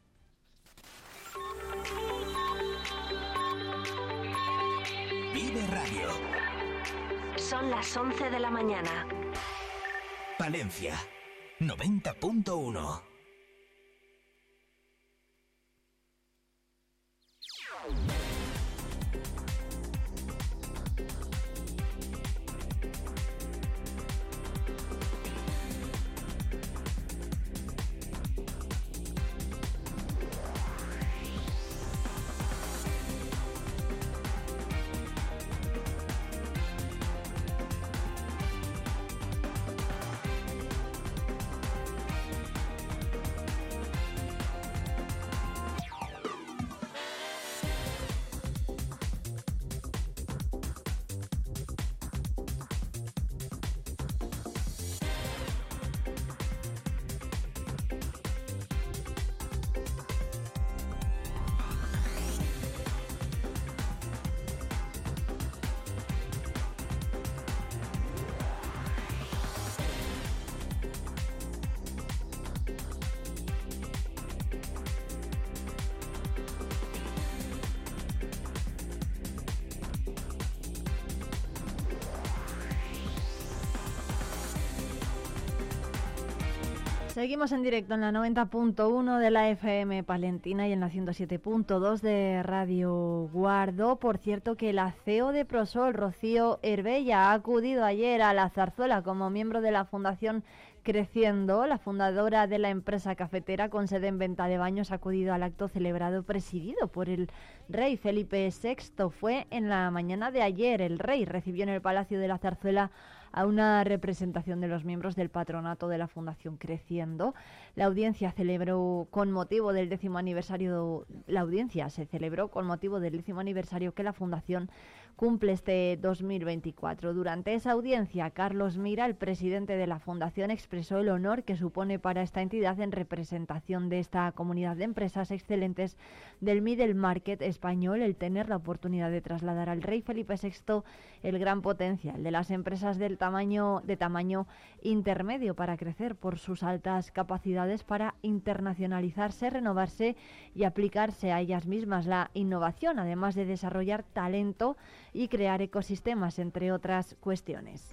Vive Radio.
Son las 11 de la mañana.
Palencia, 90.1.
Seguimos en directo en la 90.1 de la FM Palentina y en la 107.2 de Radio Guardo. Por cierto que la CEO de Prosol, Rocío Herbella, ha acudido ayer a la zarzuela como miembro de la Fundación Creciendo. La fundadora de la empresa cafetera con sede en Venta de Baños ha acudido al acto celebrado presidido por el rey Felipe VI. Fue en la mañana de ayer. El rey recibió en el Palacio de la Zarzuela a una representación de los miembros del patronato de la Fundación Creciendo. La audiencia se celebró con motivo del 10º aniversario que la Fundación cumple este 2024. Durante esa audiencia, Carlos Mira, el presidente de la Fundación, expresó el honor que supone para esta entidad en representación de esta comunidad de empresas excelentes del middle market español el tener la oportunidad de trasladar al rey Felipe VI el gran potencial de las empresas de tamaño intermedio para crecer por sus altas capacidades para internacionalizarse, renovarse y aplicarse a ellas mismas la innovación, además de desarrollar talento y crear ecosistemas, entre otras cuestiones.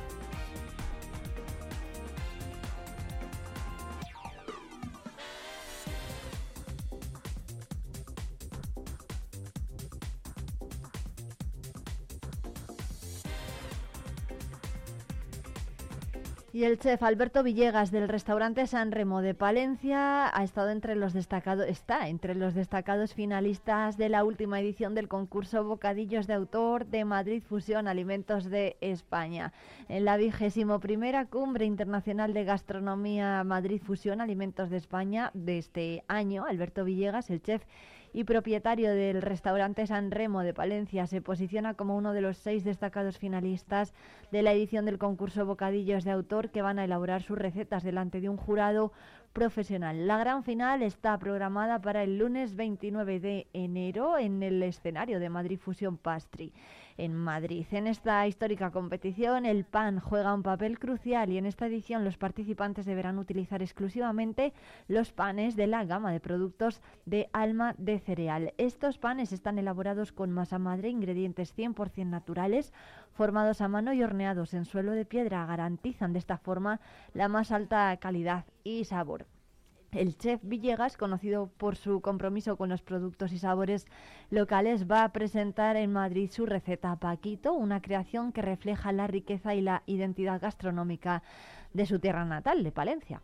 Y el chef Alberto Villegas del restaurante San Remo de Palencia está entre los destacados finalistas de la última edición del concurso Bocadillos de Autor de Madrid Fusión Alimentos de España. En la 21ª Cumbre Internacional de Gastronomía Madrid Fusión Alimentos de España de este año, Alberto Villegas, el chef y propietario del restaurante San Remo de Palencia, se posiciona como uno de los 6 destacados finalistas de la edición del concurso Bocadillos de Autor, que van a elaborar sus recetas delante de un jurado profesional. La gran final está programada para el lunes 29 de enero en el escenario de Madrid Fusión Pastry. en Madrid. En esta histórica competición, el pan juega un papel crucial y en esta edición los participantes deberán utilizar exclusivamente los panes de la gama de productos de Alma de Cereal. Estos panes están elaborados con masa madre, ingredientes 100% naturales, formados a mano y horneados en suelo de piedra. Garantizan de esta forma la más alta calidad y sabor. El chef Villegas, conocido por su compromiso con los productos y sabores locales, va a presentar en Madrid su receta Paquito, una creación que refleja la riqueza y la identidad gastronómica de su tierra natal, de Palencia.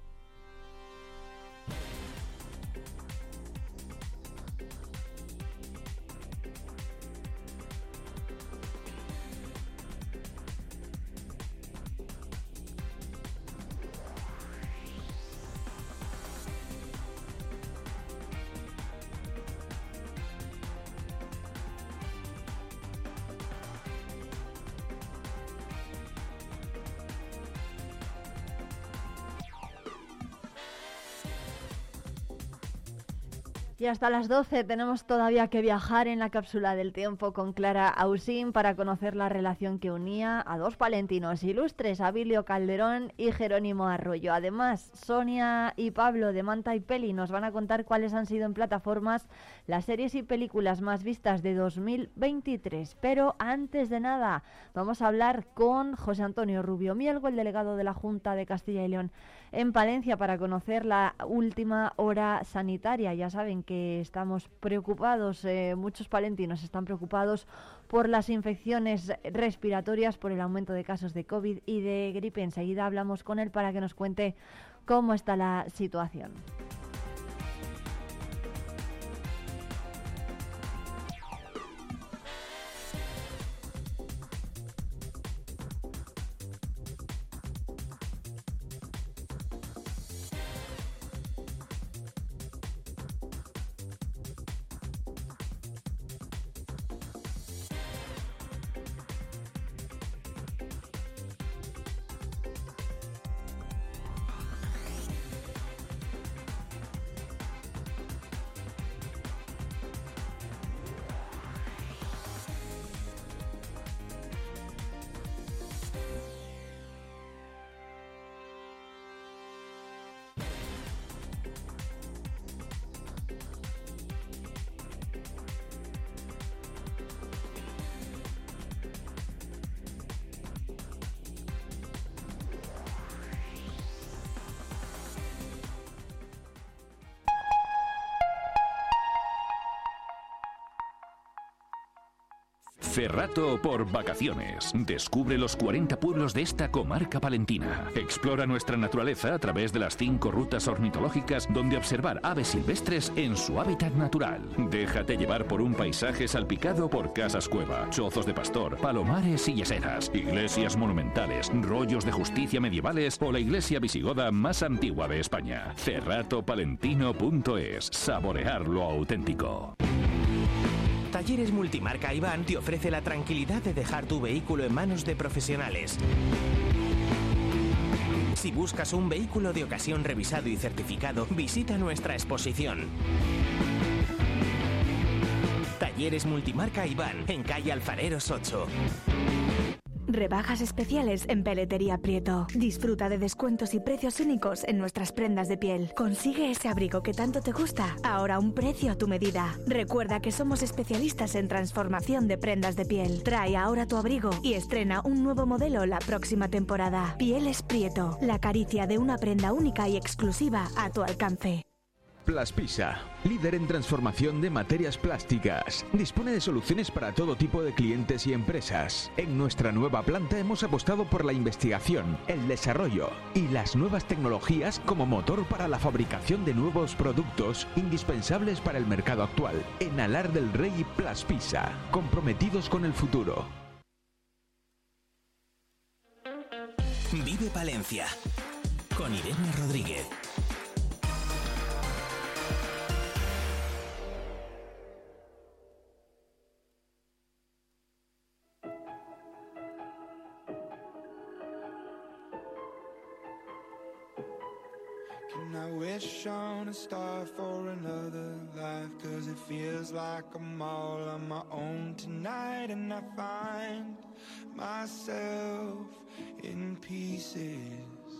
Y hasta las 12 tenemos todavía que viajar en la cápsula del tiempo con Clara Ausín para conocer la relación que unía a dos palentinos ilustres, Abilio Calderón y Jerónimo Arroyo. Además, Sonia y Pablo de Manta y Peli nos van a contar cuáles han sido en plataformas las series y películas más vistas de 2023. Pero antes de nada, vamos a hablar con José Antonio Rubio Mielgo, el delegado de la Junta de Castilla y León en Palencia, para conocer la última hora sanitaria. Ya saben que estamos preocupados, muchos palentinos están preocupados por las infecciones respiratorias, por el aumento de casos de COVID y de gripe. Enseguida hablamos con él para que nos cuente cómo está la situación.
Cerrato por vacaciones. Descubre los 40 pueblos de esta comarca palentina. Explora nuestra naturaleza a través de las 5 rutas ornitológicas donde observar aves silvestres en su hábitat natural. Déjate llevar por un paisaje salpicado por casas cueva, chozos de pastor, palomares y yeseras, iglesias monumentales, rollos de justicia medievales o la iglesia visigoda más antigua de España. Cerratopalentino.es. Saborear lo auténtico.
Talleres Multimarca Iván te ofrece la tranquilidad de dejar tu vehículo en manos de profesionales. Si buscas un vehículo de ocasión revisado y certificado, visita nuestra exposición. Talleres Multimarca Iván, en calle Alfareros 8.
Rebajas especiales en Peletería Prieto. Disfruta de descuentos y precios únicos en nuestras prendas de piel. Consigue ese abrigo que tanto te gusta, ahora a un precio a tu medida. Recuerda que somos especialistas en transformación de prendas de piel. Trae ahora tu abrigo y estrena un nuevo modelo la próxima temporada. Pieles Prieto, la caricia de una prenda única y exclusiva a tu alcance.
Plaspisa, líder en transformación de materias plásticas. Dispone de soluciones para todo tipo de clientes y empresas. En nuestra nueva planta hemos apostado por la investigación, el desarrollo y las nuevas tecnologías como motor para la fabricación de nuevos productos indispensables para el mercado actual. En Alar del Rey, Plaspisa, comprometidos con el futuro.
Vive Palencia, con Irene Rodríguez.
And I wish on a star for another life, 'cause it feels like I'm all on my own tonight. And I find myself in pieces.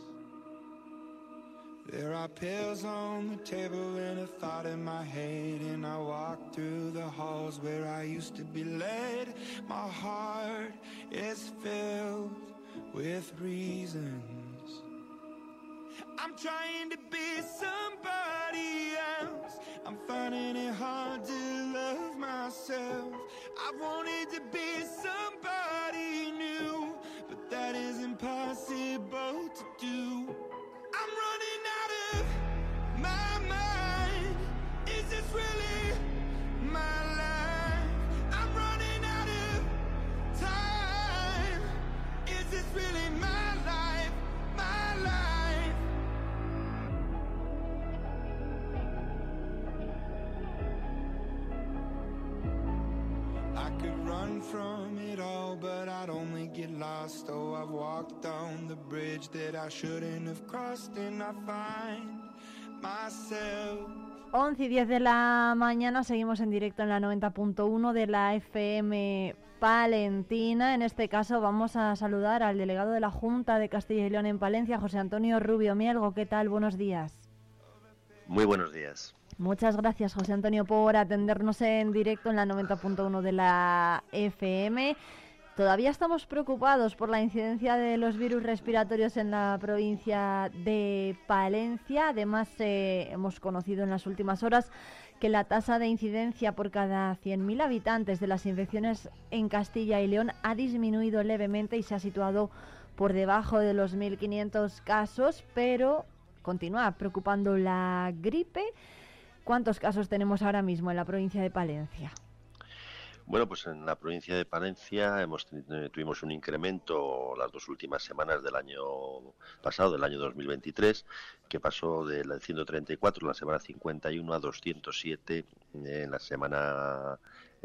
There are pills on the table and a thought in my head, and I walk through the halls where I used to be led. My heart is filled with reasons. I'm trying to be somebody else. I'm finding it hard to love myself. I wanted to be somebody new, but that is impossible to do. I'm running out of my mind. Is this really my life? I'm running out of time. Is this really my life? My life. I could run from it all, but I'd only get lost. Oh, I've walked down the bridge that I shouldn't have crossed, and I find myself.
11:10 de la mañana, seguimos en directo en la 90.1 de la FM palentina. En este caso vamos a saludar al delegado de la Junta de Castilla y León en Palencia, José Antonio Rubio Mielgo. ¿Qué tal? Buenos días.
Muy buenos días.
Muchas gracias, José Antonio, por atendernos en directo en la 90.1 de la FM. Todavía estamos preocupados por la incidencia de los virus respiratorios en la provincia de Palencia. Además, hemos conocido en las últimas horas que la tasa de incidencia por cada 100.000 habitantes de las infecciones en Castilla y León ha disminuido levemente y se ha situado por debajo de los 1.500 casos, pero continúa preocupando la gripe. ¿Cuántos casos tenemos ahora mismo en la provincia de Palencia?
Bueno, pues en la provincia de Palencia tuvimos un incremento las dos últimas semanas del año pasado, del año 2023, que pasó de 134 en la semana 51 a 207 en la semana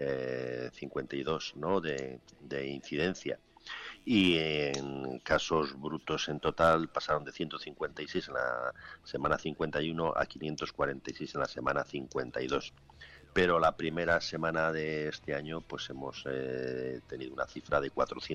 52, ¿no?, de incidencia. Y en casos brutos en total pasaron de 156 en la semana 51 a 546 en la semana 52. Pero la primera semana de este año pues hemos tenido una cifra de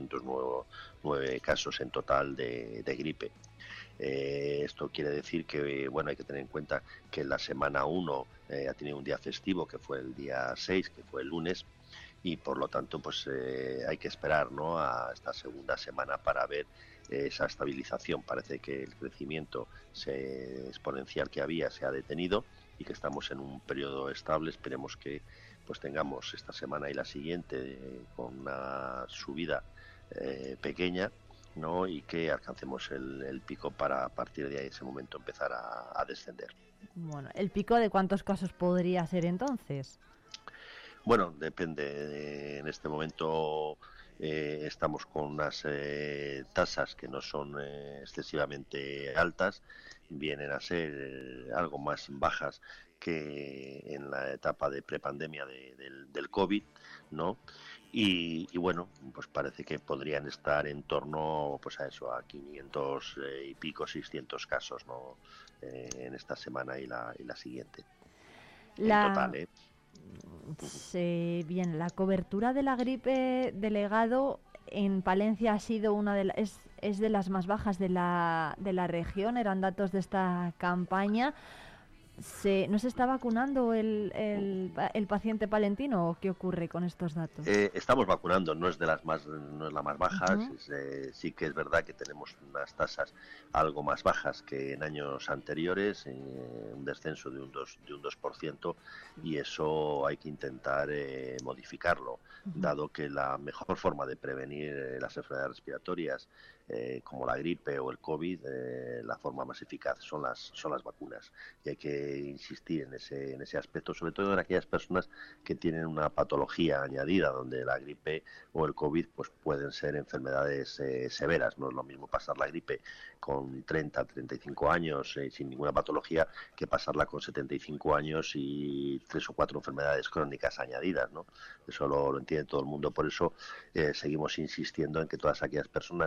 409 casos en total de gripe. Esto quiere decir que, bueno, hay que tener en cuenta que en la semana 1 ha tenido un día festivo, que fue el día 6, que fue el lunes, y por lo tanto pues hay que esperar, ¿no?, a esta segunda semana para ver esa estabilización. Parece que el crecimiento exponencial que había se ha detenido y que estamos en un periodo estable. Esperemos que pues tengamos esta semana y la siguiente con una subida pequeña, ¿no?, y que alcancemos el pico para a partir de ahí, ese momento, empezar a descender.
Bueno, ¿el pico de cuántos casos podría ser entonces?
Bueno, depende. En este momento estamos con unas tasas que no son excesivamente altas, vienen a ser algo más bajas que en la etapa de prepandemia del COVID, ¿no? Y bueno, pues parece que podrían estar en torno pues a eso, a 500 y pico, 600 casos, ¿no?, en esta semana y la siguiente. En total,
Bien, la cobertura de la gripe, delegado, en Palencia ha sido es de las más bajas de la región. Eran datos de esta campaña. ¿No se está vacunando el paciente palentino o qué ocurre con estos datos?
Estamos vacunando, no es la más baja. Sí que es verdad que tenemos unas tasas algo más bajas que en años anteriores, un descenso de un 2%, y eso hay que intentar modificarlo, dado que la mejor forma de prevenir las enfermedades respiratorias como la gripe o el COVID, la forma más eficaz son las vacunas, y hay que insistir en ese aspecto, sobre todo en aquellas personas que tienen una patología añadida, donde la gripe o el COVID pues pueden ser enfermedades severas. No es lo mismo pasar la gripe con 30, 35 años sin ninguna patología que pasarla con 75 años y 3 o 4 enfermedades crónicas añadidas, ¿no? Eso lo entiende todo el mundo. Por eso seguimos insistiendo en que todas aquellas personas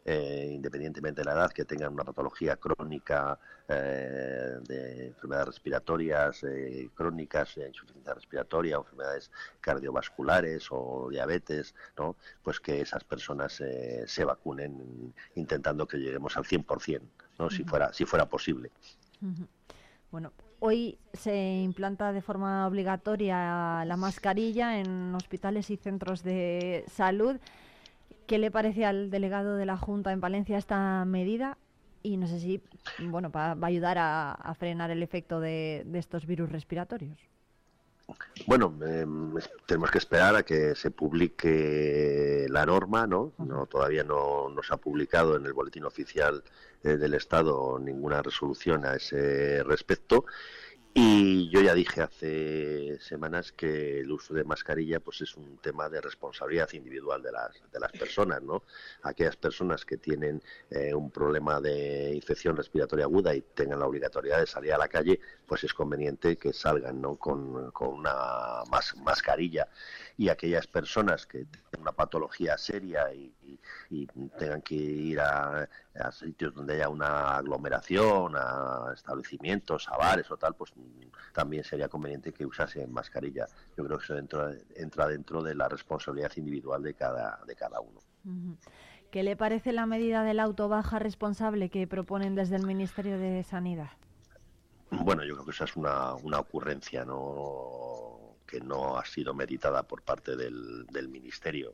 independientemente de la edad, que tengan una patología crónica de enfermedades respiratorias crónicas, insuficiencia respiratoria, o enfermedades cardiovasculares o diabetes, ¿no? Pues que esas personas se vacunen, intentando que lleguemos al 100%, ¿no? Si fuera posible.
Bueno, hoy se implanta de forma obligatoria la mascarilla en hospitales y centros de salud. ¿Qué le parece al delegado de la Junta en Palencia esta medida? Y no sé si va a ayudar a frenar el efecto de estos virus respiratorios.
Bueno, tenemos que esperar a que se publique la norma, ¿no? Todavía no se ha publicado en el Boletín Oficial del Estado ninguna resolución a ese respecto. Y yo ya dije hace semanas que el uso de mascarilla pues es un tema de responsabilidad individual de las personas, ¿no? Aquellas personas que tienen un problema de infección respiratoria aguda y tengan la obligatoriedad de salir a la calle, pues es conveniente que salgan, ¿no? con una mascarilla. Y aquellas personas que tienen una patología seria y tengan que ir a sitios donde haya una aglomeración, a establecimientos, a bares o tal, pues también sería conveniente que usasen mascarilla. Yo creo que eso entra dentro de la responsabilidad individual de cada uno.
¿Qué le parece la medida del autobaja responsable que proponen desde el Ministerio de Sanidad?
Bueno, yo creo que esa es una ocurrencia, ¿no?, que no ha sido meditada por parte del Ministerio.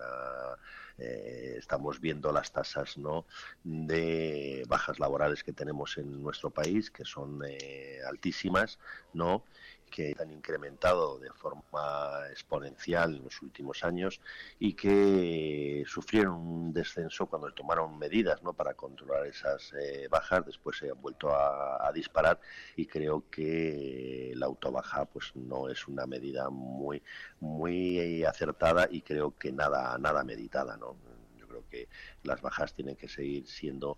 Estamos viendo las tasas, ¿no?, de bajas laborales que tenemos en nuestro país, que son altísimas, ¿no?, que han incrementado de forma exponencial en los últimos años y que sufrieron un descenso cuando tomaron medidas, ¿no?, para controlar esas bajas. Después se han vuelto a disparar, y creo que la autobaja pues no es una medida muy acertada, y creo que nada meditada, ¿no? Yo creo que las bajas tienen que seguir siendo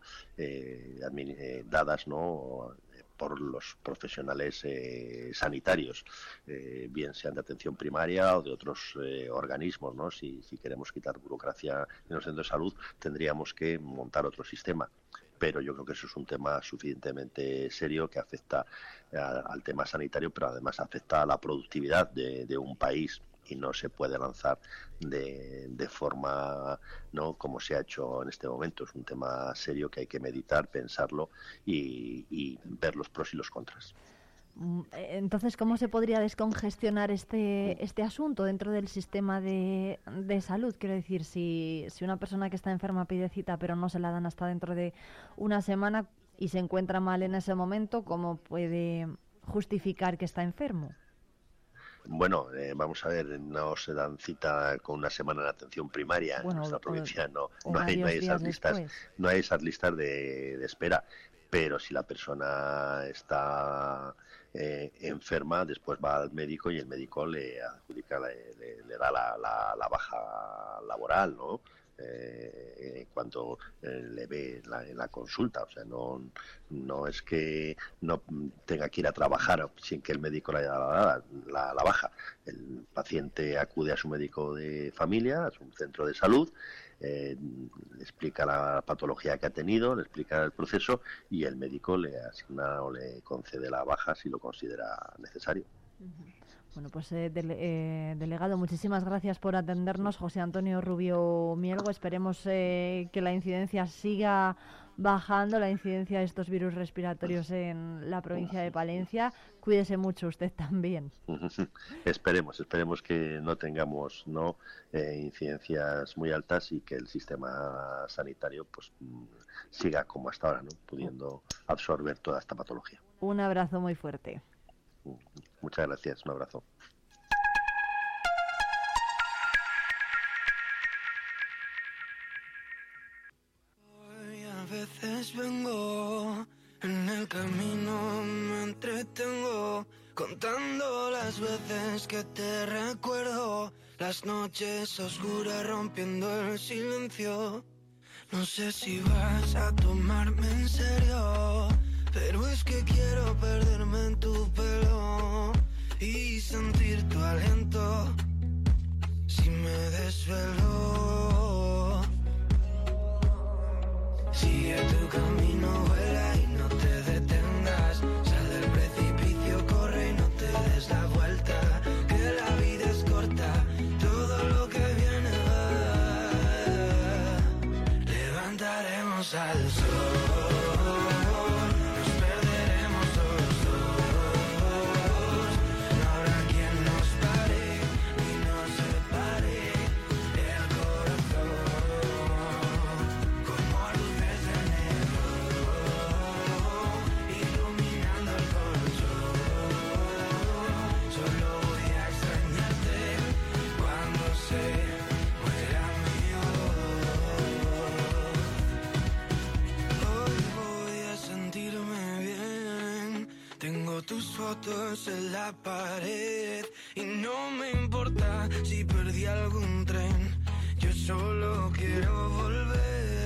dadas, ¿no?, por los profesionales sanitarios, bien sean de atención primaria o de otros organismos, ¿no? Si queremos quitar burocracia en los centros de salud, tendríamos que montar otro sistema. Pero yo creo que eso es un tema suficientemente serio que afecta al tema sanitario, pero además afecta a la productividad de un país, y no se puede lanzar de forma, ¿no?, como se ha hecho en este momento. Es un tema serio que hay que meditar, pensarlo y ver los pros y los contras.
Entonces, ¿cómo se podría descongestionar este asunto dentro del sistema de salud? Quiero decir, si una persona que está enferma pide cita pero no se la dan hasta dentro de una semana y se encuentra mal en ese momento, ¿cómo puede justificar que está enfermo?
Bueno, vamos a ver, no se dan cita con una semana de atención primaria. En nuestra provincia no hay esas listas de espera. Pero si la persona está enferma, después va al médico y el médico le adjudica, le da la baja laboral, ¿no? Cuando le ve en la consulta. O sea, no es que no tenga que ir a trabajar sin que el médico le haya dado la baja. El paciente acude a su médico de familia, a su centro de salud, le explica la patología que ha tenido, le explica el proceso, y el médico le asigna o le concede la baja si lo considera necesario.
Bueno, pues delegado, muchísimas gracias por atendernos. José Antonio Rubio Mielgo, esperemos que la incidencia siga bajando, la incidencia de estos virus respiratorios en la provincia de Palencia. Cuídese mucho usted también.
Esperemos que no tengamos incidencias muy altas, y que el sistema sanitario pues siga como hasta ahora, ¿no?, pudiendo absorber toda esta patología.
Un abrazo muy fuerte.
Muchas gracias, un abrazo.
Hoy a veces vengo, en el camino me entretengo, contando las veces que te recuerdo, las noches oscuras rompiendo el silencio. No sé si vas a tomarme en serio, pero es que quiero perderme en tu pelo y sentir tu aliento si me desvelo. tu camino, vuela y no te detengas. Sal del precipicio, corre y no te des la vuelta. Que la vida es corta, todo lo que viene va. Levantaremos al sol. Tus fotos en la pared y no me importa si perdí algún tren. Yo solo quiero volver.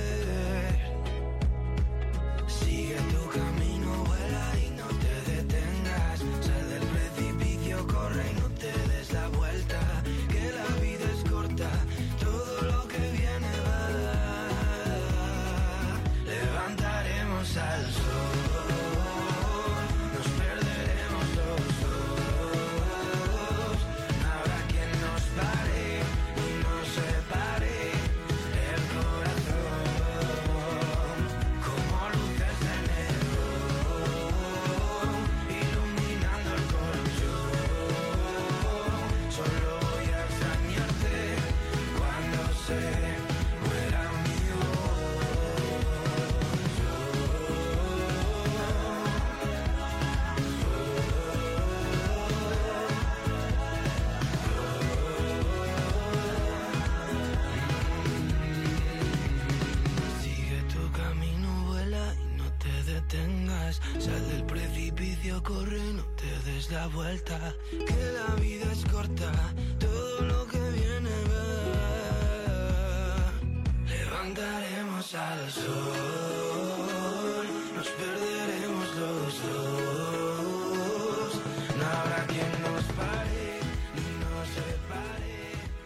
Sigue tu camino, vuela y no te detengas. Sal del precipicio, corre y no te des la vuelta. Que la vida es corta, todo lo que viene va. Levantaremos al sol. Sal del precipicio, corre y no te des la vuelta. Que la vida es corta, todo lo que viene va. Levantaremos al sol, nos perderemos los dos. No habrá quien nos pare ni nos separe.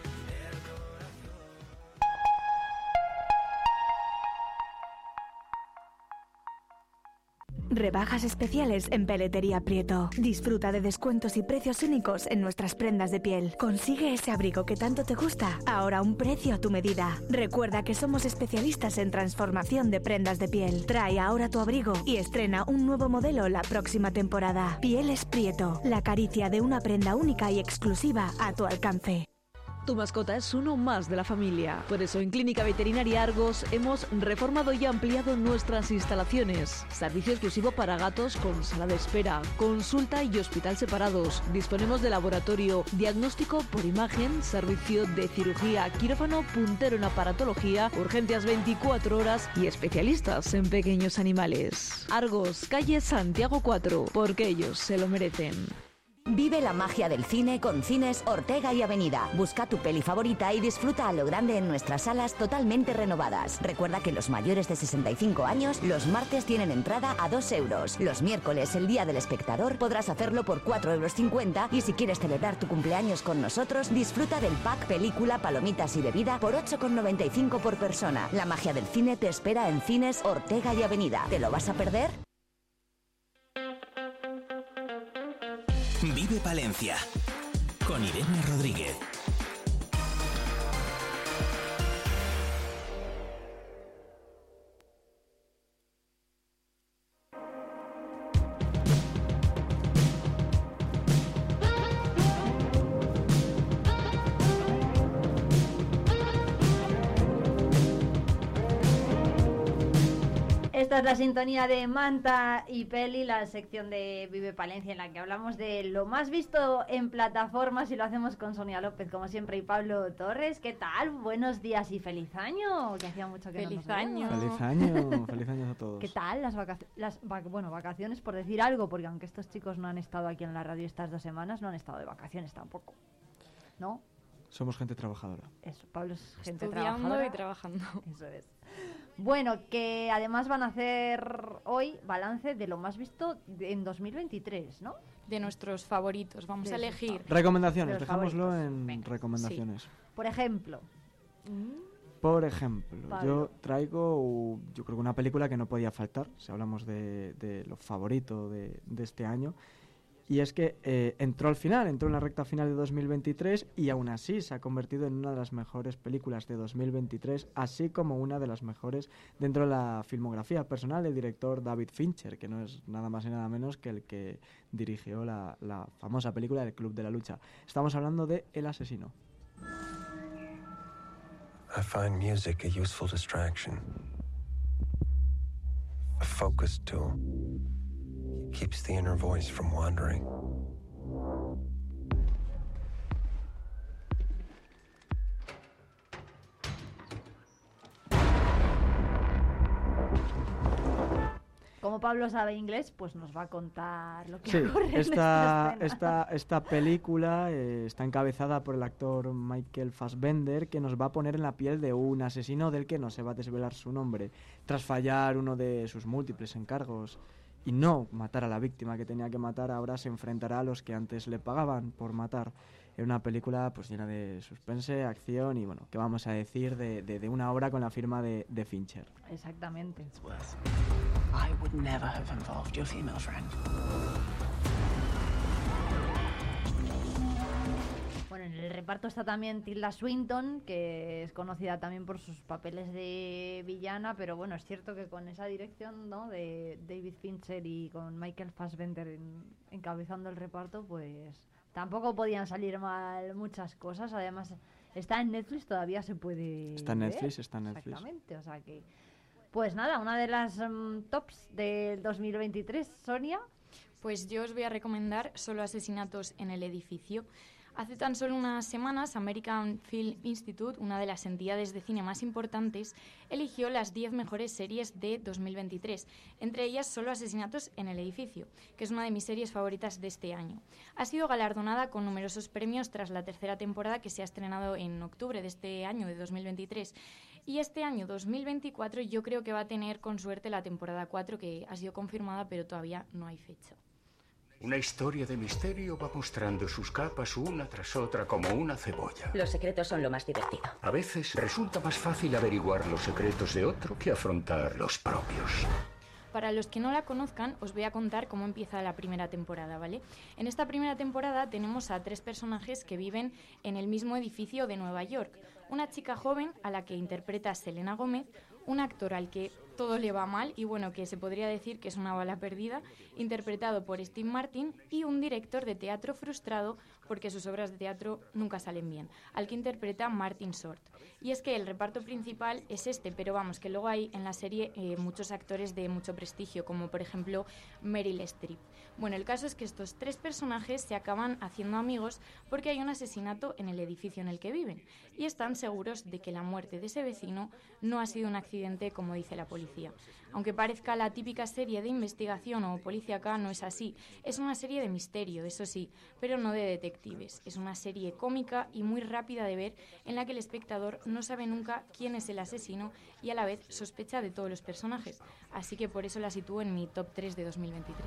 Rebajas especiales en Peletería Prieto. Disfruta de descuentos y precios únicos en nuestras prendas de piel. Consigue ese abrigo que tanto te gusta, ahora a un precio a tu medida. Recuerda que somos especialistas en transformación de prendas de piel. Trae ahora tu abrigo y estrena un nuevo modelo la próxima temporada. Pieles Prieto, la caricia de una prenda única y exclusiva a tu alcance.
Tu mascota es uno más de la familia. Por eso en Clínica Veterinaria Argos hemos reformado y ampliado nuestras instalaciones. Servicio exclusivo para gatos con sala de espera, consulta y hospital separados. Disponemos de laboratorio, diagnóstico por imagen, servicio de cirugía, quirófano puntero en aparatología, urgencias 24 horas y especialistas en pequeños animales. Argos, calle Santiago 4, porque ellos se lo merecen.
Vive la magia del cine con Cines Ortega y Avenida. Busca tu peli favorita y disfruta a lo grande en nuestras salas totalmente renovadas. Recuerda que los mayores de 65 años los martes tienen entrada a 2 euros. Los miércoles, el Día del Espectador, podrás hacerlo por 4,50 euros y si quieres celebrar tu cumpleaños con nosotros, disfruta del pack película, palomitas y bebida por 8,95 por persona. La magia del cine te espera en Cines Ortega y Avenida. ¿Te lo vas a perder?
Vive Palencia con Irene Rodríguez.
Esta es la sintonía de Manta y Peli, la sección de Vive Palencia en la que hablamos de lo más visto en plataformas y lo hacemos con Sonia López, como siempre, y Pablo Torres. ¿Qué tal? Buenos días y feliz año, que hacía mucho que
feliz
no nos
año.
vemos.
Feliz año, feliz año a todos.
¿Qué tal las vacaciones, por decir algo? Porque aunque estos chicos no han estado aquí en la radio estas 2 semanas, no han estado de vacaciones tampoco, ¿no?
Somos gente trabajadora.
Eso, Pablo es gente
Estudiando
trabajadora.
y trabajando.
Eso es. Bueno, que además van a hacer hoy balance de lo más visto en 2023, ¿no?
De nuestros favoritos, vamos a elegir.
Recomendaciones,
Los
dejámoslo
favoritos.
en
Venga,
recomendaciones.
Por ejemplo,
Por ejemplo,
Pablo.
yo traigo, yo creo que una película que no podía faltar, si hablamos de lo favorito de este año, y es que entró en la recta final de 2023 y aún así se ha convertido en una de las mejores películas de 2023, así como una de las mejores dentro de la filmografía personal del director David Fincher, que no es nada más y nada menos que el que dirigió la famosa película El Club de la Lucha. Estamos hablando de El Asesino.
I find music a useful distraction, a focus tool. Keeps the inner voice from wandering.
Como Pablo sabe inglés, pues nos va a contar lo que
Sí,
ocurre en esta escena.
esta película está encabezada por el actor Michael Fassbender, que nos va a poner en la piel de un asesino del que no se va a desvelar su nombre, tras fallar uno de sus múltiples encargos y no matar a la víctima que tenía que matar. Ahora se enfrentará a los que antes le pagaban por matar. Es una película pues llena de suspense, acción y bueno, ¿qué vamos a decir de una obra con la firma de Fincher?
Exactamente.
I would never have involved your female friend.
Bueno, en el reparto está también Tilda Swinton, que es conocida también por sus papeles de villana, pero bueno, es cierto que con esa dirección, ¿no?, de David Fincher y con Michael Fassbender encabezando el reparto, pues tampoco podían salir mal muchas cosas. Además, está en Netflix, todavía se puede
Está en
ver.
Netflix, está en Netflix.
Exactamente, o sea que... Pues nada, una de las tops del 2023, Sonia.
Pues yo os voy a recomendar Solo asesinatos en el edificio. Hace tan solo unas semanas, American Film Institute, una de las entidades de cine más importantes, eligió las 10 mejores series de 2023, entre ellas Solo asesinatos en el edificio, que es una de mis series favoritas de este año. Ha sido galardonada con numerosos premios tras la tercera temporada que se ha estrenado en octubre de este año, de 2023. Y este año 2024 yo creo que va a tener con suerte la temporada 4, que ha sido confirmada, pero todavía no hay fecha.
Una historia de misterio va mostrando sus capas una tras otra como una cebolla.
Los secretos son lo más divertido.
A veces resulta más fácil averiguar los secretos de otro que afrontar los propios.
Para los que no la conozcan, os voy a contar cómo empieza la primera temporada, ¿vale? En esta primera temporada tenemos a 3 personajes que viven en el mismo edificio de Nueva York. Una chica joven, a la que interpreta Selena Gómez, un actor al que todo le va mal y bueno, que se podría decir que es una bala perdida, interpretado por Steve Martin, y un director de teatro frustrado porque sus obras de teatro nunca salen bien, al que interpreta Martin Short. Y es que el reparto principal es este, pero vamos, que luego hay en la serie muchos actores de mucho prestigio, como por ejemplo Meryl Streep. Bueno, el caso es que estos 3 personajes se acaban haciendo amigos porque hay un asesinato en el edificio en el que viven y están seguros de que la muerte de ese vecino no ha sido un accidente, como dice la policía. Aunque parezca la típica serie de investigación o policíaca, no es así. Es una serie de misterio, eso sí, pero no de detectives. Es una serie cómica y muy rápida de ver, en la que el espectador no sabe nunca quién es el asesino y a la vez sospecha de todos los personajes. Así que por eso la sitúo en mi top 3 de 2023.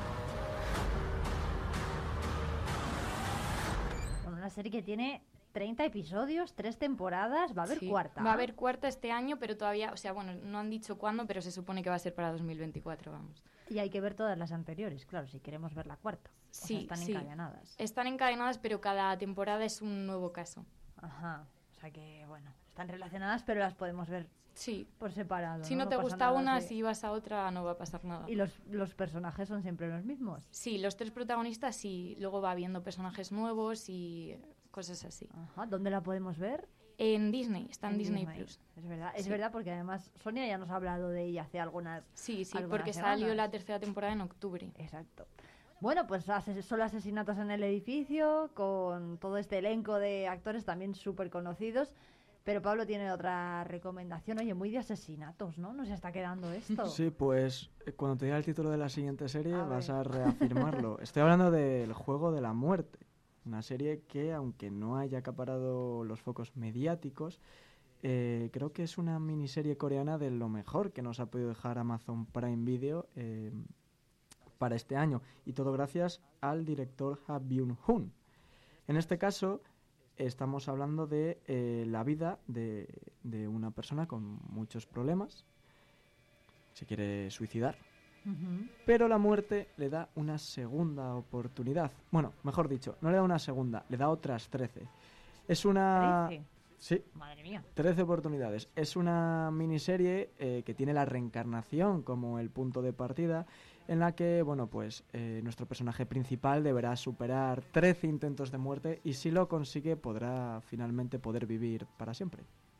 Bueno, una serie que tiene 30 episodios, 3 temporadas, va a haber cuarta.
Va a haber cuarta este año, pero todavía, o sea, bueno, no han dicho cuándo, pero se supone que va a ser para 2024, vamos.
Y hay que ver todas las anteriores, claro, si queremos ver la cuarta.
Sí,
o sea, están encadenadas.
Están encadenadas, pero cada temporada es un nuevo caso.
Ajá, o sea que, bueno, están relacionadas, pero las podemos ver por separado.
Si no te gusta una, si vas a otra, no va a pasar nada.
¿Y los personajes son siempre los mismos?
Sí, los 3 protagonistas sí, luego va habiendo personajes nuevos y cosas así.
Ajá, ¿dónde la podemos ver?
En Disney, está en Disney Plus.
Es verdad, porque además Sonia ya nos ha hablado de ella hace algunas
porque salió la tercera temporada en octubre.
Exacto. Bueno, pues solo asesinatos en el edificio, con todo este elenco de actores también súper conocidos. Pero Pablo tiene otra recomendación. Oye, muy de asesinatos, ¿no? Nos está quedando esto.
Sí, pues cuando te diga el título de la siguiente serie vas a reafirmarlo. Estoy hablando del Juego de la Muerte. Una serie que, aunque no haya acaparado los focos mediáticos, creo que es una miniserie coreana de lo mejor que nos ha podido dejar Amazon Prime Video para este año. Y todo gracias al director Ha Byung-hun. En este caso,
estamos hablando de la vida de una persona con muchos problemas. Se quiere suicidar. Pero la muerte le da una segunda oportunidad. Bueno, mejor dicho, no le da una segunda, le da otras 13. Es una...
13.
Sí.
Madre mía.
13 oportunidades. Es una miniserie que tiene la reencarnación como el punto de partida, en la que, bueno, pues nuestro personaje principal deberá superar 13 intentos de muerte y si lo consigue podrá finalmente poder vivir para siempre.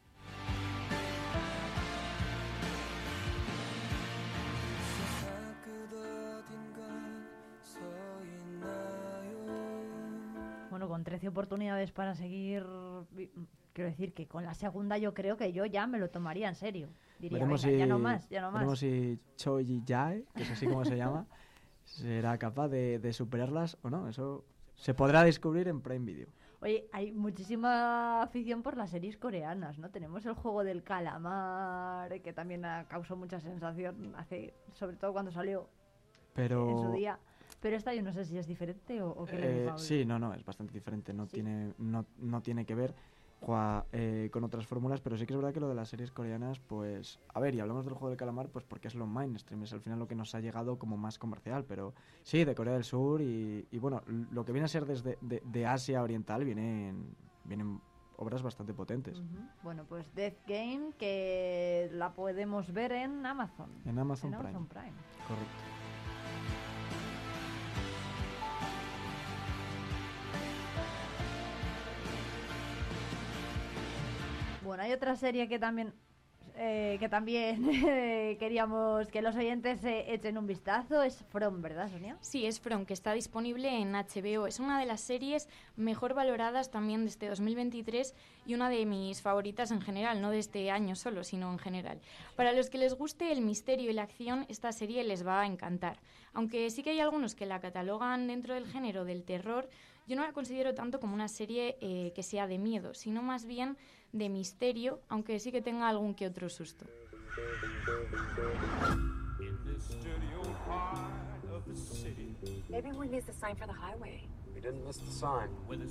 Bueno, con 13 oportunidades para seguir... Quiero decir que con la segunda yo creo que yo ya me lo tomaría en serio. Diría,
Veremos
venga,
si,
ya no más, ya no más.
Veremos si Choi Ji-jae, que es así como se llama, será capaz de superarlas o no. Eso se podrá descubrir en Prime Video.
Oye, hay muchísima afición por las series coreanas, ¿no? Tenemos el juego del calamar, que también causó mucha sensación, sobre todo cuando salió en su día. Pero esta yo no sé si es diferente o qué le digo.
Sí, no, es bastante diferente. No tiene que ver con otras fórmulas, pero sí que es verdad que lo de las series coreanas, pues, a ver, y hablamos del juego del calamar, pues porque es lo mainstream, es al final lo que nos ha llegado como más comercial, pero sí, de Corea del Sur y bueno, lo que viene a ser desde de Asia Oriental vienen obras bastante potentes.
Bueno, pues Death Game, que la podemos ver en Amazon.
En Amazon Prime. Correcto.
Bueno, hay otra serie que también queríamos que los oyentes echen un vistazo, es From, ¿verdad, Sonia?
Sí, es From, que está disponible en HBO. Es una de las series mejor valoradas también de este 2023 y una de mis favoritas en general, no de este año solo, sino en general. Para los que les guste el misterio y la acción, esta serie les va a encantar. Aunque sí que hay algunos que la catalogan dentro del género del terror, yo no la considero tanto como una serie que sea de miedo, sino más bien de misterio, aunque sí que tenga algún que otro susto.
Maybe we missed the sign for the highway.
We didn't miss the sign.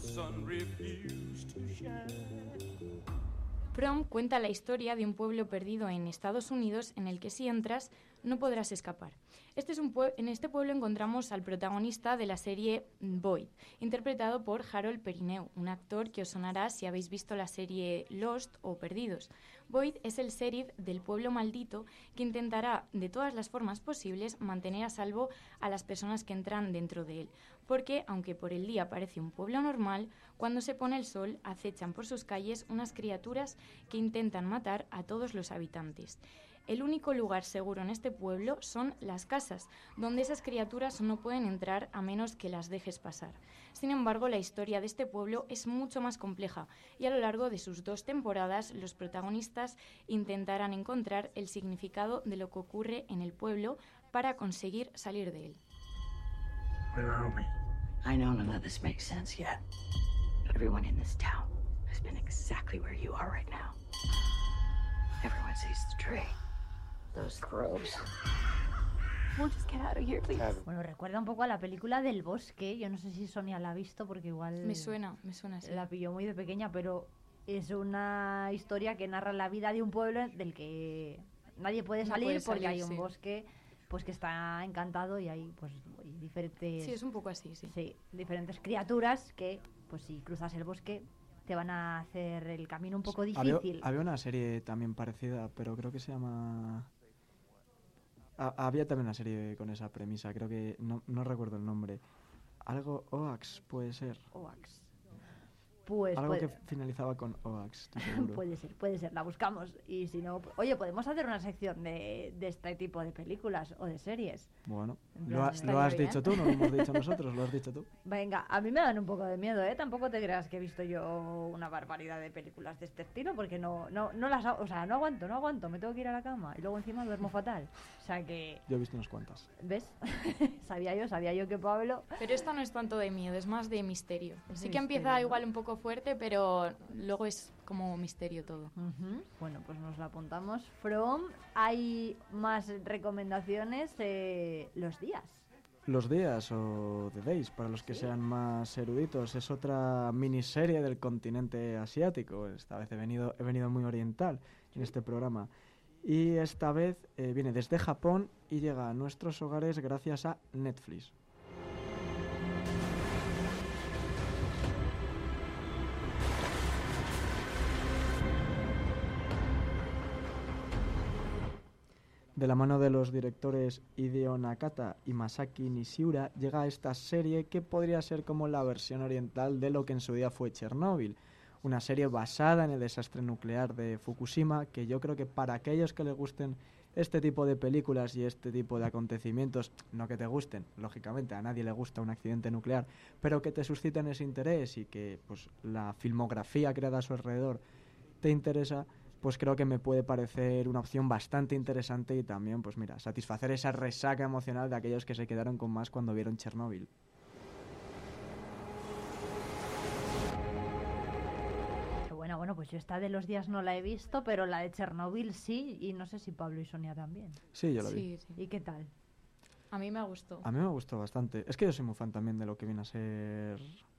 From cuenta la historia de un pueblo perdido en Estados Unidos en el que si entras no podrás escapar. En este pueblo encontramos al protagonista de la serie Boyd, interpretado por Harold Perrineau, un actor que os sonará si habéis visto la serie Lost o Perdidos. Boyd es el sheriff del pueblo maldito que intentará de todas las formas posibles mantener a salvo a las personas que entran dentro de él, porque aunque por el día parece un pueblo normal, cuando se pone el sol acechan por sus calles unas criaturas que intentan matar a todos los habitantes. El único lugar seguro en este pueblo son las casas, donde esas criaturas no pueden entrar a menos que las dejes pasar. Sin embargo, la historia de este pueblo es mucho más compleja y a lo largo de sus 2 temporadas los protagonistas intentarán encontrar el significado de lo que ocurre en el pueblo para conseguir salir de él.
Where are we? I know none of this makes sense yet. Everyone in this town has been exactly where you are right now. Everyone sees the tree. Those crows. We'll just get out of here, please.
Bueno, recuerda un poco a la película del bosque. Yo no sé si Sonia la ha visto porque igual...
Me suena, sí.
La pilló muy de pequeña, pero es una historia que narra la vida de un pueblo del que nadie puede salir porque hay un bosque pues que está encantado y hay pues diferentes...
Sí, es un poco así, sí.
Sí, diferentes criaturas que, pues si cruzas el bosque, te van a hacer el camino un poco difícil.
Había una serie también parecida, pero creo que se llama... Había también una serie con esa premisa, creo que... No recuerdo el nombre. Algo Oax, puede ser.
Oax. Pues
algo que finalizaba con Oax, estoy seguro.
puede ser, la buscamos. Y si no, oye, podemos hacer una sección de este tipo de películas o de series.
Bueno, lo has dicho tú, no lo hemos dicho nosotros, lo has dicho tú.
Venga, a mí me dan un poco de miedo, ¿eh? Tampoco te creas que he visto yo una barbaridad de películas de este estilo, porque no las hago, o sea, no aguanto, me tengo que ir a la cama y luego encima duermo fatal. O sea que...
Yo he visto unas cuantas.
¿Ves? sabía yo que Pablo...
Pero esta no es tanto de miedo, es más de misterio. Sí que empieza igual un poco fuerte, pero luego es como misterio todo.
Bueno, pues nos la apuntamos. From, hay más recomendaciones los días.
Los días o The Days, para los que sean más eruditos, es otra miniserie del continente asiático. Esta vez he venido muy oriental en este programa. Y esta vez viene desde Japón y llega a nuestros hogares gracias a Netflix. De la mano de los directores Hideo Nakata y Masaki Nishiura llega esta serie que podría ser como la versión oriental de lo que en su día fue Chernóbil, una serie basada en el desastre nuclear de Fukushima, que yo creo que para aquellos que les gusten este tipo de películas y este tipo de acontecimientos, no que te gusten, lógicamente a nadie le gusta un accidente nuclear, pero que te susciten ese interés y que pues la filmografía creada a su alrededor te interesa, pues creo que me puede parecer una opción bastante interesante y también, pues mira, satisfacer esa resaca emocional de aquellos que se quedaron con más cuando vieron Chernóbil.
Bueno, pues yo esta de los días no la he visto, pero la de Chernóbil sí, y no sé si Pablo y Sonia también.
Sí, yo la vi.
Sí.
¿Y qué tal?
A mí me gustó.
A mí me gustó bastante. Es que yo soy muy fan también de lo que viene a ser...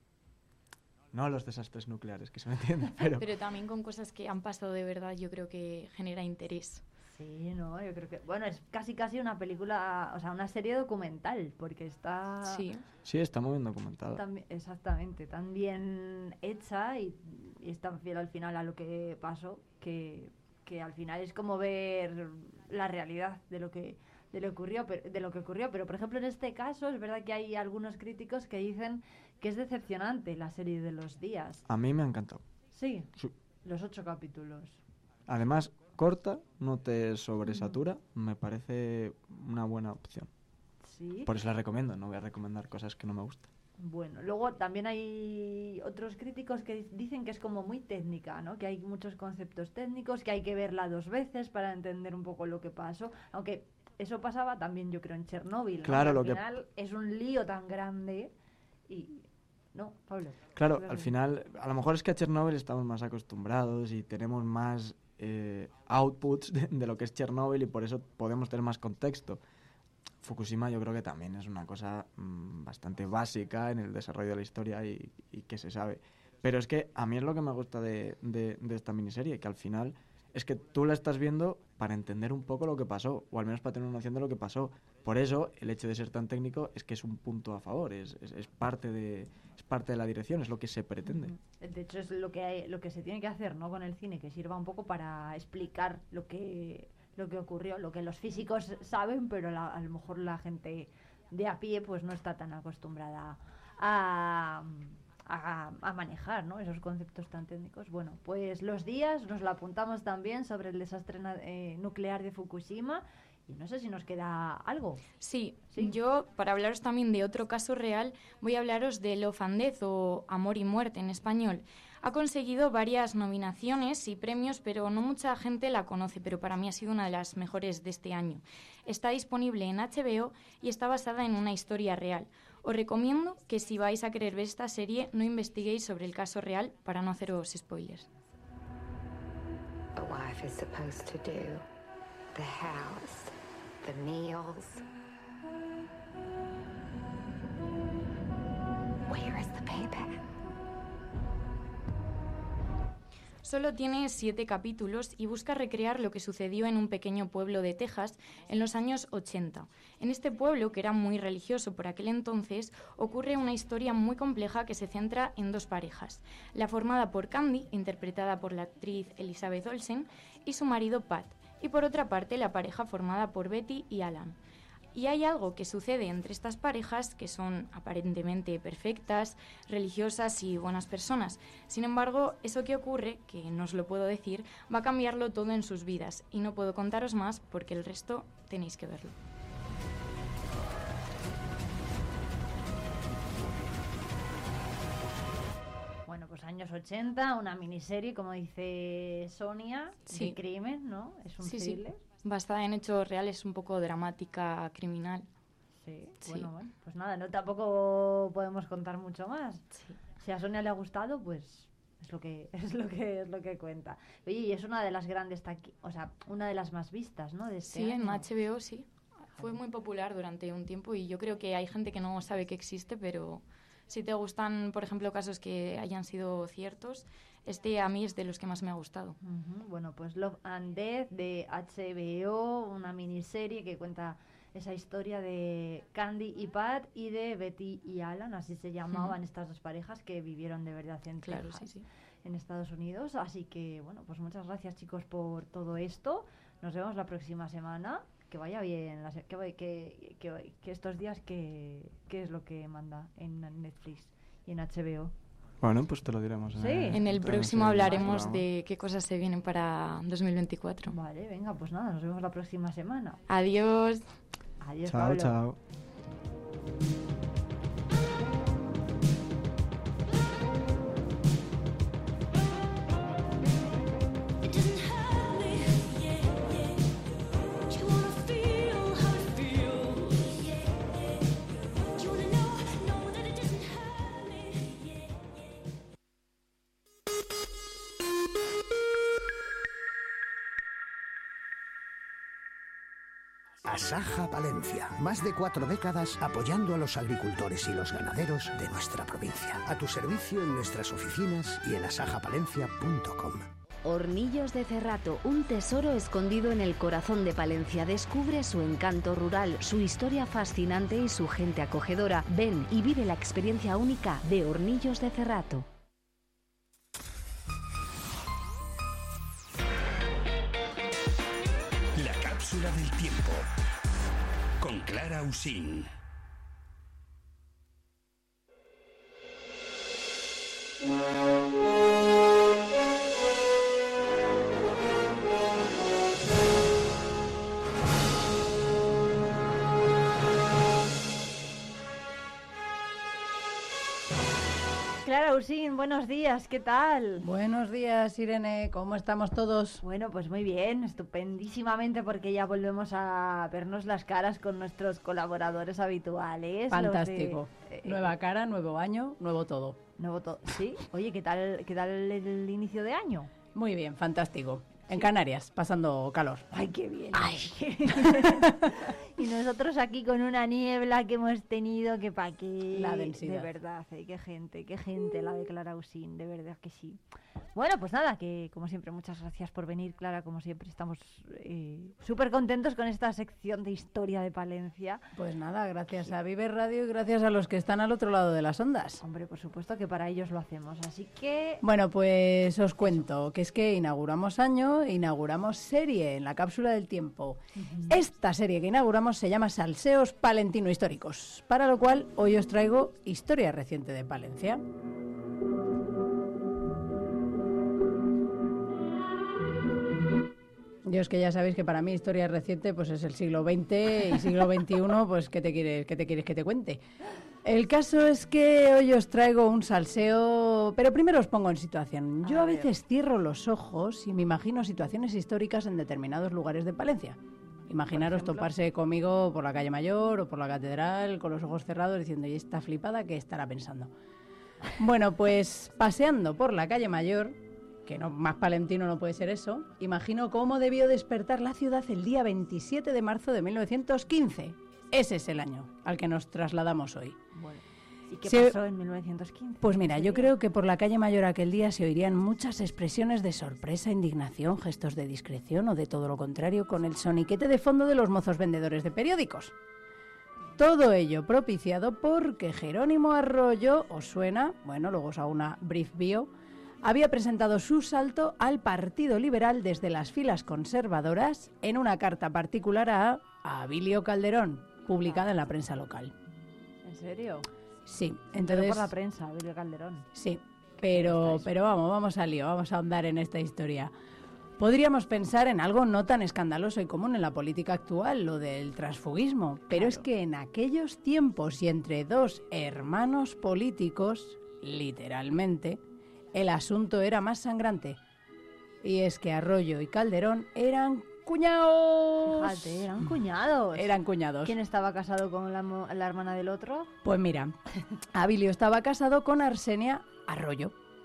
No los desastres nucleares, que se me entiende, pero...
Pero también con cosas que han pasado de verdad, yo creo que genera interés.
Sí, no, yo creo que... Bueno, es casi una película, o sea, una serie documental, porque está...
Sí, está muy bien documentada.
Exactamente, tan bien hecha y es tan fiel al final a lo que pasó, que al final es como ver la realidad de lo que ocurrió, pero por ejemplo en este caso es verdad que hay algunos críticos que dicen que es decepcionante la serie de los días.
A mí me ha encantado.
Sí. Los 8 capítulos.
Además, corta, no te sobresatura, me parece una buena opción.
Sí.
Por eso la recomiendo, no voy a recomendar cosas que no me gustan.
Bueno, luego también hay otros críticos que dicen que es como muy técnica, ¿no? Que hay muchos conceptos técnicos, que hay que verla 2 veces para entender un poco lo que pasó, aunque eso pasaba también yo creo en Chernóbil, ¿no?
Claro,
al final es un lío tan grande y... ¿No, Pablo?
Claro, al final, a lo mejor es que a Chernóbil estamos más acostumbrados y tenemos más outputs de lo que es Chernóbil y por eso podemos tener más contexto. Fukushima yo creo que también es una cosa bastante básica en el desarrollo de la historia y que se sabe. Pero es que a mí es lo que me gusta de esta miniserie, que al final es que tú la estás viendo para entender un poco lo que pasó, o al menos para tener una noción de lo que pasó. Por eso, el hecho de ser tan técnico es que es un punto a favor, es parte de la dirección, es lo que se pretende.
De hecho, es lo que se tiene que hacer, ¿no? Con el cine, que sirva un poco para explicar lo que ocurrió, lo que los físicos saben, pero a lo mejor la gente de a pie pues no está tan acostumbrada a manejar, ¿no? Esos conceptos tan técnicos. Bueno, pues los días nos lo apuntamos también sobre el desastre nuclear de Fukushima y no sé si nos queda algo.
Sí, yo para hablaros también de otro caso real voy a hablaros de Love and Death o Amor y Muerte en español. Ha conseguido varias nominaciones y premios, pero no mucha gente la conoce, pero para mí ha sido una de las mejores de este año. Está disponible en HBO y está basada en una historia real. Os recomiendo que si vais a querer ver esta serie no investiguéis sobre el caso real para no haceros spoilers.
A wife is supposed to do the house, the meals. Where is the payback?
Solo tiene 7 capítulos y busca recrear lo que sucedió en un pequeño pueblo de Texas en los años 80. En este pueblo, que era muy religioso por aquel entonces, ocurre una historia muy compleja que se centra en 2 parejas. La formada por Candy, interpretada por la actriz Elizabeth Olsen, y su marido Pat. Y por otra parte, la pareja formada por Betty y Alan. Y hay algo que sucede entre estas parejas que son aparentemente perfectas, religiosas y buenas personas. Sin embargo, eso que ocurre, que no os lo puedo decir, va a cambiarlo todo en sus vidas. Y no puedo contaros más porque el resto tenéis que verlo.
Bueno, pues años 80, una miniserie, como dice Sonia, de crimen, ¿no? Es un thriller.
Sí. Basada en hechos reales, un poco dramática, criminal.
Sí. Bueno, pues nada, no tampoco podemos contar mucho más.
Sí.
Si a Sonia le ha gustado, pues es lo que cuenta. Oye, y es una de las grandes o sea, una de las más vistas, ¿no? De este año.
En HBO sí. Fue muy popular durante un tiempo y yo creo que hay gente que no sabe que existe, pero si te gustan, por ejemplo, casos que hayan sido ciertos, a mí es de los que más me ha gustado.
Bueno, pues Love and Death de HBO, una miniserie que cuenta esa historia de Candy y Pat y de Betty y Alan, así se llamaban estas dos parejas que vivieron de verdad en Texas, en Estados Unidos. Así que, bueno, pues muchas gracias, chicos, por todo esto. Nos vemos la próxima semana. Que vaya bien, que estos días, ¿qué es lo que manda en Netflix y en HBO?
Bueno, pues te lo diremos.
Sí. En el próximo hablaremos de qué cosas se vienen para 2024.
Vale, venga, pues nada, nos vemos la próxima semana.
Adiós.
Adiós,
chao,
Pablo.
Chao.
Asaja Palencia. Más de 4 décadas apoyando a los agricultores y los ganaderos de nuestra provincia. A tu servicio en nuestras oficinas y en asajapalencia.com.
Hornillos de Cerrato, un tesoro escondido en el corazón de Palencia. Descubre su encanto rural, su historia fascinante y su gente acogedora. Ven y vive la experiencia única de Hornillos de Cerrato.
La cápsula del tiempo con Clara Usín.
Clara Usín, buenos días, ¿qué tal?
Buenos días, Irene, ¿cómo estamos todos?
Bueno, pues muy bien, estupendísimamente, porque ya volvemos a vernos las caras con nuestros colaboradores habituales.
Fantástico. Nueva cara, nuevo año, nuevo todo.
Nuevo todo, sí. Oye, ¿qué tal el inicio de año?
Muy bien, fantástico. En Canarias, pasando calor.
¡Ay, qué bien! ¡Ay! Y nosotros aquí con una niebla que hemos tenido, que pa' qué.
La densidad.
De verdad, qué gente la de Clara Usín, de verdad que sí. Bueno, pues nada, que como siempre, muchas gracias por venir, Clara, como siempre, estamos súper contentos con esta sección de historia de Palencia.
Pues nada, gracias a Vive Radio y gracias a los que están al otro lado de las ondas.
Hombre, por supuesto que para ellos lo hacemos, así que...
Bueno, pues os cuento que es que inauguramos año, inauguramos serie en la cápsula del tiempo. Esta serie que inauguramos se llama Salseos Palentino Históricos, para lo cual hoy os traigo historia reciente de Palencia. Yo es que ya sabéis que para mí historia reciente pues es el siglo XX y siglo XXI, pues ¿qué te quieres que te cuente? El caso es que hoy os traigo un salseo, pero primero os pongo en situación. Yo a veces cierro los ojos y me imagino situaciones históricas en determinados lugares de Palencia. Imaginaros toparse conmigo por la calle Mayor o por la catedral con los ojos cerrados diciendo, ¿y esta flipada qué estará pensando? Bueno, pues paseando por la calle Mayor, que no, más palentino no puede ser eso, imagino cómo debió despertar la ciudad el día 27 de marzo de 1915. Ese es el año al que nos trasladamos hoy.
Bueno, ¿y qué pasó en 1915?
Pues mira, yo creo que por la calle Mayor aquel día se oirían muchas expresiones de sorpresa, indignación, gestos de discreción o de todo lo contrario con el soniquete de fondo de los mozos vendedores de periódicos. Todo ello propiciado porque Jerónimo Arroyo, ¿os suena? Bueno, luego os hago una brief bio. Había presentado su salto al Partido Liberal desde las filas conservadoras en una carta particular a Abilio Calderón, publicada en la prensa local.
¿En serio?
Sí,
Entonces
entonces...
por la prensa, Abilio Calderón.
Sí, pero vamos al lío, vamos a ahondar en esta historia. Podríamos pensar en algo no tan escandaloso y común en la política actual, lo del transfugismo, pero es que en aquellos tiempos y entre dos hermanos políticos, literalmente, el asunto era más sangrante. Y es que Arroyo y Calderón eran cuñados.
Fíjate, eran cuñados.
Eran cuñados.
¿Quién estaba casado con la hermana del otro?
Pues mira, Abilio estaba casado con Arsenia Arroyo.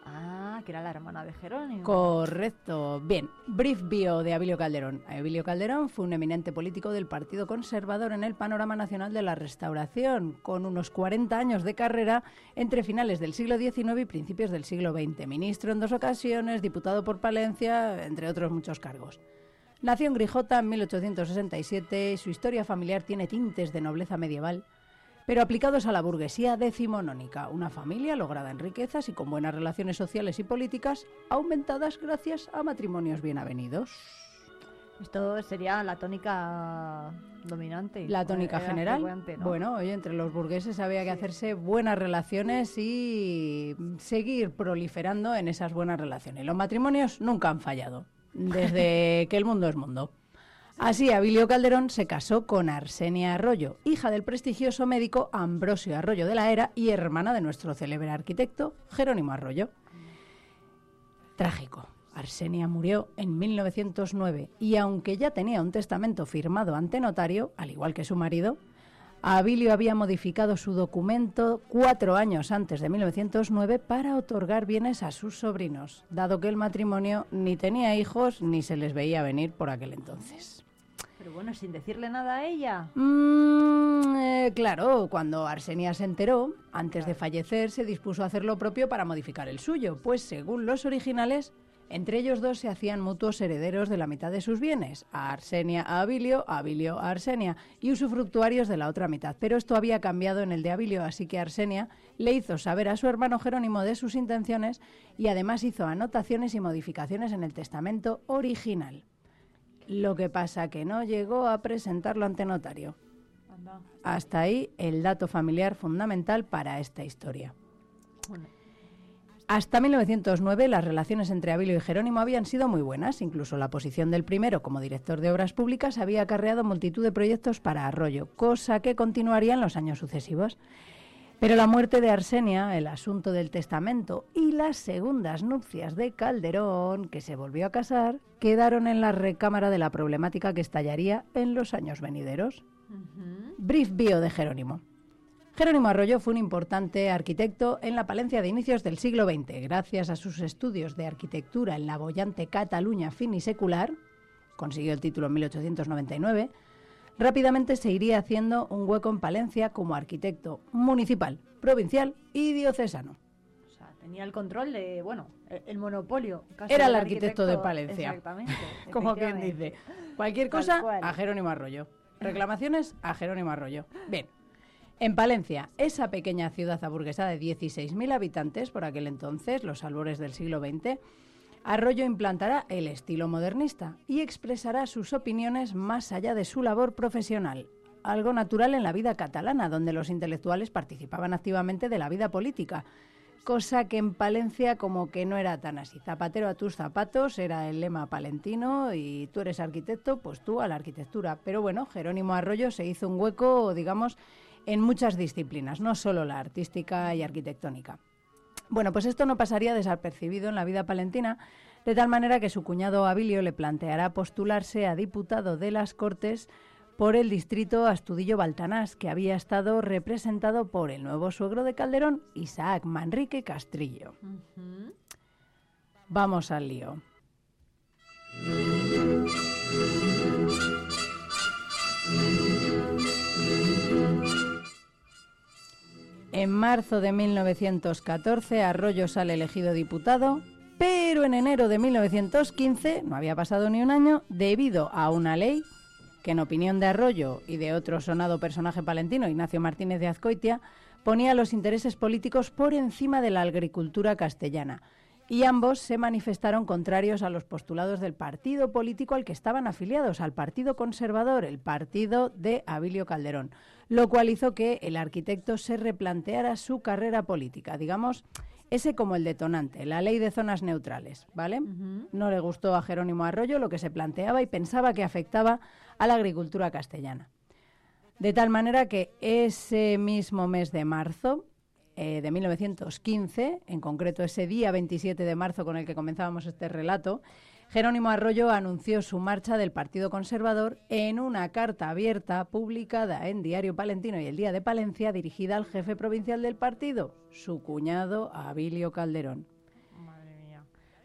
Ah, que era la hermana de Jerónimo.
Correcto. Bien, brief bio de Abilio Calderón. Abilio Calderón fue un eminente político del Partido Conservador en el panorama nacional de la Restauración, con unos 40 años de carrera entre finales del siglo XIX y principios del siglo XX. Ministro en 2 ocasiones, diputado por Palencia, entre otros muchos cargos. Nació en Grijota en 1867, su historia familiar tiene tintes de nobleza medieval, pero aplicados a la burguesía decimonónica, una familia lograda en riquezas y con buenas relaciones sociales y políticas, aumentadas gracias a matrimonios bien avenidos.
Esto sería la tónica dominante.
La tónica general.
¿No?
Bueno, oye, entre los burgueses había que hacerse buenas relaciones y seguir proliferando en esas buenas relaciones. Los matrimonios nunca han fallado, desde que el mundo es mundo. Así, Abilio Calderón se casó con Arsenia Arroyo, hija del prestigioso médico Ambrosio Arroyo de la Era y hermana de nuestro célebre arquitecto Jerónimo Arroyo. Trágico. Arsenia murió en 1909 y aunque ya tenía un testamento firmado ante notario, al igual que su marido, Abilio había modificado su documento 4 años antes de 1909 para otorgar bienes a sus sobrinos, dado que el matrimonio ni tenía hijos ni se les veía venir por aquel entonces.
Pero bueno, sin decirle nada a ella.
Claro, cuando Arsenia se enteró, antes de fallecer se dispuso a hacer lo propio para modificar el suyo, pues según los originales, entre ellos dos se hacían mutuos herederos de la mitad de sus bienes, a Arsenia a Abilio, Abilio a Arsenia, y usufructuarios de la otra mitad. Pero esto había cambiado en el de Abilio, así que Arsenia le hizo saber a su hermano Jerónimo de sus intenciones y además hizo anotaciones y modificaciones en el testamento original. Lo que pasa que no llegó a presentarlo ante notario. Hasta ahí el dato familiar fundamental para esta historia. Hasta 1909 las relaciones entre Abilio y Jerónimo habían sido muy buenas. Incluso la posición del primero como director de obras públicas había acarreado multitud de proyectos para Arroyo, cosa que continuaría en los años sucesivos. Pero la muerte de Arsenia, el asunto del testamento y las segundas nupcias de Calderón, que se volvió a casar, quedaron en la recámara de la problemática que estallaría en los años venideros. Brief bio de Jerónimo. Jerónimo Arroyo fue un importante arquitecto en la Palencia de inicios del siglo XX. Gracias a sus estudios de arquitectura en la boyante Cataluña finisecular, consiguió el título en 1899, rápidamente se iría haciendo un hueco en Palencia como arquitecto municipal, provincial y diocesano.
O sea, tenía el control de, bueno, el monopolio. Casi
Era el arquitecto de Palencia.
Exactamente.
Como quien dice. Cualquier cosa, a Jerónimo Arroyo. Reclamaciones, a Jerónimo Arroyo. Bien. En Palencia, esa pequeña ciudad aburguesada de 16.000 habitantes, por aquel entonces, los albores del siglo XX, Arroyo implantará el estilo modernista y expresará sus opiniones más allá de su labor profesional, algo natural en la vida catalana, donde los intelectuales participaban activamente de la vida política, cosa que en Palencia como que no era tan así. Zapatero a tus zapatos era el lema palentino y tú eres arquitecto, pues tú a la arquitectura. Pero bueno, Jerónimo Arroyo se hizo un hueco, digamos, en muchas disciplinas, no solo la artística y arquitectónica. Bueno, pues esto no pasaría desapercibido en la vida palentina, de tal manera que su cuñado Abilio le planteará postularse a diputado de las Cortes por el distrito Astudillo-Baltanás, que había estado representado por el nuevo suegro de Calderón, Isaac Manrique Castrillo. Vamos al lío. En marzo de 1914 Arroyo sale elegido diputado, pero en enero de 1915, no había pasado ni un año, debido a una ley que en opinión de Arroyo y de otro sonado personaje palentino, Ignacio Martínez de Azcoitia, ponía los intereses políticos por encima de la agricultura castellana. Y ambos se manifestaron contrarios a los postulados del partido político al que estaban afiliados, al Partido Conservador, el partido de Abilio Calderón, lo cual hizo que el arquitecto se replanteara su carrera política, digamos, ese como el detonante, la ley de zonas neutrales, ¿vale? No le gustó a Jerónimo Arroyo lo que se planteaba y pensaba que afectaba a la agricultura castellana. De tal manera que ese mismo mes de marzo de 1915, en concreto ese día 27 de marzo con el que comenzábamos este relato, Jerónimo Arroyo anunció su marcha del Partido Conservador en una carta abierta publicada en Diario Palentino y El Día de Palencia, dirigida al jefe provincial del partido, su cuñado Abilio Calderón.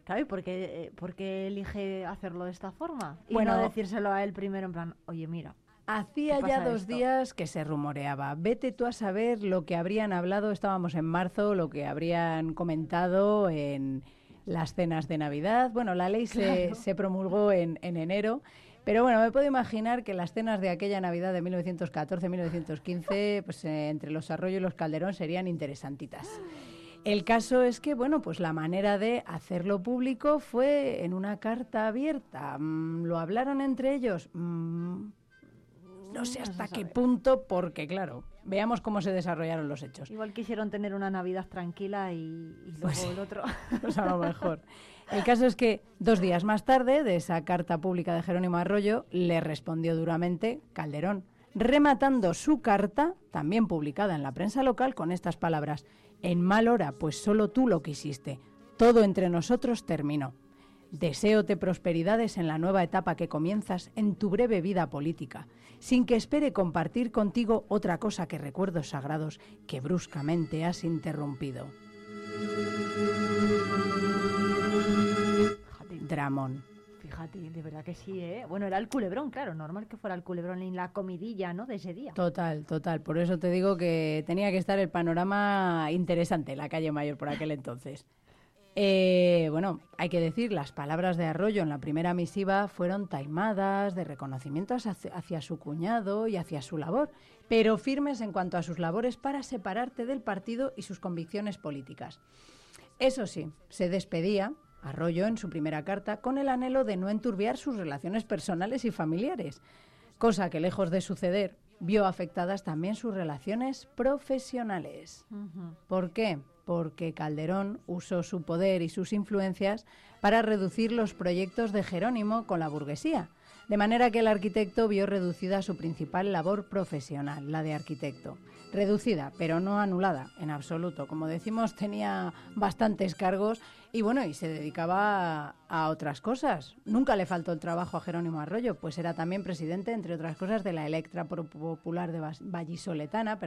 Claro, ¿y por qué elige hacerlo de esta forma? Y
Bueno,
no decírselo a él primero en plan, oye, mira.
Hacía
¿qué
ya
pasa
2
esto?
días que se rumoreaba. Vete tú a saber lo que habrían hablado, estábamos en marzo, lo que habrían comentado en las cenas de Navidad. Bueno, la ley se promulgó en enero, pero bueno, me puedo imaginar que las cenas de aquella Navidad de 1914-1915, pues entre los Arroyo y los Calderón serían interesantitas. El caso es que, bueno, pues la manera de hacerlo público fue en una carta abierta. ¿Lo hablaron entre ellos? No sé hasta qué punto, porque claro, veamos cómo se desarrollaron los hechos.
Igual quisieron tener una Navidad tranquila y luego
Pues
el otro.
Pues a lo mejor. El caso es que 2 días más tarde de esa carta pública de Jerónimo Arroyo le respondió duramente Calderón, rematando su carta, también publicada en la prensa local, con estas palabras: en mal hora, pues solo tú lo quisiste. Todo entre nosotros terminó. Deséote prosperidades en la nueva etapa que comienzas en tu breve vida política, sin que espere compartir contigo otra cosa que recuerdos sagrados que bruscamente has interrumpido. Dramón.
Fíjate, de verdad que sí, ¿eh? Bueno, era el culebrón, claro, normal que fuera el culebrón en la comidilla, ¿no?, de ese día.
Total. Por eso te digo que tenía que estar el panorama interesante en la calle Mayor por aquel entonces. Bueno, hay que decir, las palabras de Arroyo en la primera misiva fueron taimadas, de reconocimiento hacia su cuñado y hacia su labor, pero firmes en cuanto a sus labores para separarte del partido y sus convicciones políticas. Eso sí, se despedía Arroyo en su primera carta con el anhelo de no enturbiar sus relaciones personales y familiares, cosa que, lejos de suceder, vio afectadas también sus relaciones profesionales. ¿Por qué? Porque Calderón usó su poder y sus influencias para reducir los proyectos de Jerónimo con la burguesía, de manera que el arquitecto vio reducida su principal labor profesional, la de arquitecto. Reducida, pero no anulada, en absoluto. Como decimos, tenía bastantes cargos y bueno, y se dedicaba a otras cosas. Nunca le faltó el trabajo a Jerónimo Arroyo, pues era también presidente, entre otras cosas, de la Electra Popular Vallisoletana,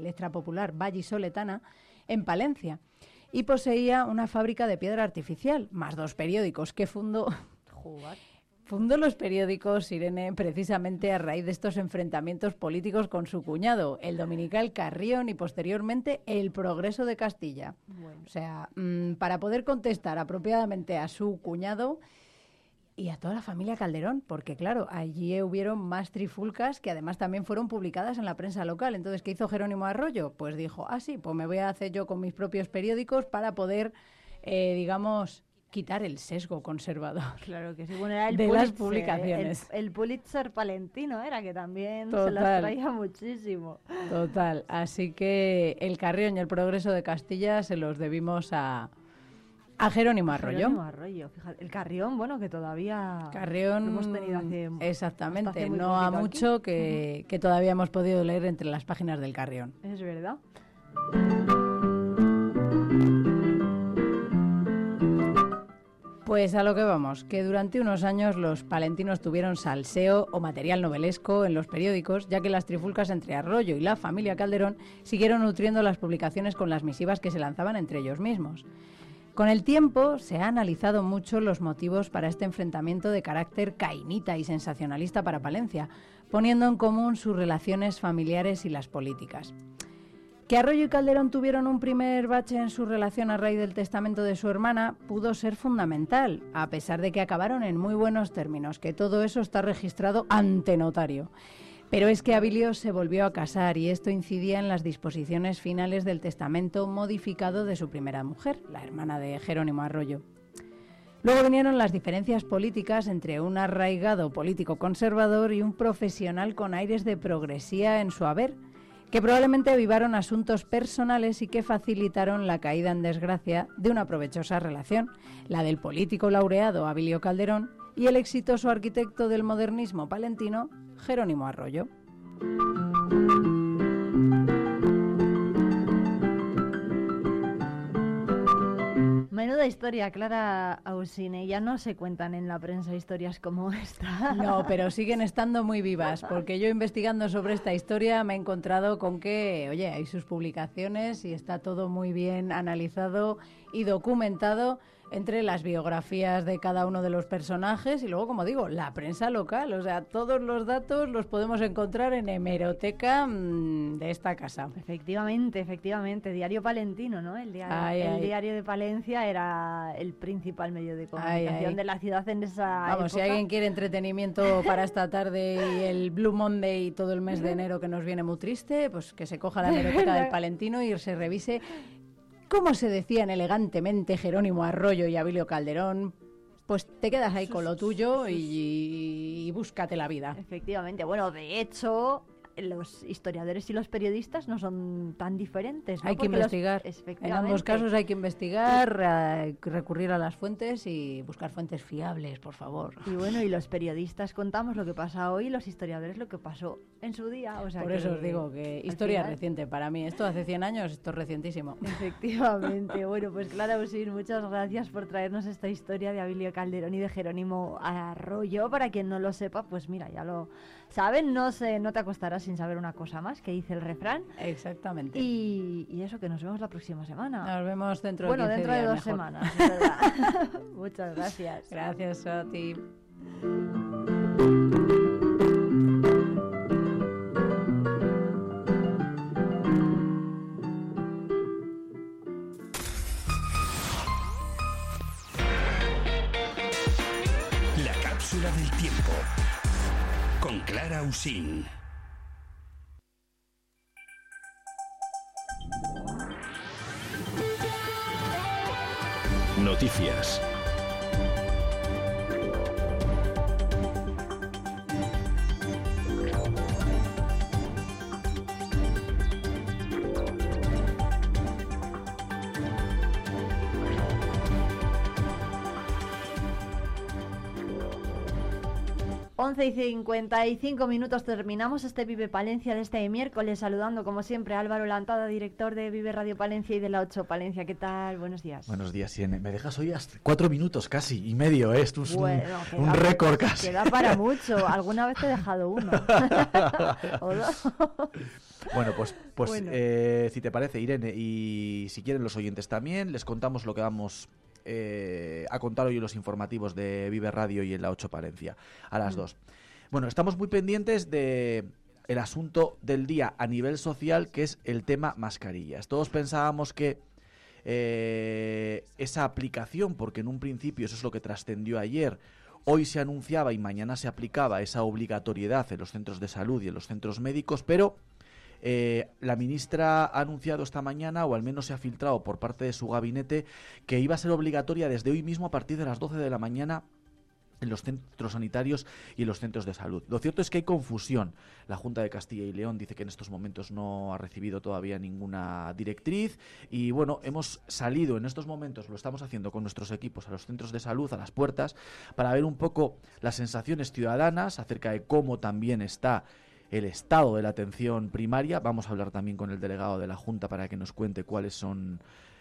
en Palencia, y poseía una fábrica de piedra artificial, más 2 periódicos que fundó. Fundó los periódicos, Irene, precisamente a raíz de estos enfrentamientos políticos con su cuñado, el dominical Carrión, y posteriormente El Progreso de Castilla. Bueno. O sea, para poder contestar apropiadamente a su cuñado y a toda la familia Calderón, porque claro, allí hubieron más trifulcas que además también fueron publicadas en la prensa local. Entonces, ¿qué hizo Jerónimo Arroyo? Pues dijo, sí, pues me voy a hacer yo con mis propios periódicos para poder, quitar el sesgo conservador.
Claro que sí, bueno, era el
de
Pulitzer,
las publicaciones.
El Pulitzer palentino era, que también
Total.
se las traía muchísimo.
Total, así que el Carrión y el Progreso de Castilla se los debimos a Jerónimo Arroyo.
Jerónimo Arroyo, fíjate. El Carrión, bueno, que todavía
Carrión,
lo hemos tenido hace...
Exactamente,
muy
no a
poquito
mucho
aquí.
que todavía hemos podido leer entre las páginas del Carrión.
Es verdad.
Pues a lo que vamos, que durante unos años los palentinos tuvieron salseo o material novelesco en los periódicos, ya que las trifulcas entre Arroyo y la familia Calderón siguieron nutriendo las publicaciones con las misivas que se lanzaban entre ellos mismos. Con el tiempo se ha analizado mucho los motivos para este enfrentamiento de carácter cainita y sensacionalista para Palencia, poniendo en común sus relaciones familiares y las políticas. Que Arroyo y Calderón tuvieron un primer bache en su relación a raíz del testamento de su hermana pudo ser fundamental, a pesar de que acabaron en muy buenos términos, que todo eso está registrado ante notario. Pero es que Abilio se volvió a casar y esto incidía en las disposiciones finales del testamento modificado de su primera mujer, la hermana de Jerónimo Arroyo. Luego vinieron las diferencias políticas entre un arraigado político conservador y un profesional con aires de progresía en su haber, que probablemente avivaron asuntos personales y que facilitaron la caída en desgracia de una provechosa relación, la del político laureado Abilio Calderón y el exitoso arquitecto del modernismo palentino, Jerónimo Arroyo.
Menuda historia, Clara Ausine. Ya no se cuentan en la prensa historias como esta.
No, pero siguen estando muy vivas, porque yo investigando sobre esta historia me he encontrado con que, oye, hay sus publicaciones y está todo muy bien analizado y documentado. entre las biografías de cada uno de los personajes y luego, como digo, la prensa local. O sea, todos los datos los podemos encontrar en hemeroteca de esta casa.
Efectivamente. Diario Palentino, ¿no? El diario de Palencia era el principal medio de comunicación de la ciudad en esa época.
Si alguien quiere entretenimiento para esta tarde y el Blue Monday y todo el mes de enero que nos viene muy triste, pues que se coja la hemeroteca del Palentino y se revise cómo se decían elegantemente Jerónimo Arroyo y Abilio Calderón. Pues te quedas ahí con lo tuyo y búscate la vida.
Efectivamente. Bueno, de hecho, los historiadores y los periodistas no son tan diferentes, ¿no?
Hay que investigar. En ambos casos hay que investigar, recurrir a las fuentes y buscar fuentes fiables, por favor.
Y bueno, y los periodistas contamos lo que pasa hoy y los historiadores lo que pasó en su día. O sea,
por eso os digo que historia reciente para mí. Esto hace 100 años, esto es recientísimo.
Efectivamente. Bueno, pues Clara Usín, muchas gracias por traernos esta historia de Abilio Calderón y de Jerónimo Arroyo. Para quien no lo sepa, pues mira, ya lo saben, no te acostarás sin saber una cosa más, que dice el refrán.
Exactamente.
Y eso, que nos vemos la próxima semana.
Nos vemos dentro de 15
dentro de
días,
2
mejor.
semanas, es verdad. Muchas gracias.
Gracias a ti.
La cápsula del tiempo con Clara Usín.
Noticias.
Once y 55 minutos, terminamos este Vive Palencia de este miércoles, saludando como siempre a Álvaro Lantada, director de Vive Radio Palencia y de la 8 Palencia. ¿Qué tal? Buenos días.
Buenos días, Irene. Me dejas hoy hasta 4 minutos casi y medio, ¿eh? Esto es
bueno,
un récord casi.
Queda para mucho. Alguna vez te he dejado uno. ¿O dos?
Bueno, pues
Bueno.
Si te parece, Irene, y si quieren los oyentes también, les contamos lo que vamos a contar hoy en los informativos de Vive Radio y en la 8 Palencia, a las 2. Bueno, estamos muy pendientes de el asunto del día a nivel social, que es el tema mascarillas. Todos pensábamos que esa aplicación, porque en un principio eso es lo que trascendió ayer, hoy se anunciaba y mañana se aplicaba esa obligatoriedad en los centros de salud y en los centros médicos, pero la ministra ha anunciado esta mañana, o al menos se ha filtrado por parte de su gabinete, que iba a ser obligatoria desde hoy mismo a partir de las 12 de la mañana en los centros sanitarios y en los centros de salud. Lo cierto es que hay confusión. La Junta de Castilla y León dice que en estos momentos no ha recibido todavía ninguna directriz y bueno, hemos salido en estos momentos, lo estamos haciendo con nuestros equipos a los centros de salud, a las puertas, para ver un poco las sensaciones ciudadanas acerca de cómo también está el estado de la atención primaria. Vamos a hablar también con el delegado de la Junta para que nos cuente cuáles son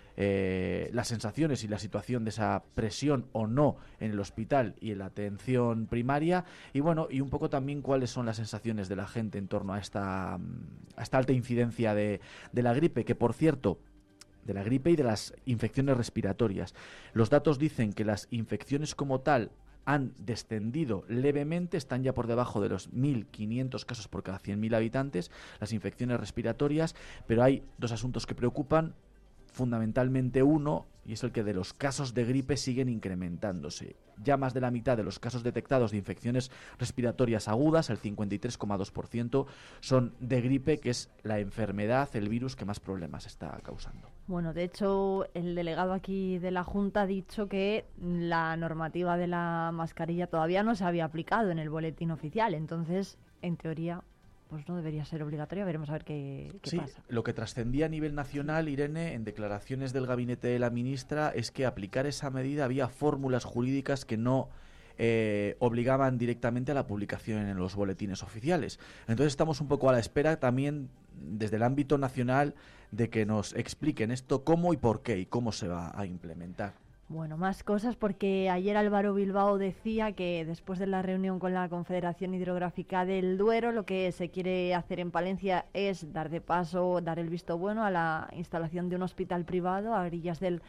las sensaciones y la situación de esa presión o no en el hospital y en la atención primaria, y bueno, y un poco también cuáles son las sensaciones de la gente en torno a esta alta incidencia de la gripe, que por cierto, de la gripe y de las infecciones respiratorias. Los datos dicen que las infecciones como tal han descendido levemente, están ya por debajo de los 1.500 casos por cada 100.000 habitantes, las infecciones respiratorias, pero hay dos asuntos que preocupan, fundamentalmente uno, y es el que de los casos de gripe siguen incrementándose. Ya más de la mitad de los casos detectados de infecciones respiratorias agudas, el 53,2%, son de gripe, que es la enfermedad, el virus que más problemas está causando.
Bueno, de hecho, el delegado aquí de la Junta ha dicho que la normativa de la mascarilla todavía no se había aplicado en el boletín oficial, entonces, en teoría, pues no debería ser obligatoria. Veremos a ver qué pasa.
Lo que trascendía a nivel nacional, Irene, en declaraciones del gabinete de la ministra, es que aplicar esa medida había fórmulas jurídicas que no obligaban directamente a la publicación en los boletines oficiales. Entonces estamos un poco a la espera también desde el ámbito nacional de que nos expliquen esto, cómo y por qué y cómo se va a implementar.
Bueno, más cosas, porque ayer Álvaro Bilbao decía que después de la reunión con la Confederación Hidrográfica del Duero, lo que se quiere hacer en Palencia es dar el visto bueno a la instalación de un hospital privado a orillas del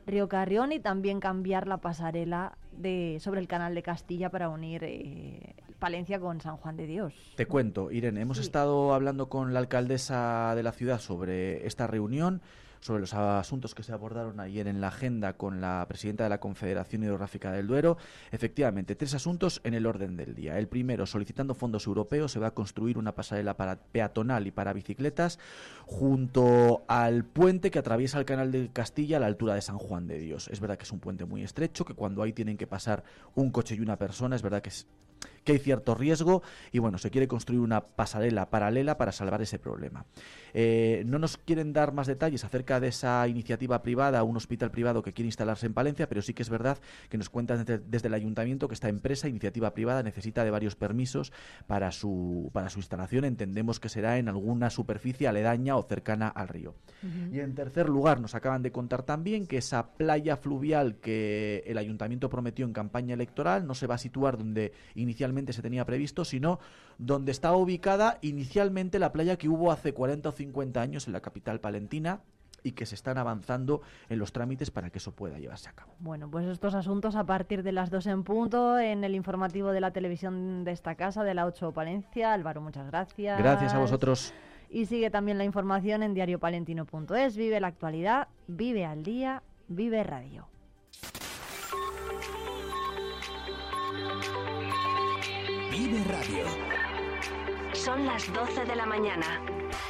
Río Carrión, y también cambiar la pasarela sobre el canal de Castilla para unir Palencia con San Juan de Dios.
Te cuento, Irene, hemos estado hablando con la alcaldesa de la ciudad sobre esta reunión, sobre los asuntos que se abordaron ayer en la agenda con la presidenta de la Confederación Hidrográfica del Duero. Efectivamente, 3 asuntos en el orden del día. El primero, solicitando fondos europeos, se va a construir una pasarela peatonal y para bicicletas junto al puente que atraviesa el canal de Castilla a la altura de San Juan de Dios. Es verdad que es un puente muy estrecho, que cuando ahí tienen que pasar un coche y una persona, es verdad que hay cierto riesgo y bueno, se quiere construir una pasarela paralela para salvar ese problema. No nos quieren dar más detalles acerca de esa iniciativa privada, un hospital privado que quiere instalarse en Palencia, pero sí que es verdad que nos cuentan desde el ayuntamiento que esta empresa, iniciativa privada, necesita de varios permisos para su instalación. Entendemos que será en alguna superficie aledaña o cercana al río. Y en tercer lugar, nos acaban de contar también que esa playa fluvial que el ayuntamiento prometió en campaña electoral no se va a situar donde inicialmente se tenía previsto, sino donde estaba ubicada inicialmente la playa que hubo hace 40 o 50 años en la capital palentina, y que se están avanzando en los trámites para que eso pueda llevarse a cabo.
Bueno, pues estos asuntos a partir de las 2 en punto en el informativo de la televisión de esta casa, de la 8 Palencia. Álvaro, muchas gracias.
Gracias a vosotros.
Y sigue también la información en diariopalentino.es. Vive la actualidad, vive al día, vive radio.
Vive Radio.
Son las 12 de la mañana.